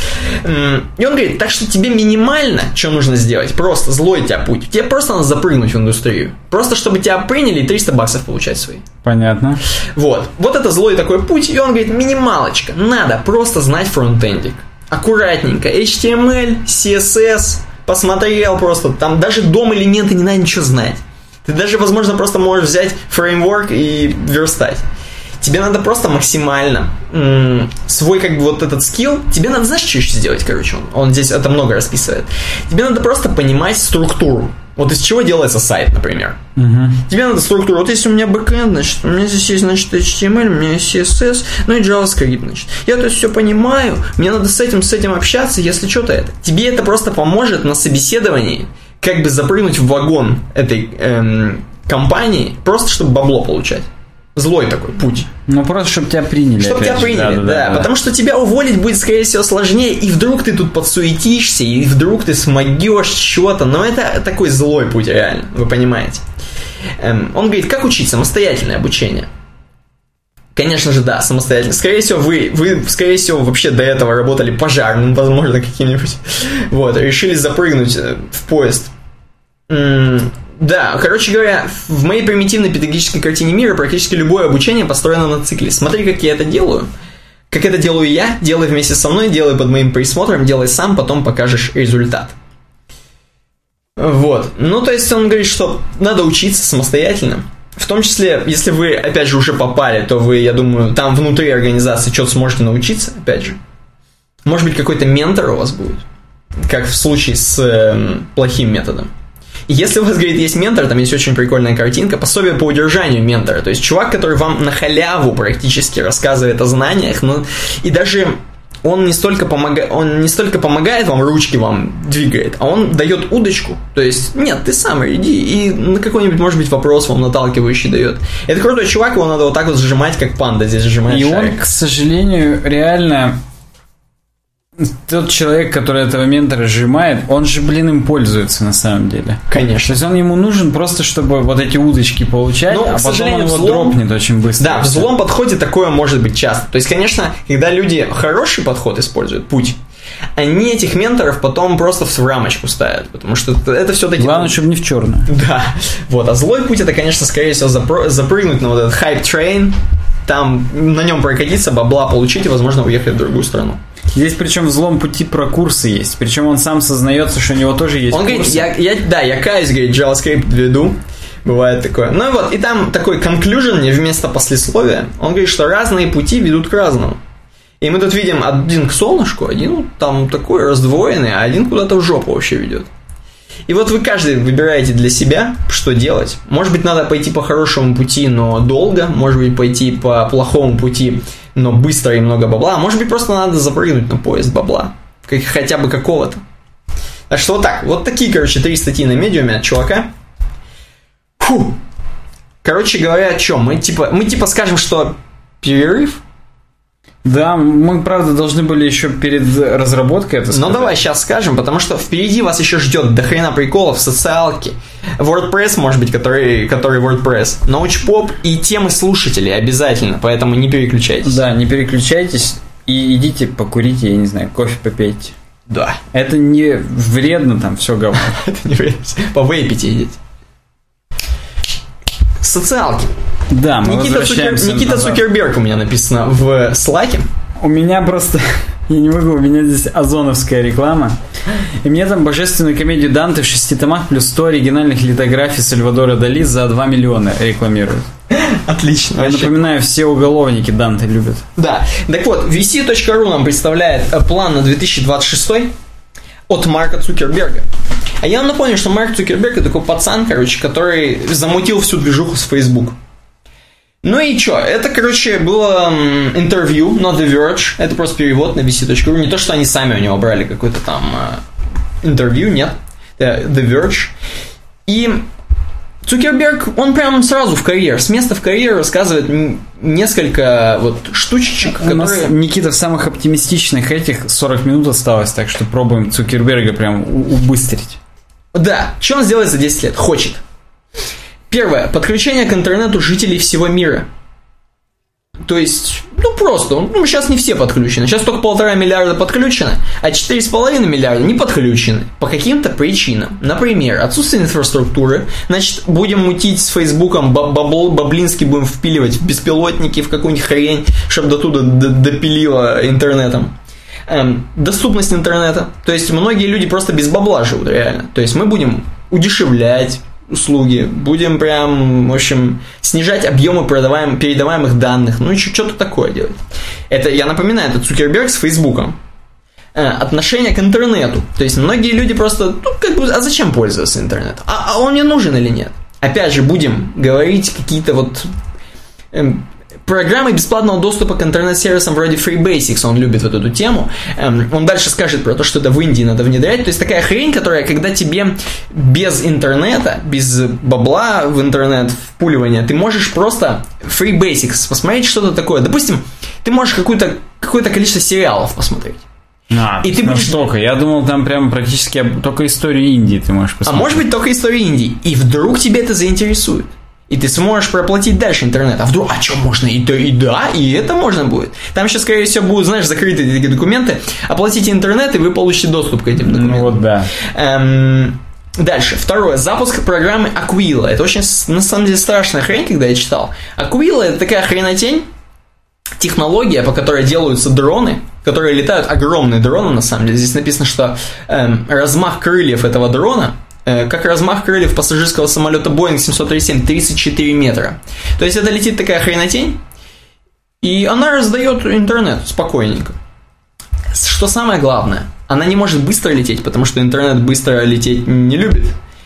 И он говорит, так что тебе минимально, что нужно сделать, просто злой тебя путь. Тебе просто надо запрыгнуть в индустрию. Просто чтобы тебя приняли и триста баксов получать свои. Понятно. Вот. Вот это злой такой путь. И он говорит, минималочка. Надо просто знать фронтендик. Аккуратненько. эйч ти эм эль, си эс эс. Посмотрел просто. Там даже дом элементы не надо ничего знать. Ты даже, возможно, просто можешь взять фреймворк и верстать. Тебе надо просто максимально м- свой, как бы, вот этот скилл. Тебе надо, знаешь, что еще сделать, короче, он, он здесь это много расписывает. Тебе надо просто понимать структуру. Вот из чего делается сайт, например. Uh-huh. Тебе надо структуру. Вот если у меня бэкэнд, значит, у меня здесь есть, значит, эйч ти эм эль, у меня есть си эс эс, ну и JavaScript, значит. Я то есть все понимаю, мне надо с этим, с этим общаться, если что-то это. Тебе это просто поможет на собеседовании как бы запрыгнуть в вагон этой эм, компании, просто чтобы бабло получать. Злой такой путь. Ну, просто, чтобы тебя приняли. Чтобы тебя же. приняли, да, да, да, да. Потому что тебя уволить будет, скорее всего, сложнее, и вдруг ты тут подсуетишься, и вдруг ты смогешь что-то. Но это такой злой путь, реально, вы понимаете. Эм, он говорит, как учить? Самостоятельное обучение. Конечно же, да, самостоятельно. Скорее всего, вы, вы, скорее всего, вообще до этого работали пожарным, возможно, каким-нибудь. Вот, решили запрыгнуть в поезд. М- Да, короче говоря, в моей примитивной педагогической картине мира практически любое обучение построено на цикле. Смотри, как я это делаю. Как это делаю я, делай вместе со мной, делай под моим присмотром, делай сам, потом покажешь результат. Вот. Ну, то есть он говорит, что надо учиться самостоятельно. В том числе, если вы, опять же, уже попали, то вы, я думаю, там внутри организации что-то сможете научиться, опять же. Может быть, какой-то ментор у вас будет, как в случае с э, плохим методом. Если у вас, говорит, есть ментор, там есть очень прикольная картинка, пособие по удержанию ментора. То есть чувак, который вам на халяву практически рассказывает о знаниях, ну, и даже он не столько помогает, он не столько помогает вам, ручки вам двигает, а он дает удочку. То есть, нет, ты сам иди, и на какой-нибудь, может быть, вопрос вам наталкивающий дает. Это крутой чувак, его надо вот так вот сжимать, как панда здесь сжимает и шарик. Он, к сожалению, реально... Тот человек, который этого ментора сжимает, он же, блин, им пользуется на самом деле. Конечно. То есть он ему нужен просто, чтобы вот эти удочки получать, но, а к потом он его взлом... дропнет очень быстро. Да, в злом подходе такое может быть часто. То есть, конечно, когда люди хороший подход используют, путь, они этих менторов потом просто в рамочку ставят, потому что это все-таки... Главное, чтобы не в черную. Да. Вот. А злой путь, это, конечно, скорее всего, запро... запрыгнуть на вот этот хайп-трейн, там на нем прокатиться, бабла получить и, возможно, уехать в другую страну. Здесь причем в злом пути про курсы есть. Причем он сам сознается, что у него тоже есть он курсы. Он говорит, я, я, да, я каюсь, говорит, JavaScript веду. Бывает такое. Ну и вот, и там такой conclusion вместо послесловия. Он говорит, что разные пути ведут к разному. И мы тут видим один к солнышку, один там такой раздвоенный, а один куда-то в жопу вообще ведет. И вот вы каждый выбираете для себя, что делать. Может быть, надо пойти по хорошему пути, но долго. Может быть, пойти по плохому пути, но быстро и много бабла. А может быть, просто надо запрыгнуть на поезд бабла. Как, хотя бы какого-то. Так что вот так. Вот такие, короче, три статьи на Медиуме от чувака. Фу. Короче говоря, о чем? Мы типа, мы типа скажем, что перерыв. Да, мы, правда, должны были еще перед разработкой это сказать. Ну, давай сейчас скажем, потому что впереди вас еще ждет до хрена приколов, социалки, WordPress, может быть, который, который WordPress, научпоп и темы слушателей обязательно, поэтому не переключайтесь. Да, не переключайтесь и идите покурите, я не знаю, кофе попейте. Да. Это не вредно, там все говно. Это не вредно. Повейпите идите. Социалки. Да, мы Никита, возвращаемся Цукер... Никита Цукерберг у меня написано в слаке. У меня просто... Я не могу, у меня здесь озоновская реклама. И мне там божественную комедию Данте в шести томах плюс сто оригинальных литографий Сальвадора Дали за два миллиона рекламируют. Отлично. Я вообще. Напоминаю, все уголовники Данте любят. Да. Так вот, ви си точка ру нам представляет план на две тысячи двадцать шестой от Марка Цукерберга. А я вам напомню, что Марк Цукерберг это такой пацан, короче, который замутил всю движуху с Facebook. Ну и чё, это, короче, было м, интервью на The Verge, это просто перевод на ви си точка ру, не то, что они сами у него брали какое-то там э, интервью, нет, это The Verge. И Цукерберг, он прям сразу в карьер, с места в карьер рассказывает м- несколько вот штучечек, у которые... нас, Никита, в самых оптимистичных этих сорок минут осталось, так что пробуем Цукерберга прям у- убыстрить. Да, что он сделает за десять лет? Хочет. Первое. Подключение к интернету жителей всего мира. То есть, ну просто, ну сейчас не все подключены. Сейчас только полтора миллиарда подключены, а четыре с половиной миллиарда не подключены. По каким-то причинам. Например, отсутствие инфраструктуры. Значит, будем мутить с Фейсбуком, бабл, баблински будем впиливать в беспилотники, в какую-нибудь хрень, чтобы до туда допилило интернетом. Эм, доступность интернета. То есть, многие люди просто без бабла живут, реально. То есть, мы будем удешевлять услуги, будем прям, в общем, снижать объемы продаваем, передаваемых данных, ну, что-то такое делать. Это, я напоминаю, это Цукерберг с Фейсбуком. Э, отношение к интернету. То есть, многие люди просто, ну, как бы, а зачем пользоваться интернетом? А, а он мне нужен или нет? Опять же, будем говорить какие-то вот... Э, программы бесплатного доступа к интернет-сервисам вроде Free Basics, он любит вот эту тему. Эм, он дальше скажет про то, что это в Индии надо внедрять. То есть такая хрень, которая, когда тебе без интернета, без бабла в интернет, впуливания, ты можешь просто Free Basics посмотреть что-то такое. Допустим, ты можешь какое-то, какое-то количество сериалов посмотреть. А, и ты будешь... Настолько. Я думал, там прям практически только историю Индии ты можешь посмотреть. А может быть, только историю Индии. И вдруг тебе это заинтересует. И ты сможешь проплатить дальше интернет. А вдруг, а что, можно и то, и да, и это можно будет. Там еще, скорее всего, будут, знаешь, закрытые такие документы. Оплатите интернет, и вы получите доступ к этим документам. Ну вот, да. Эм, дальше. Второе. Запуск программы Aquila. Это очень, на самом деле, страшная хрень, когда я читал. Aquila – это такая хренотень, технология, по которой делаются дроны, которые летают, огромные дроны, на самом деле. Здесь написано, что эм, размах крыльев этого дрона как размах крыльев пассажирского самолета Boeing семьсот тридцать семь, тридцать четыре метра. То есть это летит такая хренотень, и она раздает интернет спокойненько. Что самое главное, она не может быстро лететь, потому что интернет быстро лететь не любит.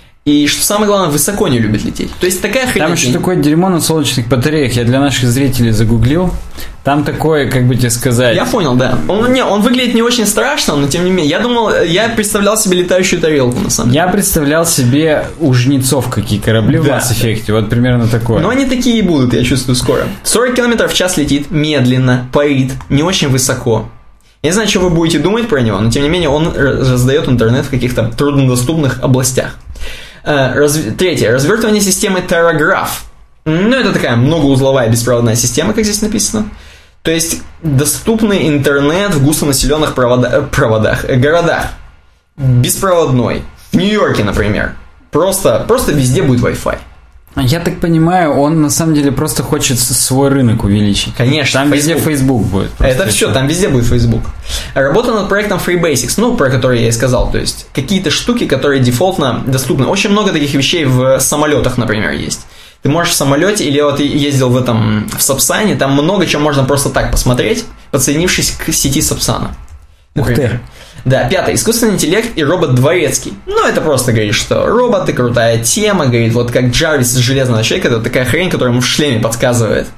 И что самое главное, высоко не любит лететь. То есть такая хрень. Там еще такое дерьмо на солнечных батареях. Я для наших зрителей загуглил. Там такое, как бы тебе сказать... Я понял, да. Он, не, он выглядит не очень страшно, но тем не менее. Я думал, я представлял себе летающую тарелку, на самом деле. Я представлял себе у жнецов какие корабли, да, в Mass Effect. Вот примерно такое. Но они такие и будут, я чувствую, скоро. сорок километров в час летит, медленно, парит, не очень высоко. Я не знаю, что вы будете думать про него, но тем не менее он раздает интернет в каких-то труднодоступных областях. Раз... Третье. Развертывание системы Terragraph. Ну, это такая многоузловая беспроводная система, как здесь написано. То есть, доступный интернет в густонаселенных провода... проводах, городах. Беспроводной. В Нью-Йорке, например. Просто, просто везде будет Wi-Fi. Я так понимаю, он на самом деле просто хочет свой рынок увеличить. Конечно. Там Facebook. Везде Facebook будет. Это все, там везде будет Facebook. Работа над проектом Free Basics, ну, про который я и сказал. То есть, какие-то штуки, которые дефолтно доступны. Очень много таких вещей в самолетах, например, есть. Ты можешь в самолете, или вот ездил в этом, в Сапсане, там много чего можно просто так посмотреть, подсоединившись к сети Сапсана. Ух ты. Да, пятое. Искусственный интеллект и робот Дворецкий. Ну, это просто говорит, что роботы, крутая тема, говорит, вот как Джарвис из Железного человека, это такая хрень, которая ему в шлеме подсказывает.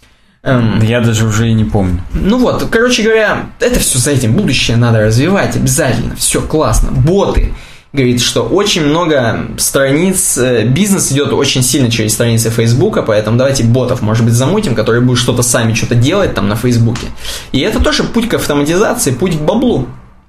Эм, Я даже уже и не помню. Ну вот, короче говоря, это все за этим. Будущее надо развивать обязательно. Все классно. Боты. Говорит, что очень много страниц, бизнес идет очень сильно через страницы Фейсбука, поэтому давайте ботов, может быть, замутим, которые будут что-то сами что-то делать там на Фейсбуке. И это тоже путь к автоматизации, путь к баблу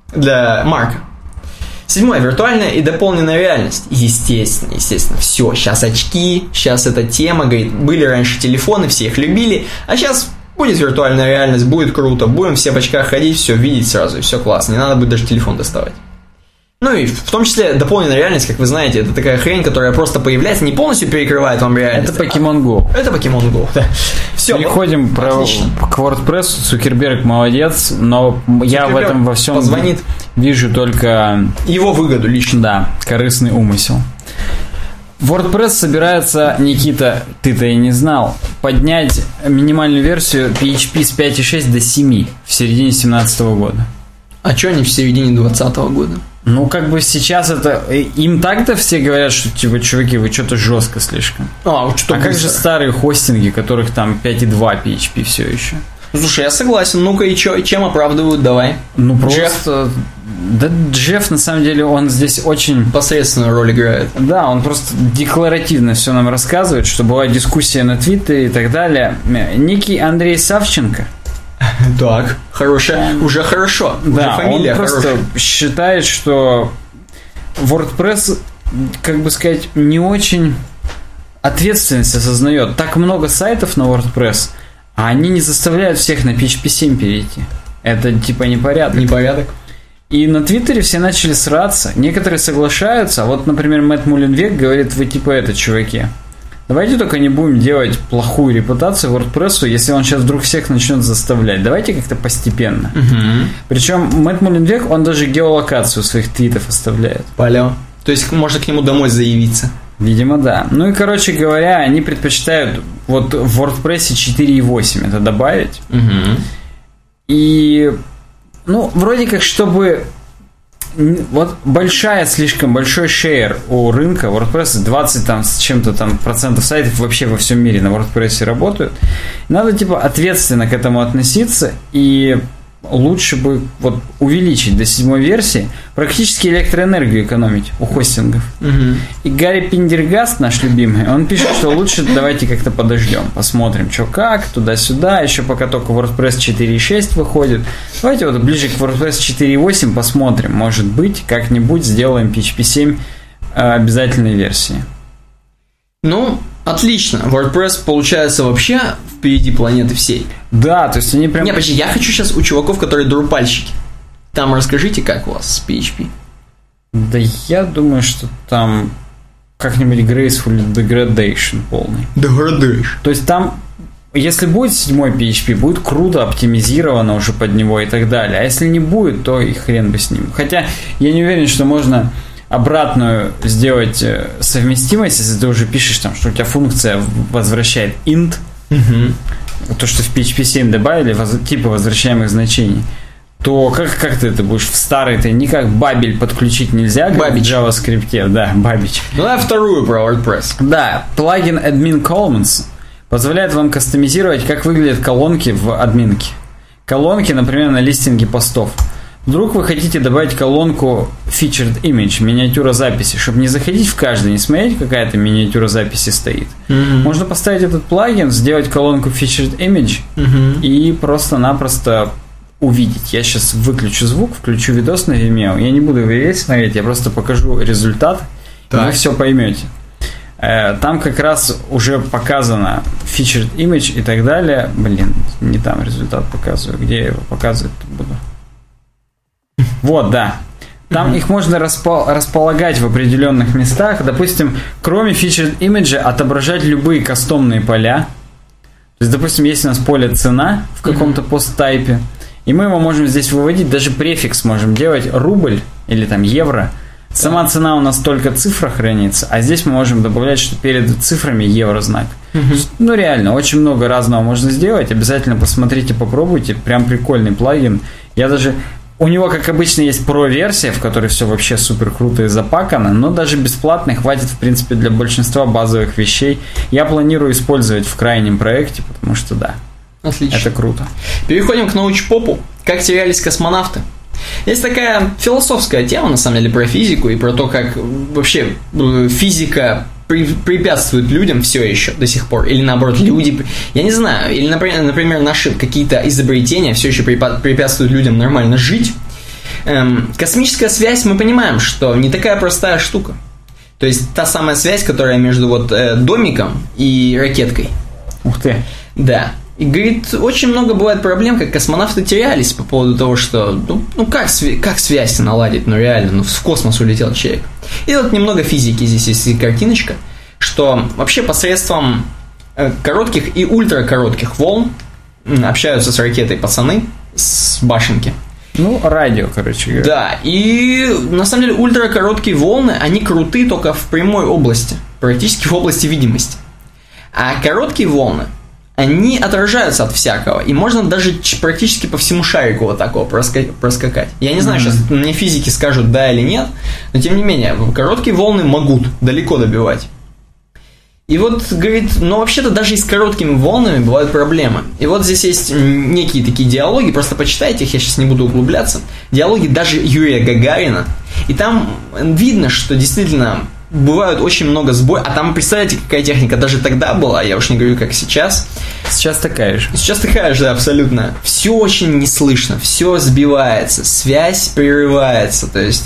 для Марка. Седьмое. Виртуальная и дополненная реальность. Естественно, естественно. Все, сейчас очки, сейчас эта тема, говорит, были раньше телефоны, все их любили, а сейчас будет виртуальная реальность, будет круто, будем все в очках ходить, все видеть сразу, и все классно, не надо будет даже телефон доставать. Ну и в том числе дополненная реальность, как вы знаете, это такая хрень, которая просто появляется, не полностью перекрывает вам реальность. Это Pokemon Go. Это Pokemon Go, да. Все. Переходим про, к WordPress. Цукерберг молодец, но Цукерберг я в этом во всем позвонит. Вижу только... его выгоду лично. Да, корыстный умысел. WordPress собирается, Никита, ты-то и не знал, поднять минимальную версию пи эйч пи с пять точка шесть до семь в середине две тысячи семнадцатого года. А что они в середине двадцатого года? Ну, как бы сейчас это... Им так-то все говорят, что, типа, чуваки, вы что-то жестко слишком. А, что а как же старые хостинги, которых там пять точка два пи эйч пи все еще? Слушай, я согласен. Ну-ка, и чё, чем оправдывают? Давай. Ну, просто... Джефф... Да, Джефф, на самом деле, он здесь очень... посредственную роль играет. Да, он просто декларативно все нам рассказывает, что была дискуссия на Твиттере и так далее. Некий Андрей Савченко... Так, хорошая, уже хорошо. Да, уже фамилия он просто хорошая. Считает, что WordPress, как бы сказать, не очень ответственность осознает. Так много сайтов на WordPress, А они не заставляют всех на пи эйч пи семь перейти. Это типа непорядок. Непорядок. И на Твиттере все начали сраться. Некоторые соглашаются. Вот, например, Мэтт Мулленвек говорит, вы типа это, чуваки. Давайте только не будем делать плохую репутацию WordPress, если он сейчас вдруг всех начнет заставлять. Давайте как-то постепенно. Угу. Причем Мэтт Мулленвек, он даже геолокацию своих твитов оставляет. Палео. То есть можно к нему домой заявиться. Видимо, да. Ну и, короче говоря, они предпочитают вот в WordPress четыре и восемь это добавить. Угу. И, ну, вроде как, чтобы... Вот большая, слишком большой шейр у рынка WordPress, двадцать там с чем-то там процентов сайтов вообще во всем мире на WordPress работают. Надо типа ответственно к этому относиться, и лучше бы вот увеличить до седьмой версии, практически электроэнергию экономить у хостингов. Угу. И Гарри Пиндергаст, наш любимый, он пишет, что лучше давайте как-то подождем, посмотрим, что как, туда-сюда, еще пока только WordPress четыре и шесть выходит. Давайте вот ближе к WordPress четыре и восемь посмотрим, может быть, как-нибудь сделаем пи эйч пи семь обязательной версии. Ну, отлично. WordPress, получается, вообще впереди планеты всей. Да, то есть они прям... Не, подожди, я хочу сейчас у чуваков, которые друпальщики. Там расскажите, как у вас с пи эйч пи. Да я думаю, что там как-нибудь graceful degradation полный. Degradation. То есть там, если будет седьмой пи эйч пи, будет круто оптимизировано уже под него и так далее. А если не будет, то и хрен бы с ним. Хотя я не уверен, что можно... обратную сделать совместимость, если ты уже пишешь там, что у тебя функция возвращает int, угу. то, что в пи эйч пи семь добавили, воз, типы возвращаемых значений, то как, как ты это будешь в старый-то никак бабель подключить нельзя, как в JavaScript, да, бабич. Ну, а вторую про WordPress. Да, плагин Admin Columns позволяет вам кастомизировать, как выглядят колонки в админке. Колонки, например, на листинге постов. Вдруг вы хотите добавить колонку Featured Image, миниатюра записи, чтобы не заходить в каждый, не смотреть, какая то миниатюра записи стоит. Mm-hmm. Можно поставить этот плагин, сделать колонку Featured Image mm-hmm. и просто-напросто увидеть. Я сейчас выключу звук, включу видос на Vimeo. Я не буду его весь смотреть, я просто покажу результат, так. и вы все поймете. Там как раз уже показано Featured Image и так далее. Блин, не там результат показываю. Где я его показывать буду? Вот, да. Там mm-hmm. их можно распол- располагать в определенных местах. Допустим, кроме Featured Image, отображать любые кастомные поля. То есть, допустим, есть у нас поле цена в каком-то mm-hmm. посттайпе, и мы его можем здесь выводить, даже префикс можем делать рубль или там евро. Сама цена у нас только цифра хранится, а здесь мы можем добавлять, что перед цифрами еврознак. Mm-hmm. Ну, реально, очень много разного можно сделать. Обязательно посмотрите, попробуйте. Прям прикольный плагин. Я даже... У него, как обычно, есть про-версия, в которой все вообще супер круто и запакано, но даже бесплатной хватит, в принципе, для большинства базовых вещей. Я планирую использовать в крайнем проекте, потому что да, отлично. Это круто. Переходим к научпопу. Как терялись космонавты? Есть такая философская тема, на самом деле, про физику и про то, как вообще физика препятствует людям все еще до сих пор, или наоборот люди, я не знаю, или, например, например наши какие-то изобретения все еще препятствуют людям нормально жить. Эм, космическая связь, мы понимаем, что не такая простая штука. То есть та самая связь, которая между вот э, домиком и ракеткой. Ух ты. Да. И, говорит, очень много бывает проблем, как космонавты терялись по поводу того, что, ну, ну как, св- как связь наладить, ну реально, ну в космос улетел человек. И вот немного физики, здесь есть картиночка, что вообще посредством коротких и ультракоротких волн общаются с ракетой пацаны с башенки. Ну, радио, короче говоря. Да, и на самом деле ультракороткие волны, они круты только в прямой области, практически в области видимости. А короткие волны, они отражаются от всякого, и можно даже практически по всему шарику вот такого проска- проскакать. Я не знаю, mm-hmm. сейчас мне физики скажут да или нет, но тем не менее, короткие волны могут далеко добивать. И вот, говорит, ну вообще-то даже и с короткими волнами бывают проблемы. И вот здесь есть некие такие диалоги, просто почитайте их, я сейчас не буду углубляться. Диалоги даже Юрия Гагарина. И там видно, что действительно... бывают очень много сбоев. А там, представляете, какая техника даже тогда была, я уж не говорю, как сейчас. Сейчас такая же. Сейчас такая же, абсолютно. Все очень не слышно, все сбивается, связь прерывается. То есть,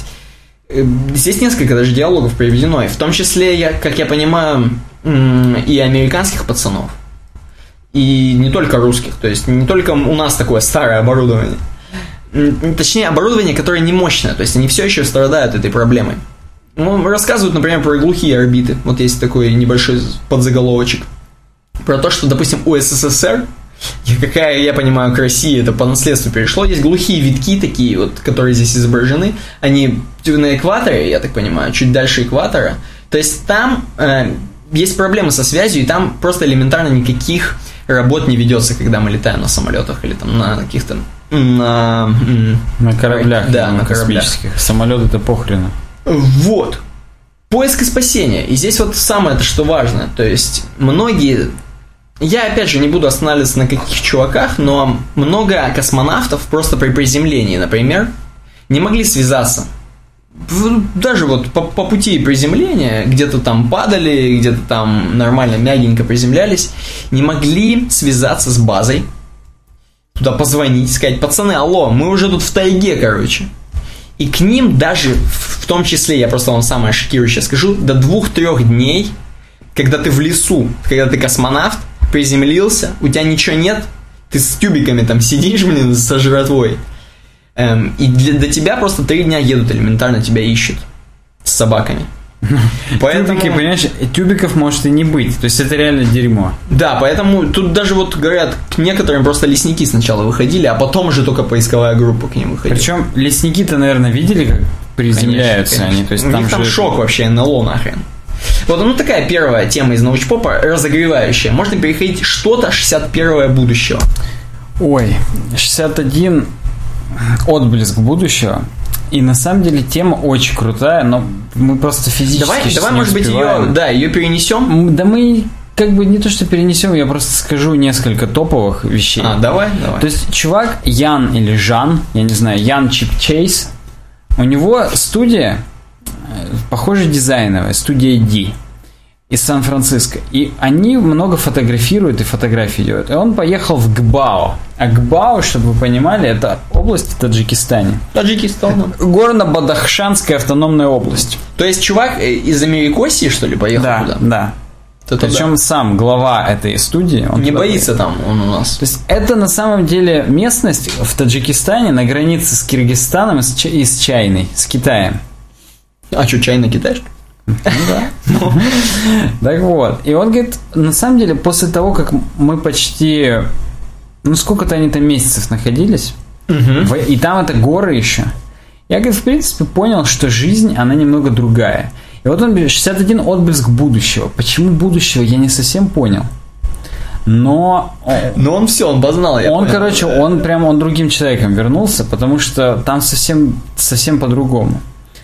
здесь несколько даже диалогов приведено. И в том числе, я, как я понимаю, и американских пацанов, И не только русских, то есть не только у нас такое старое оборудование. Точнее, оборудование, которое не мощное, то есть они все еще страдают этой проблемой. Ну, рассказывают, например, про глухие орбиты. Вот есть такой небольшой подзаголовочек. Про то, что, допустим, у СССР, какая, я понимаю, к России это по наследству перешло, есть глухие витки такие вот, которые здесь изображены. Они на экваторе, я так понимаю, чуть дальше экватора. То есть там э, есть проблемы со связью, и там просто элементарно никаких работ не ведется, когда мы летаем на самолетах или там на каких-то... На, на кораблях, да, на, на космических. Кораблях. Самолеты-то похрену. Вот. Поиск и спасение. И здесь вот самое-то, что важно. То есть, многие... Я, опять же, не буду останавливаться на каких чуваках, но много космонавтов просто при приземлении, например, не могли связаться. Даже вот по, по пути приземления, где-то там падали, где-то там нормально, мягенько приземлялись, не могли связаться с базой, туда позвонить, сказать: пацаны, алло, мы уже тут в тайге, короче. И к ним даже, в том числе, я просто вам самое шокирующее скажу, до двух-трех дней, когда ты в лесу, когда ты космонавт, приземлился, у тебя ничего нет, ты с тюбиками там сидишь, блин, со жратвой, эм, и для, до тебя просто три дня едут, элементарно тебя ищут с собаками. Поэтому... Тюбики, понимаешь, тюбиков может и не быть, то есть это реально дерьмо. Да, поэтому тут даже вот говорят, к некоторым просто лесники сначала выходили, а потом уже только поисковая группа к ним выходила. Причем лесники-то, наверное, видели, как приземляются, конечно, конечно. они, то есть у там них же там шок это... вообще, эн эл о нахрен. Вот, ну такая первая тема из научпопа, разогревающая. Можно переходить что-то шестьдесят первое будущего. Ой, шестьдесят один отблеск будущего. И на самом деле тема очень крутая, но мы просто физически Давай, давай не может успеваем. быть, ее, да, ее перенесем. Да мы как бы не то, что перенесем, я просто скажу несколько топовых вещей. А, давай, давай. То есть чувак Ян или Жан, я не знаю, Ян Чипчейс, у него студия, похоже, дизайновая, студия D из Сан-Франциско. И они много фотографируют и фотографии делают. И он поехал в Гбао. А Гбао, чтобы вы понимали, это область в Таджикистане. Таджикистан. Горно-Бадахшанская автономная область. То есть чувак из Америкосии, что ли, поехал да, туда? Да, да. Причем да. сам глава этой студии. Он не боится поехал. Там он у нас. То есть это на самом деле местность в Таджикистане на границе с Киргизстаном и с Чайной, с Китаем. А что, Чайна китайский? Ну да. Так вот. И он говорит, на самом деле, после того, как мы почти... Ну, сколько-то они там месяцев находились, и там это горы еще. Я, говорит, в принципе, понял, что жизнь, она немного другая. И вот он говорит, шестьдесят один отблеск будущего. Почему будущего, я не совсем понял. Но... Но он все, он познал. Он, понял. короче, он прям, он другим человеком вернулся, потому что там совсем, совсем по-другому.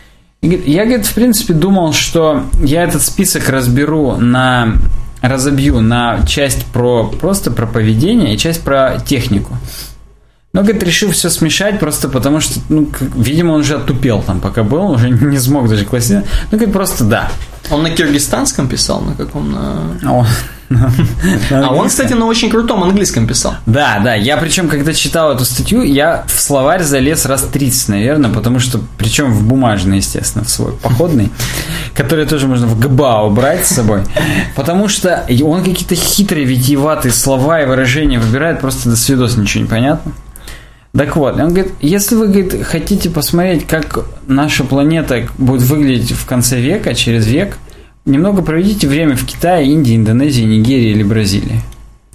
Я, говорит, в принципе, думал, что я этот список разберу на... разобью на часть про просто про поведение и часть про технику. Но, говорит, решил все смешать просто потому, что, ну, как, видимо, он уже оттупел там, пока был, уже не смог даже классировать. Ну, говорит, просто да. Он на киргизстанском писал, на каком? На... Он, на, на а он, кстати, на очень крутом английском писал. Да, да. Я причем, когда читал эту статью, я в словарь залез раз тридцать, наверное, потому что, причем в бумажный, естественно, в свой походный, который тоже можно в Гбао брать с собой, потому что он какие-то хитрые, витиеватые слова и выражения выбирает, просто до свидос ничего не понятно. Так вот, он говорит, если вы, говорит, хотите посмотреть, как наша планета будет выглядеть в конце века, через век, немного проведите время в Китае, Индии, Индонезии, Нигерии или Бразилии.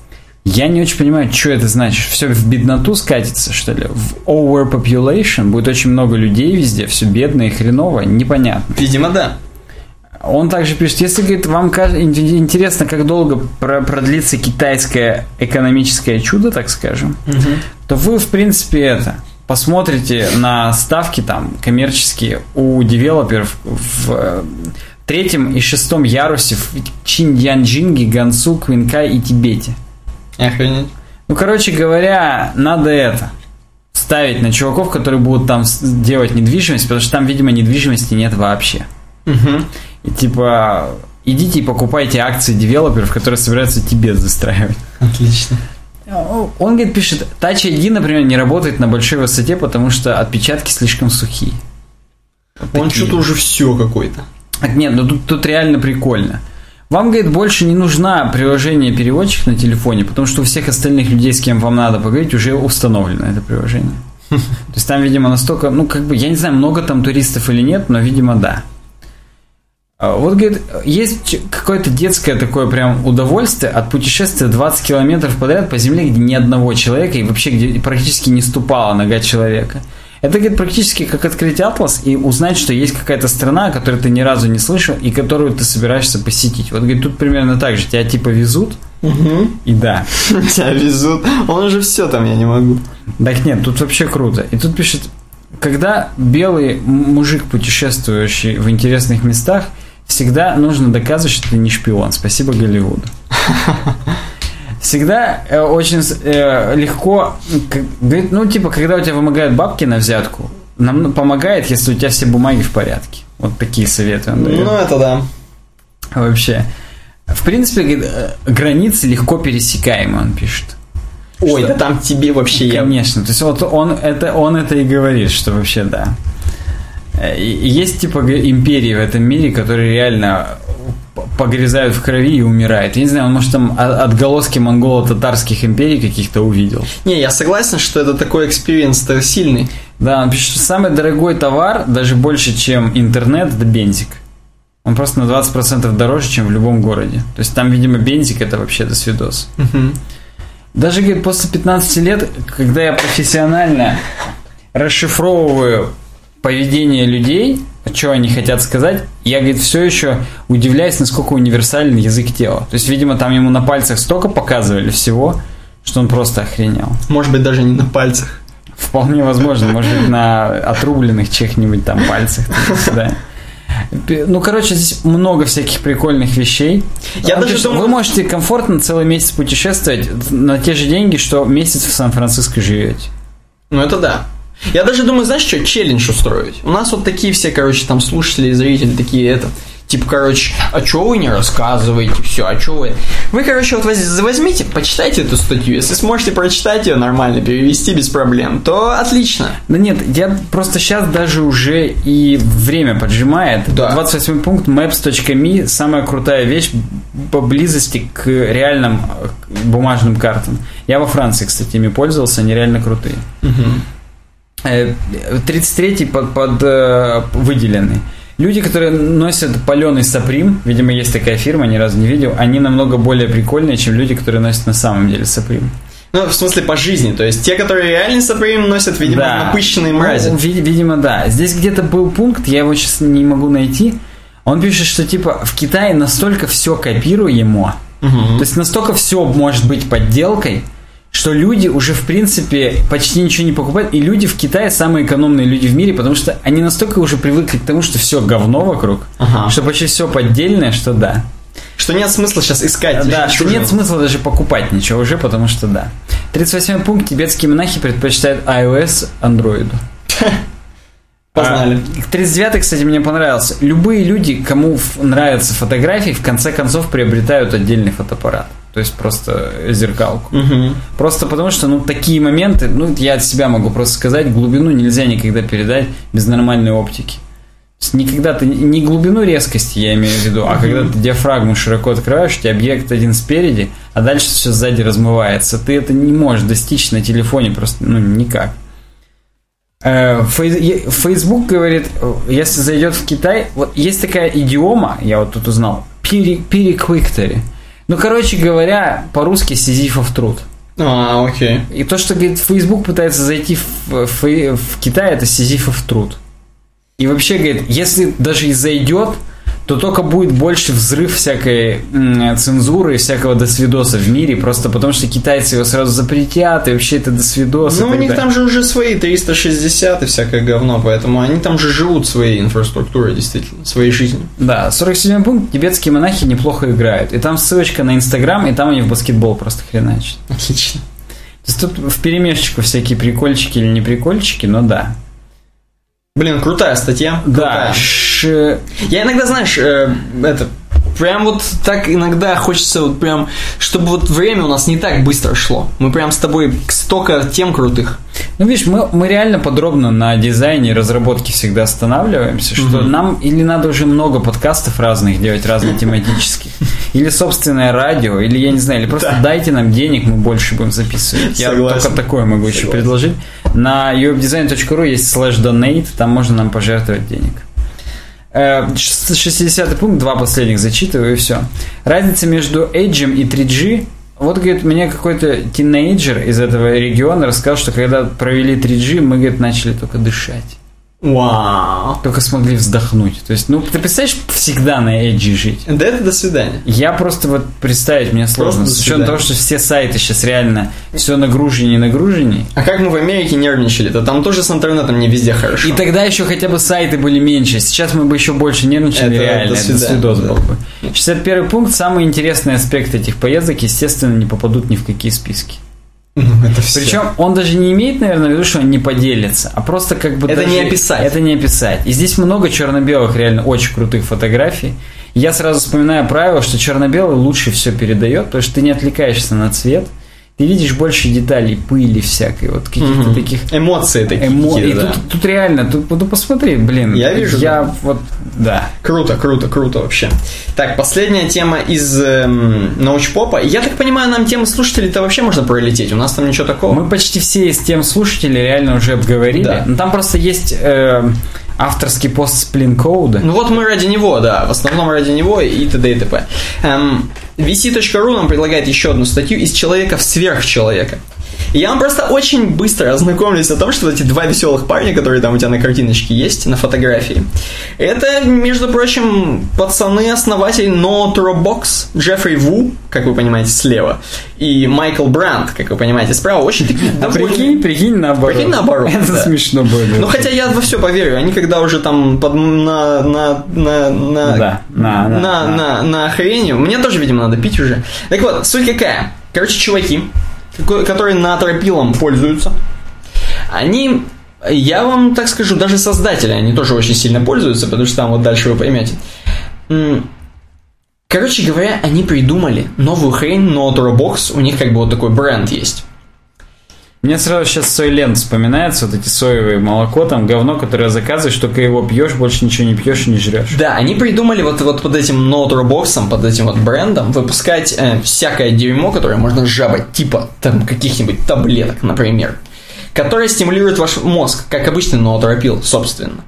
Я не очень понимаю, что это значит. Все в бедноту скатится, что ли? В overpopulation будет очень много людей везде, все бедно и хреново, непонятно. Видимо, да. Он также пишет, если, говорит, вам интересно, как долго продлится китайское экономическое чудо, так скажем, угу. то вы, в принципе, это посмотрите на ставки там коммерческие у девелоперов в третьем и шестом ярусе в Чиньянджинге, Гансу, Квинкай и Тибете. Охренеть. Ну, короче говоря, надо это ставить на чуваков, которые будут там делать недвижимость, потому что там, видимо, недвижимости нет вообще. Угу. И типа, идите и покупайте акции девелоперов, которые собираются Тибет застраивать. Отлично. Он, говорит, пишет, Touch ай ди, например, не работает на большой высоте, потому что отпечатки слишком сухие. Вот он что-то уже все какой-то. Нет, ну тут, тут реально прикольно. Вам, говорит, больше не нужна приложение-переводчик на телефоне, потому что у всех остальных людей, с кем вам надо поговорить, уже установлено это приложение. То есть там, видимо, настолько, ну, как бы, я не знаю, много там туристов или нет, но, видимо, да. Вот, говорит, есть какое-то детское такое прям удовольствие от путешествия двадцать километров подряд по земле, где ни одного человека и вообще где практически не ступала нога человека. Это, говорит, практически как открыть атлас и узнать, что есть какая-то страна, о которой ты ни разу не слышал и которую ты собираешься посетить. Вот, говорит, тут примерно так же. Тебя типа везут, угу. И да. Тебя везут. Он же все там, я не могу. Так нет, тут вообще круто. И тут пишет, когда белый мужик, путешествующий в интересных местах, всегда нужно доказывать, что ты не шпион. Спасибо Голливуду. Всегда э, очень э, легко, как, говорит, ну, типа, когда у тебя вымогают бабки на взятку, нам помогает, если у тебя все бумаги в порядке. Вот такие советы он дает. Ну, это да. Вообще. В принципе, говорит, границы легко пересекаемы, он пишет. Ой, что, да там тебе вообще... Конечно. То есть, вот он это, он это и говорит, что вообще да. Есть, типа, империи в этом мире, которые реально погрязают в крови и умирают. Я не знаю, он, может, там отголоски монголо-татарских империй каких-то увидел. Не, я согласен, что это такой экспириенс-то сильный. Да, он пишет, что самый дорогой товар, даже больше, чем интернет, это бензик. Он просто на двадцать процентов дороже, чем в любом городе. То есть там, видимо, бензик это вообще досвидос. Угу. Даже, говорит, после пятнадцати лет, когда я профессионально расшифровываю поведение людей, что они хотят сказать, я, говорит, все еще удивляюсь, насколько универсален язык тела. То есть, видимо, там ему на пальцах столько показывали всего, что он просто охренел. Может быть, даже не на пальцах. Вполне возможно, может быть, на отрубленных чьих-нибудь там пальцах. Да. Ну, короче, здесь много всяких прикольных вещей. Я даже пишет, думаю... Вы можете комфортно целый месяц путешествовать на те же деньги, что месяц в Сан-Франциско живете. Ну, это да. Я даже думаю, знаешь что, челлендж устроить. У нас вот такие все, короче, там слушатели, зрители, такие, это, типа, короче, а чё вы не рассказываете, все, а чё вы... Вы, короче, вот возьмите, почитайте эту статью, если сможете прочитать ее нормально, перевести без проблем, то отлично. Да нет, я просто сейчас даже уже и время поджимает. Да. двадцать восьмой пункт, maps точка me, самая крутая вещь поблизости к реальным бумажным картам. Я во Франции, кстати, ими пользовался, они реально крутые. Угу. тридцать третий под, под э, выделенный. Люди, которые носят паленый Саприм, видимо, есть такая фирма, ни разу не видел, они намного более прикольные, чем люди, которые носят на самом деле Саприм. Ну, в смысле, по жизни. То есть, те, которые реально Саприм носят, видимо, да. Напыщенные мрази. Ну, вид- видимо, да. Здесь где-то был пункт, я его сейчас не могу найти. Он пишет, что, типа, в Китае настолько все копируемо, угу. То есть, настолько все может быть подделкой, что люди уже, в принципе, почти ничего не покупают. И люди в Китае самые экономные люди в мире, потому что они настолько уже привыкли к тому, что все говно вокруг, ага. Что почти все поддельное, что да. Что нет смысла сейчас искать. Да, что нет смысла даже покупать ничего уже, потому что да. тридцать восьмой пункт. Тибетские монахи предпочитают iOS андроиду. Познали. А, тридцать девятый, кстати, мне понравился. Любые люди, кому нравятся фотографии, в конце концов приобретают отдельный фотоаппарат. То есть просто зеркалку. Угу. Просто потому что, ну, такие моменты, ну, я от себя могу просто сказать, глубину нельзя никогда передать без нормальной оптики. То есть никогда ты, не глубину резкости, я имею в виду, а угу. Когда ты диафрагму широко открываешь, у тебя объект один спереди, а дальше все сзади размывается. Ты это не можешь достичь на телефоне просто, ну, никак. Facebook говорит, если зайдет в Китай, вот есть такая идиома, я вот тут узнал, переквиктори. Ну, короче говоря, по-русски Сизифов труд. А, окей. И то, что, говорит, Facebook пытается зайти в, в, в Китай, это Сизифов труд. И вообще, говорит, если даже и зайдет, то только будет больше взрыв всякой м- цензуры и всякого досвидоса в мире, просто потому что китайцы его сразу запретят, и вообще это досвидос. Ну, у них далее. Там же уже свои триста шестьдесят и всякое говно, поэтому они там же живут своей инфраструктурой, действительно, своей жизнью. Да, сорок седьмой пункт, тибетские монахи неплохо играют. И там ссылочка на Инстаграм, и там они в баскетбол просто хреначат. Отлично. То есть тут вперемешечку всякие прикольчики или не прикольчики, но да. Блин, крутая статья. Да. Ш... Я иногда, знаешь, э, это, прям вот так иногда хочется вот прям, чтобы вот время у нас не так быстро шло. Мы прям с тобой столько тем крутых. Ну, видишь, мы, мы реально подробно на дизайне и разработке всегда останавливаемся, что mm-hmm. нам или надо уже много подкастов разных делать, разно-тематических, или собственное радио, или, я не знаю, или просто да. дайте нам денег, мы больше будем записывать. Согласен. Я только такое могу Согласен. еще предложить. На ю веб дизайн точка ру есть слэш донейт, там можно нам пожертвовать денег. шестидесятый пункт, два последних зачитываю, и все. Разница между Edge и три джи. Вот, говорит, мне какой-то тинейджер из этого региона рассказал, что когда провели три джи, мы, говорит, начали только дышать. Вау. Только смогли вздохнуть. То есть, ну, ты представляешь, всегда на Edge жить? Да это до свидания. Я просто вот представить мне сложно. С учетом того, что все сайты сейчас реально все нагруженнее и нагруженнее. А как мы в Америке нервничали, то там тоже с интернетом не везде хорошо. И тогда еще хотя бы сайты были меньше. Сейчас мы бы еще больше нервничали, это реально. Это свидос был бы. шестьдесят первый пункт. Самый интересный аспект этих поездок, естественно, не попадут ни в какие списки. Это все. Причем он даже не имеет, наверное, в виду, что он не поделится, а просто как бы... Это даже... не описать. Это не описать. И здесь много черно-белых, реально очень крутых фотографий. Я сразу вспоминаю правило, что черно-белый лучше все передает, потому что ты не отвлекаешься на цвет. Ты видишь больше деталей, пыли всякой, вот каких-то mm-hmm. таких... Эмоции такие. Эмо... И да. тут, тут реально, тут, ну посмотри, блин. Я вижу. Я да. вот, да. Круто, круто, круто вообще. Так, последняя тема из эм, научпопа. Я так понимаю, нам темы слушателей-то вообще можно пролететь, у нас там ничего такого. Мы почти все из тем слушателей реально уже обговорили. Да. Но там просто есть... Э, авторский пост Splin-Code. Ну вот мы ради него, да, в основном ради него и т.д. и т.п. Эм, ви си точка ру нам предлагает еще одну статью из человека в сверхчеловека. И я вам просто очень быстро ознакомлюсь о том, что эти два веселых парня, которые там у тебя на картиночке есть, на фотографии, это, между прочим, пацаны-основатели NoTrobox, Джеффри Ву, как вы понимаете, слева, и Майкл Брандт, как вы понимаете, справа. Очень такие а довольно... прикинь, прикинь наоборот. Прикинь наоборот. Это да. смешно будет. Ну, хотя я во все поверю. Они когда уже там под, на, на, на, на, да, на, на, на, на, на, на охренению. Мне тоже, видимо, надо пить уже. Так вот, суть какая? Короче, чуваки, которые натропилом пользуются, они, я вам так скажу, даже создатели, они тоже очень сильно пользуются, потому что там вот дальше вы поймете. Короче говоря, они придумали новую хрень, NoTrobox, у них как бы вот такой бренд есть. Мне сразу сейчас Soylent вспоминается, вот эти соевые молоко, там говно, которое заказываешь, только его пьешь, больше ничего не пьешь и не жрешь. Да, они придумали вот, вот под этим NoTrobox, под этим вот брендом выпускать э, всякое дерьмо, которое можно жабать, типа там каких-нибудь таблеток, например, которое стимулирует ваш мозг, как обычный ноотропил, собственно.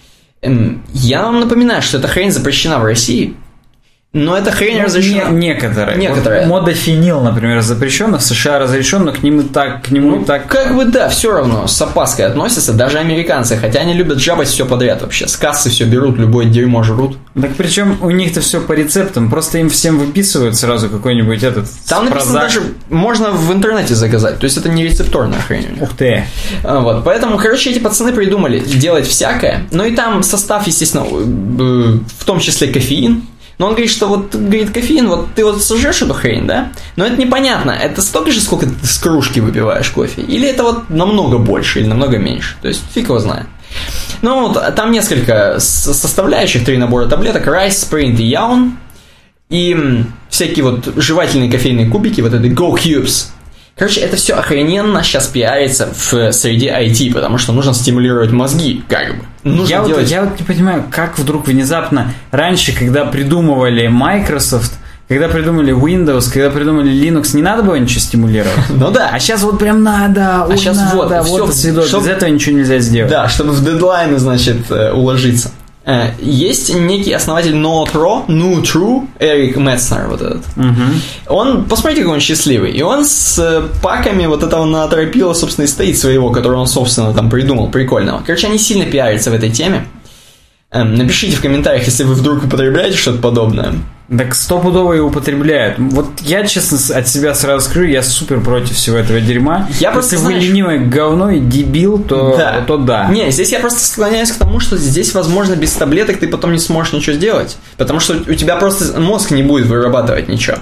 Эм, я вам напоминаю, что эта хрень запрещена в России. Но эта хрень ну, разрешена. Не, некоторые. Некоторые. Вот модофенил, например, запрещен, в США разрешен, но к нему так, к нему ну, так. Как бы да, все равно с опаской относятся, даже американцы, хотя они любят жабать все подряд вообще. С кассы все берут, любое дерьмо жрут. Так причем у них-то все по рецептам, просто им всем выписывают сразу какой-нибудь этот. Там написано даже можно в интернете заказать, то есть это не рецепторная хрень. Ух ты. Вот, поэтому, короче, эти пацаны придумали делать всякое, ну и там состав, естественно, в том числе кофеин. Но он говорит, что вот, говорит, кофеин, вот ты вот сожрешь эту хрень, да? Но это непонятно, это столько же, сколько ты с кружки выпиваешь кофе? Или это вот намного больше, или намного меньше? То есть, фиг его знает. Ну, вот, там несколько составляющих, три набора таблеток, Rice, Sprint и Yaun, и всякие вот жевательные кофейные кубики, вот это Go Cubes. Короче, это все охрененно сейчас пиарится в среде ай ти, потому что нужно стимулировать мозги, как бы. Нужно я, делать... вот, я вот не понимаю, как вдруг внезапно раньше, когда придумывали Microsoft, когда придумали Windows, когда придумали Linux, не надо было ничего стимулировать. Ну да. А сейчас вот прям надо, а сейчас надо, вот, вот все, без этого ничего нельзя сделать. Да, чтобы в дедлайны, значит, уложиться. Есть некий основатель NoTro, NoTrue, Эрик Метцнер, вот этот. Угу. Он, посмотрите, какой он счастливый. И он с паками вот этого натропила, собственно, и стоит своего, который он, собственно, там придумал, прикольного. Короче, они сильно пиарятся в этой теме. Напишите в комментариях, если вы вдруг употребляете что-то подобное. Так стопудово и употребляют. Вот я, честно, от себя сразу скажу, я супер против всего этого дерьма. Я просто, Если знаешь... вы ленивое говно и дебил, то да. то да. Не, здесь я просто склоняюсь к тому, что здесь, возможно, без таблеток ты потом не сможешь ничего сделать. Потому что у тебя просто мозг не будет вырабатывать ничего.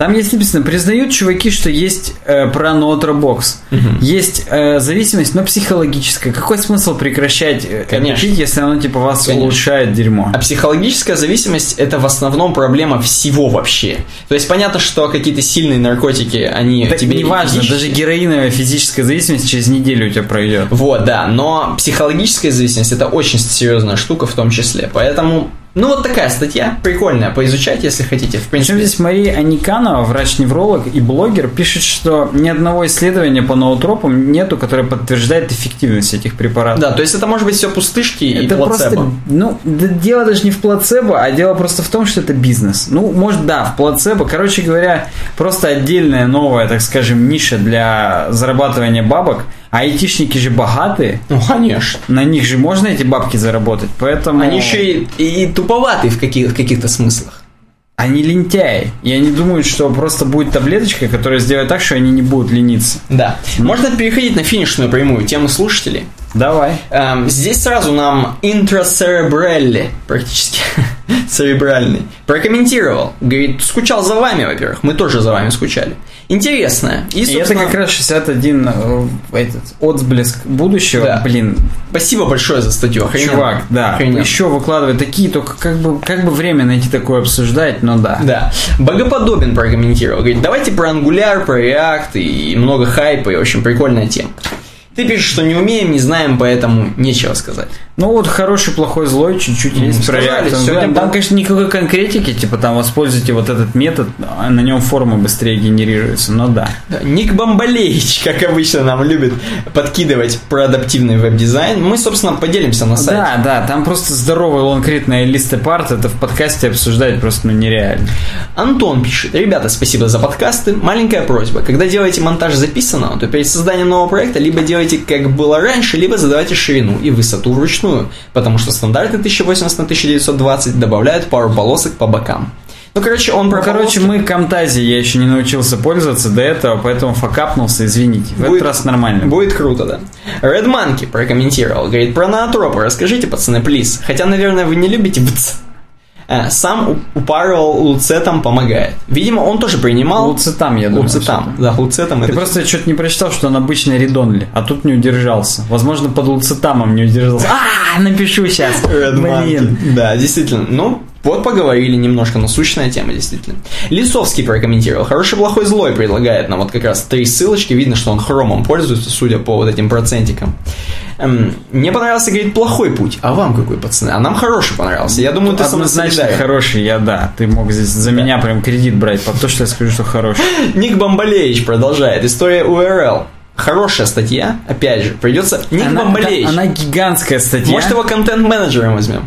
Там есть написано, признают чуваки, что есть э, про ноутробокс. Угу. Есть э, зависимость, но психологическая. Какой смысл прекращать это пить, если оно типа вас Конечно. улучшает дерьмо? А психологическая зависимость это в основном проблема всего вообще. То есть понятно, что какие-то сильные наркотики, они так тебе не важно, даже героиновая физическая зависимость через неделю у тебя пройдет. Вот, да, но психологическая зависимость это очень серьезная штука в том числе. Поэтому ну, вот такая статья, прикольная, поизучать, если хотите, в принципе. Причем здесь Мария Аниканова, врач-невролог и блогер, пишет, что ни одного исследования по ноотропам нету, которое подтверждает эффективность этих препаратов. Да, то есть это может быть все пустышки это и плацебо. Просто, ну, дело даже не в плацебо, а дело просто в том, что это бизнес. Ну, может, да, в плацебо. Короче говоря, просто отдельная новая, так скажем, ниша для зарабатывания бабок. А айтишники же богатые. Ну, конечно. На них же можно эти бабки заработать, поэтому... Они еще и, и туповатые в, каких, в каких-то смыслах. Они лентяи. И они думают, что просто будет таблеточка, которая сделает так, что они не будут лениться. Да. Можно переходить на финишную прямую тему слушателей. Давай. Эм, здесь сразу нам интрацеребралли, практически церебральный, прокомментировал. Говорит, скучал за вами, во-первых. Мы тоже за вами скучали. Интересно. И, собственно... это как раз шестьдесят один этот, отблеск будущего. Да. Блин. Спасибо большое за статью. Охрененно. Чувак, да. Охрененно. Еще выкладывает такие, только как бы, как бы время найти такое обсуждать, но да. Да. Богоподобен прокомментировал. Говорит, давайте про Angular, про React и много хайпа, и, в общем, прикольная тема. Ты пишешь, что не умеем, не знаем, поэтому нечего сказать. Ну вот хороший, плохой, злой, чуть-чуть mm, есть сказали, проект. Там, там, конечно, никакой конкретики, типа там воспользуйте вот этот метод, на нем формы быстрее генерируются, но да. да. Ник Бомбалеич, как обычно, нам любит подкидывать про адаптивный веб-дизайн. Мы, собственно, поделимся на сайте. Да, да, там просто здоровый лонгритный лист апарт, это в подкасте обсуждать просто ну, нереально. Антон пишет, ребята, спасибо за подкасты. Маленькая просьба, когда делаете монтаж записанного, то перед созданием нового проекта либо делайте как было раньше, либо задавайте ширину и высоту вручную, потому что стандарты тысяча восемьдесят на тысяча девятьсот двадцать добавляют пару полосок по бокам. Ну, короче, он про ну, короче, полоски... мы Камтази, я еще не научился пользоваться до этого, поэтому факапнулся, извините. В будет, этот раз нормально. Будет круто, да. Red Monkey прокомментировал, говорит, про ноотропы расскажите, пацаны, плиз. Хотя, наверное, вы не любите вц. Сам упарывал луцетом, помогает. Видимо, он тоже принимал... Луцетам, я думаю. Луцетам, да, луцетом. Ты это... просто что-то не прочитал, что он обычный редонли, а тут не удержался. Возможно, под луцетамом не удержался. А, напишу сейчас. Блин. Да, действительно. Ну, вот поговорили немножко, насущная тема, действительно. Лисовский прокомментировал. Хороший, плохой, злой предлагает нам вот как раз три ссылочки. Видно, что он хромом пользуется, судя по вот этим процентикам. Эм, мне понравился, говорит, плохой путь. А вам какой, пацаны? А нам хороший понравился. Я думаю, ты со мной солидарен. Хороший, я да. Ты мог здесь за да. меня прям кредит брать, под то, что я скажу, что хороший. Ник Бомбалеевич продолжает. История ю ар эл. Хорошая статья, опять же, придется... Ник она, Бомбалеевич. Она, она гигантская статья. Может, его контент-менеджером возьмем?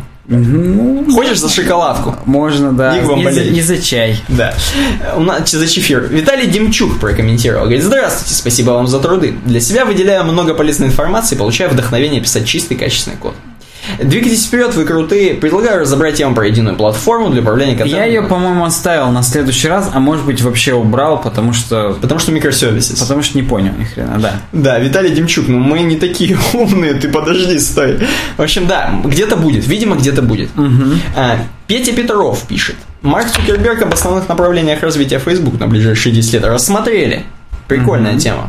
Ну, хочешь за шоколадку? Можно, да. И за, и за чай. Да. У нас за чефир. Виталий Демчук прокомментировал. Говорит, здравствуйте, спасибо вам за труды. Для себя выделяю много полезной информации, получаю вдохновение писать чистый, качественный код. Двигайтесь вперед, вы крутые. Предлагаю разобрать тему про единую платформу для управления контентом. Я ее, по-моему, оставил на следующий раз, а может быть вообще убрал, потому что... Потому что микросервисы. Потому что не понял ни хрена, да. Да, Виталий Демчук, ну мы не такие умные, ты подожди, стой. В общем, да, где-то будет, видимо, где-то будет. Угу. А, Петя Петров пишет. Марк Цукерберг об основных направлениях развития Facebook на ближайшие десять лет рассмотрели. Прикольная угу. тема.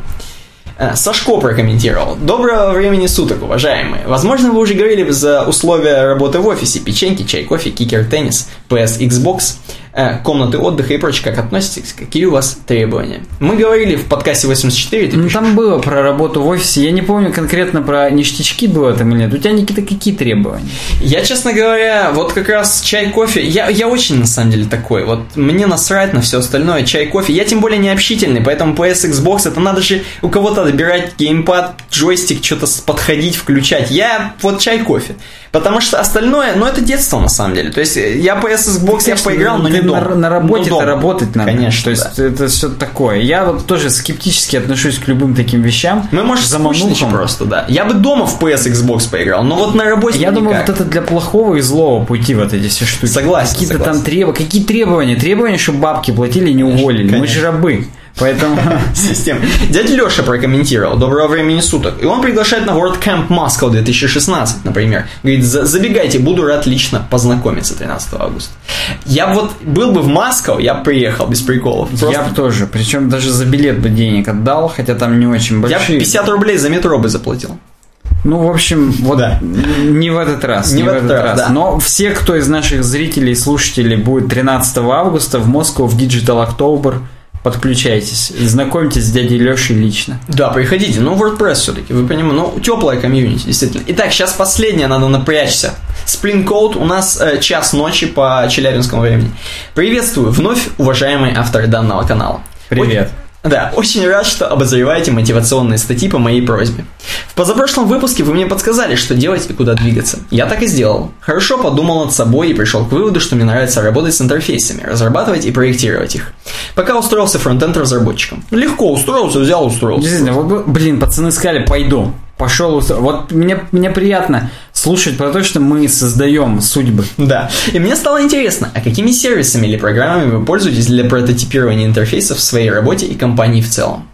Сашко прокомментировал. Доброго времени суток, уважаемые. Возможно, вы уже говорили за условия работы в офисе. Печеньки, чай, кофе, кикер, теннис, пи эс, Xbox, комнаты отдыха и прочее. Как относитесь? Какие у вас требования? Мы говорили в подкасте восемьдесят четыре. Ну, там было про работу в офисе. Я не помню конкретно про ништячки было там или нет. У тебя, Никита, какие требования? Я, честно говоря, вот как раз чай, кофе. Я, я очень, на самом деле, такой. Вот мне насрать на все остальное. Чай, кофе. Я тем более не общительный, поэтому пи эс, Xbox, это надо же у кого-то добирать геймпад, джойстик, что-то подходить, включать. Я вот чай, кофе. Потому что остальное, ну, это детство, на самом деле. То есть, я пи эс, Xbox, ты, я конечно, поиграл, но не дома. На, на работе это работать надо. Конечно, то есть, да. это все такое. Я вот тоже скептически отношусь к любым таким вещам. Мы, может, скучничать просто, да. Я бы дома в пи эс, Xbox поиграл, но вот на работе я никак. думаю, вот это для плохого и злого пути, вот эти все штуки. Согласен, Какие-то согласен. там требования. Какие требования? Требования, чтобы бабки платили и не уволили. Конечно. Мы же рабы. Поэтому... Система. Дядя Леша прокомментировал. Доброго времени суток. И он приглашает на WordCamp Moscow две тысячи шестнадцать, например. Говорит, забегайте, буду рад лично познакомиться тринадцатого августа. Я вот был бы в Москве, я бы приехал, без приколов. Просто... Я бы тоже, причем даже за билет бы денег отдал, хотя там не очень большие. Я бы пятьдесят рублей за метро бы заплатил. Ну, в общем, вот да. не в этот раз. Не, не в этот, этот раз, раз. Да. Но все, кто из наших зрителей и слушателей будет тринадцатого августа в Москву в Digital October, подключайтесь, знакомьтесь с дядей Лешей лично. Да, приходите. Ну, WordPress все-таки, вы понимаете, ну, теплая комьюнити, действительно. Итак, сейчас последнее, надо напрячься. Spring Code, у нас э, час ночи по челябинскому времени. Приветствую вновь, уважаемые авторы данного канала. Привет. Ой, да, очень рад, что обозреваете мотивационные статьи по моей просьбе. В позапрошлом выпуске вы мне подсказали, что делать и куда двигаться. Я так и сделал. Хорошо подумал над собой и пришел к выводу, что мне нравится работать с интерфейсами, разрабатывать и проектировать их. Пока устроился фронтенд-разработчиком. Легко устроился, взял, устроился. Действительно, вот, блин, пацаны сказали, пойду. Пошел, вот мне, мне приятно слушать про то, что мы создаем судьбы. Да, и мне стало интересно, а какими сервисами или программами вы пользуетесь для прототипирования интерфейсов в своей работе и компании в целом?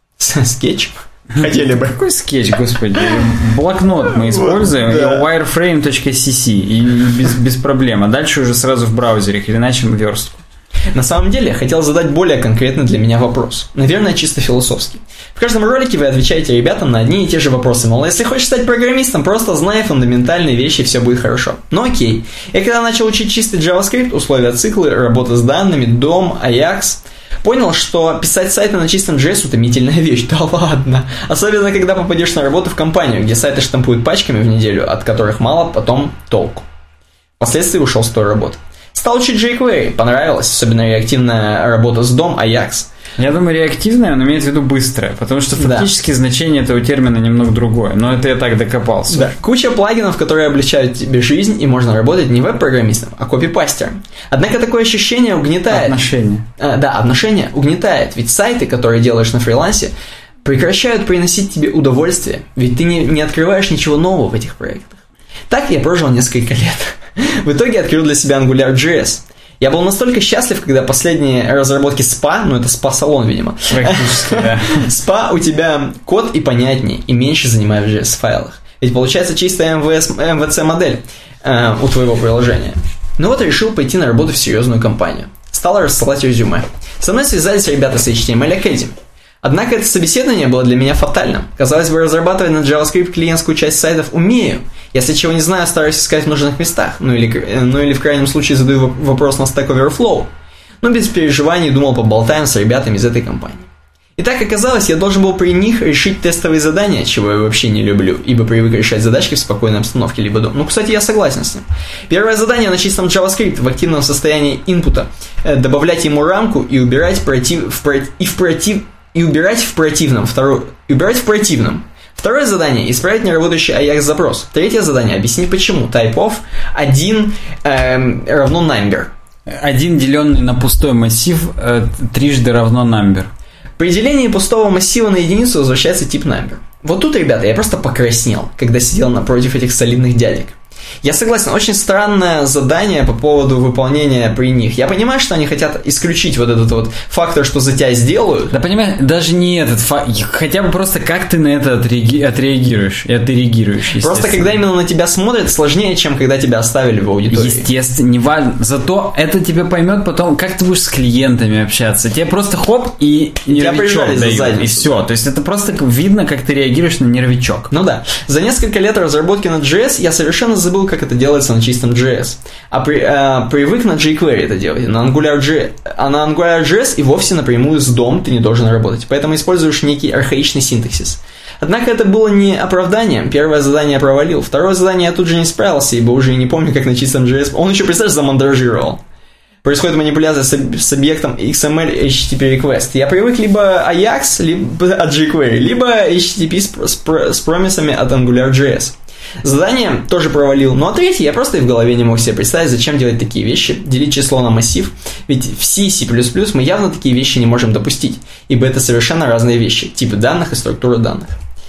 Скетч? Хотели бы. Какой скетч, господи? Блокнот мы используем, да. wireframe точка си си, и без, без проблем. А дальше уже сразу в браузере, хреначим верстку. На самом деле, я хотел задать более конкретный для меня вопрос. Наверное, чисто философский. В каждом ролике вы отвечаете ребятам на одни и те же вопросы. Мол, если хочешь стать программистом, просто знай фундаментальные вещи, и все будет хорошо. Ну окей. Я когда начал учить чистый JavaScript, условия циклы, работа с данными, дом, Ajax, понял, что писать сайты на чистом джей эс утомительная вещь. Да ладно. Особенно, когда попадешь на работу в компанию, где сайты штампуют пачками в неделю, от которых мало потом толку. Впоследствии ушел с той работы. Стал учить jQuery, понравилось, особенно реактивная работа с дом, Ajax. Я думаю, реактивная, он имеет в виду быстрая, потому что фактически да. значение этого термина немного другое, но это я так докопался. Да. Куча плагинов, которые облегчают тебе жизнь, и можно работать не веб-программистом, а копипастером. Однако такое ощущение угнетает. Отношения. А, да, отношения угнетает, ведь сайты, которые делаешь на фрилансе, прекращают приносить тебе удовольствие, ведь ты не, не открываешь ничего нового в этих проектах. Так я прожил несколько лет. В итоге открыл для себя AngularJS. Я был настолько счастлив, когда последние разработки спа, ну это спа-салон, видимо. Практически, да. Спа у тебя код и понятнее, и меньше занимает в джей эс-файлах. Ведь получается чистая эм ви эс, эм ви си-модель э, у твоего приложения. Ну вот решил пойти на работу в серьезную компанию. Стал рассылать резюме. Со мной связались ребята с эйч ти эм эль Academy. Однако это собеседование было для меня фатальным. Казалось бы, разрабатывать на JavaScript клиентскую часть сайтов умею. Если чего не знаю, стараюсь искать в нужных местах. Ну или, ну или в крайнем случае задаю вопрос на Stack Overflow. Но без переживаний думал, поболтаем с ребятами из этой компании. И так оказалось, я должен был при них решить тестовые задания, чего я вообще не люблю, ибо привык решать задачки в спокойной обстановке либо дома. Ну, кстати, я согласен с ним. Первое задание на чистом JavaScript в активном состоянии инпута. Добавлять ему рамку и убирать против, в, и в против... И убирать в противном. Второе, убирать в противном. Второе задание – исправить неработающий Ajax-запрос. Третье задание – объяснить почему. Type of один эм, равно number. один деленный на пустой массив э, трижды равно number. При делении пустого массива на единицу возвращается тип number. Вот тут, ребята, я просто покраснел, когда сидел напротив этих солидных дядек. Я согласен, очень странное задание по поводу выполнения при них. Я понимаю, что они хотят исключить вот этот вот фактор, что за тебя сделают. Да понимаешь, даже не этот фактор, хотя бы просто как ты на это отреаги... отреагируешь и отреагируешь. Просто когда именно на тебя смотрят, сложнее, чем когда тебя оставили в аудитории. Естественно, не важно. Зато это тебе поймет потом, как ты будешь с клиентами общаться. Тебе просто хоп и нервичок дают, и все. То есть это просто видно, как ты реагируешь на нервичок. Ну да. За несколько лет разработки на джей эс я совершенно забыл, как это делается на чистом джей эс. А, при, а привык на jQuery это делать, на AngularJS, а на AngularJS и вовсе напрямую с дом ты не должен работать, поэтому используешь некий архаичный синтаксис. Однако это было не оправданием. Первое задание я провалил, второе задание я тут же не справился, ибо уже и не помню, как на чистом джей эс. Он еще, представляешь, замандражировал. Происходит манипуляция с, с объектом икс эм эль эйч ти ти пи request. Я привык либо Ajax, либо от jQuery, либо эйч ти ти пи с, с, с промисами от AngularJS. Задание тоже провалил, ну а третье я просто и в голове не мог себе представить, зачем делать такие вещи, делить число на массив, ведь в C, C++ мы явно такие вещи не можем допустить, ибо это совершенно разные вещи, типы данных и структура данных.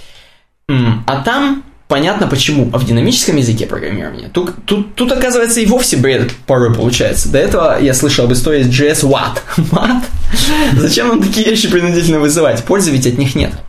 А там понятно почему, а в динамическом языке программирования тут, тут, тут оказывается и вовсе бред порой получается. До этого я слышал об истории с джей эс What? What? Зачем нам такие вещи принудительно вызывать? Пользы ведь от них нет.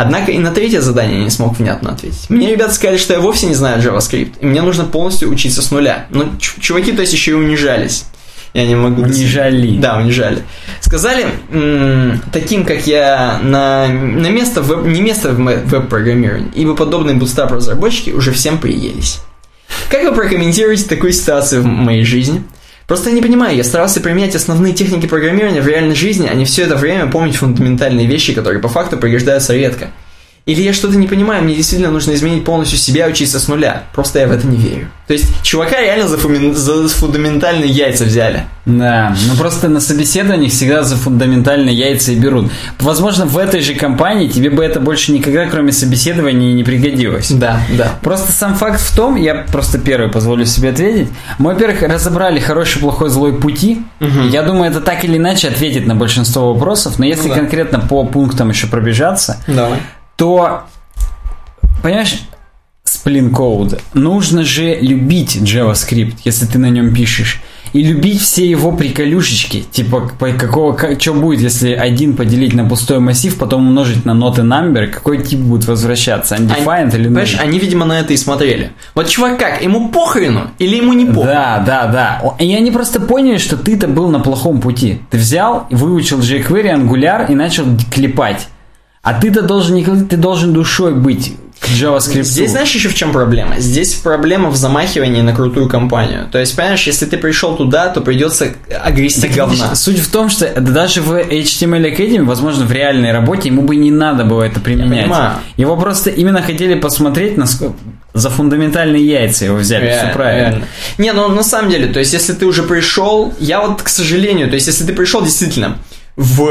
Однако и на третье задание я не смог внятно ответить. Мне ребята сказали, что я вовсе не знаю JavaScript, и мне нужно полностью учиться с нуля. Ну, чуваки, то есть, еще и унижались. Я не могу... Унижали. Да, унижали. Сказали, м- таким, как я, на, на место, веб, не место в веб-программировании, ибо подобные bootstrap-разработчики уже всем приелись. Как вы прокомментируете такую ситуацию в моей жизни? Просто я не понимаю, я старался применять основные техники программирования в реальной жизни, а не все это время помнить фундаментальные вещи, которые по факту пригождаются редко. Или я что-то не понимаю, мне действительно нужно изменить полностью себя, учиться с нуля. Просто я в это не верю. То есть, чувака реально за, фуми... за фундаментальные яйца взяли. Да, ну просто на собеседованиях всегда за фундаментальные яйца и берут. Возможно, в этой же компании тебе бы это больше никогда, кроме собеседования, не пригодилось. Да, да. Просто сам факт в том, я просто первый позволю себе ответить. Мы, во-первых, разобрали хороший, плохой, злой пути. Угу. Я думаю, это так или иначе ответит на большинство вопросов. Но если ну, да. конкретно по пунктам еще пробежаться... Давай. то, понимаешь, Splint Code, нужно же любить JavaScript, если ты на нем пишешь, и любить все его приколюшечки, типа, какого, что будет, если один поделить на пустой массив, потом умножить на not и number, какой тип будет возвращаться, undefined или null? Они, видимо, на это и смотрели. Вот чувак как, ему похрену или ему не похрену? Да, да, да. И они просто поняли, что ты-то был на плохом пути. Ты взял, выучил jQuery, Angular и начал клепать. А ты-то должен, ты должен душой быть к JavaScript. Здесь знаешь еще в чем проблема? Здесь проблема в замахивании на крутую компанию. То есть, понимаешь, если ты пришел туда, то придется огрести так, говна. Суть в том, что даже в эйч ти эм эл Academy, возможно, в реальной работе ему бы не надо было это применять. Я понимаю. Его просто именно хотели посмотреть, насколько... За фундаментальные яйца его взяли, реально, все правильно. Реально. Не, ну на самом деле, то есть, если ты уже пришел, я вот, к сожалению, то есть, если ты пришел действительно в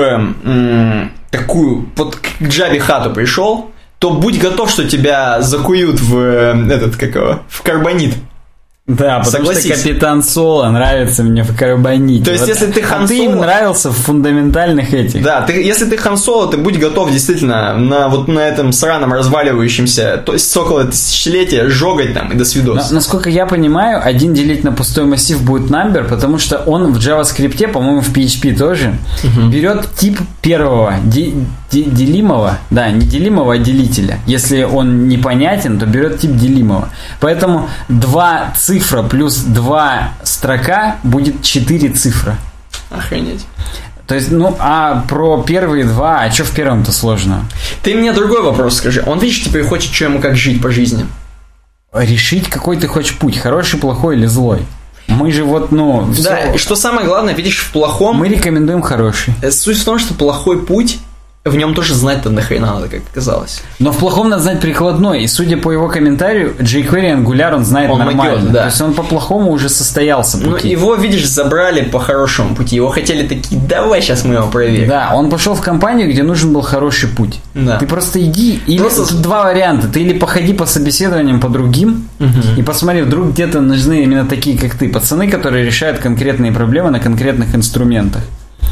м- такую, вот к Java хату пришел, то будь готов, что тебя закуют в этот, как его, в карбонит. Да, потому Согласись. Что Капитан Соло нравится мне в карбоните. То есть, вот, если ты Хан а ты им нравился в фундаментальных этих. Да, ты, если ты Хан Соло, ты будь готов действительно на вот на этом сраном разваливающемся, то есть около тысячелетия, жогать там и до свидос. Но, насколько я понимаю, один делить на пустой массив будет number, потому что он в JavaScript, по-моему, в пи эйч пи тоже, угу. берет тип первого де, де, делимого, да, не делимого, а делителя. Если он непонятен, то берет тип делимого. Поэтому два цифры цифра плюс два строка будет четыре цифры. Охренеть. То есть, ну, а про первые два, а что в первом-то сложно? Ты мне другой вопрос скажи. Он, видишь, теперь хочет, что ему как жить по жизни. Решить, какой ты хочешь путь, хороший, плохой или злой. Мы же вот, ну... Да, все... и что самое главное, видишь, в плохом... Мы рекомендуем хороший. Суть в том, что плохой путь... В нем тоже знать-то нахрена надо, как оказалось. Но в плохом надо знать прикладной. И судя по его комментарию, jQuery Angular он знает он нормально. Могет, да. То есть он по-плохому уже состоялся пути. Ну его, видишь, забрали по хорошему пути. Его хотели такие, давай сейчас мы его проверим. Да, он пошел в компанию, где нужен был хороший путь. Да. Ты просто иди. Или просто... Тут два варианта. Ты или походи по собеседованиям по другим, угу. и посмотри, вдруг где-то нужны именно такие, как ты. Пацаны, которые решают конкретные проблемы на конкретных инструментах.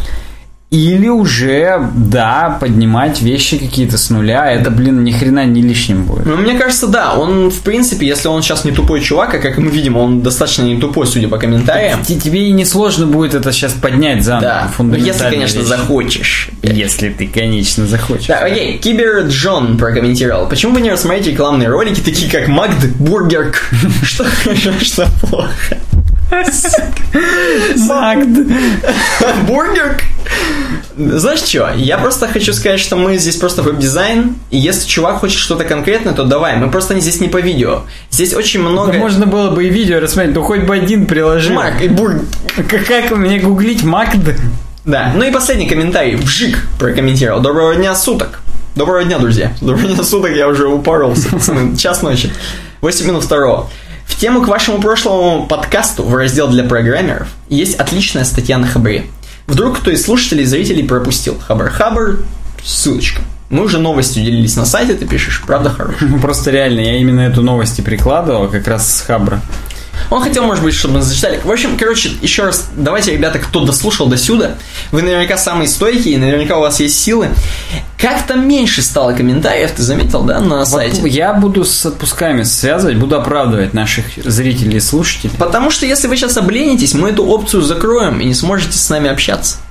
Или уже, да, поднимать вещи какие-то с нуля. Это, блин, ни хрена не лишним будет. Ну, мне кажется, да. Он, в принципе, если он сейчас не тупой чувак, а как мы видим, он достаточно не тупой, судя по комментариям. Тебе и не сложно будет это сейчас поднять заново. Да, фундаментальные если, конечно, вещи. Захочешь. Если ты, конечно, захочешь. Да, окей. Кибер Джон прокомментировал. Почему вы не рассмотрите рекламные ролики, такие как Макд Бургер? Что что плохо? Макд Бургер? Знаешь что, я просто хочу сказать, что мы здесь просто веб-дизайн, и если чувак хочет что-то конкретное, то давай, мы просто здесь не по видео. Здесь очень много... Да можно было бы и видео рассмотреть, то хоть бы один приложил. Мак и Бург. Как, как мне гуглить Макд? Да, ну и последний комментарий. Вжик прокомментировал. Доброго дня суток. Доброго дня, друзья. Доброго дня суток, я уже упоролся. Час ночи. восемь минут второго. В тему к вашему прошлому подкасту в раздел для программеров есть отличная статья на Хабре. Вдруг кто из слушателей и зрителей пропустил. Хабр, Хабр, ссылочка. Мы уже новостью делились на сайте, ты пишешь, правда хорошая. Ну просто реально, я именно эту новость и прикладывал как раз с Хабра. Он хотел, может быть, чтобы мы зачитали. В общем, короче, еще раз, давайте, ребята, кто дослушал до сюда, вы наверняка самые стойкие, наверняка у вас есть силы. Как-то меньше стало комментариев, ты заметил, да, на сайте? Вот я буду с отпусками связывать, буду оправдывать наших зрителей и слушателей. Потому что если вы сейчас обленитесь, мы эту опцию закроем и не сможете с нами общаться.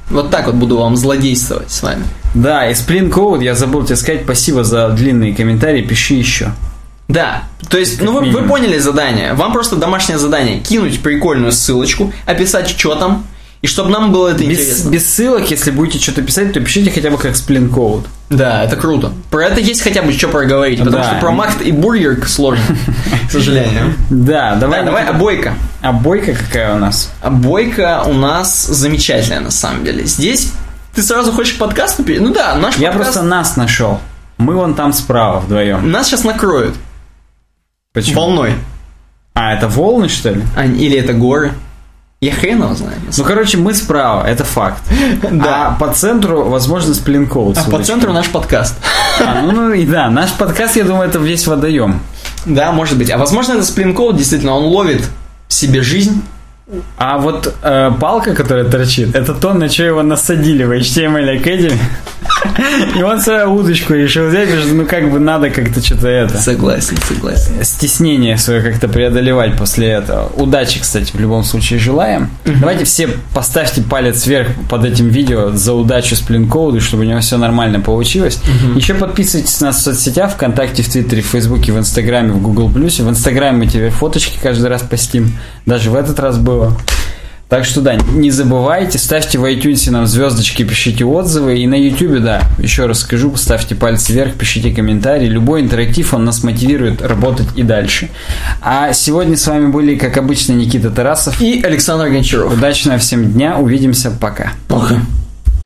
Вот так вот буду вам злодействовать с вами. Да, и Splint Code, я забыл тебе сказать, спасибо за длинные комментарии, пиши еще. Да, то есть, Как ну вы, вы минимум. поняли задание. Вам просто домашнее задание. Кинуть прикольную ссылочку, описать, что там, и чтобы нам было это Без, интересно. без ссылок, если будете что-то писать, то пишите хотя бы как Splint Code. Да, это круто. Про это есть хотя бы что проговорить, потому Да. что про Макт и Бургер сложно, к сожалению. Да, давай. Да, давай обойка. А бойка какая у нас? Обойка у нас замечательная, на самом деле. Здесь ты сразу хочешь к подкасту перейти? Ну да, наш Я подкаст... просто нас нашел. Мы вон там справа вдвоем. Нас сейчас накроют Почему? волной. А, это волны, что ли? А, или это горы. Я хрен его знаю. Ну, короче, мы справа, это факт. Да. А по центру, возможно, Splint Code. А по центру наш подкаст. А, ну, ну и да, наш подкаст, я думаю, это весь водоем. Да, может быть. А возможно, это Splint Code, действительно, он ловит в себе жизнь. А вот э, палка, которая торчит, это то, на что его насадили в эйч ти эм эль Academy. И он свою удочку решил взять, потому что, ну, как бы надо как-то что-то это... Согласен, согласен. Стеснение свое как-то преодолевать после этого. Удачи, кстати, в любом случае желаем. Uh-huh. Давайте все поставьте палец вверх под этим видео за удачу Splint Code, чтобы у него все нормально получилось. Uh-huh. Еще подписывайтесь на нас в соцсетях, ВКонтакте, в Твиттере, в Фейсбуке, в Инстаграме, в Гугл Плюсе. В Инстаграме мы теперь фоточки каждый раз постим. Даже в этот раз было. Так что, да, не забывайте, ставьте в iTunes нам звездочки, пишите отзывы. И на YouTube, да, еще раз скажу, ставьте палец вверх, пишите комментарии. Любой интерактив, он нас мотивирует работать и дальше. А сегодня с вами были, как обычно, Никита Тарасов и Александр Гончаров. Удачного всем дня, увидимся, пока. Пока.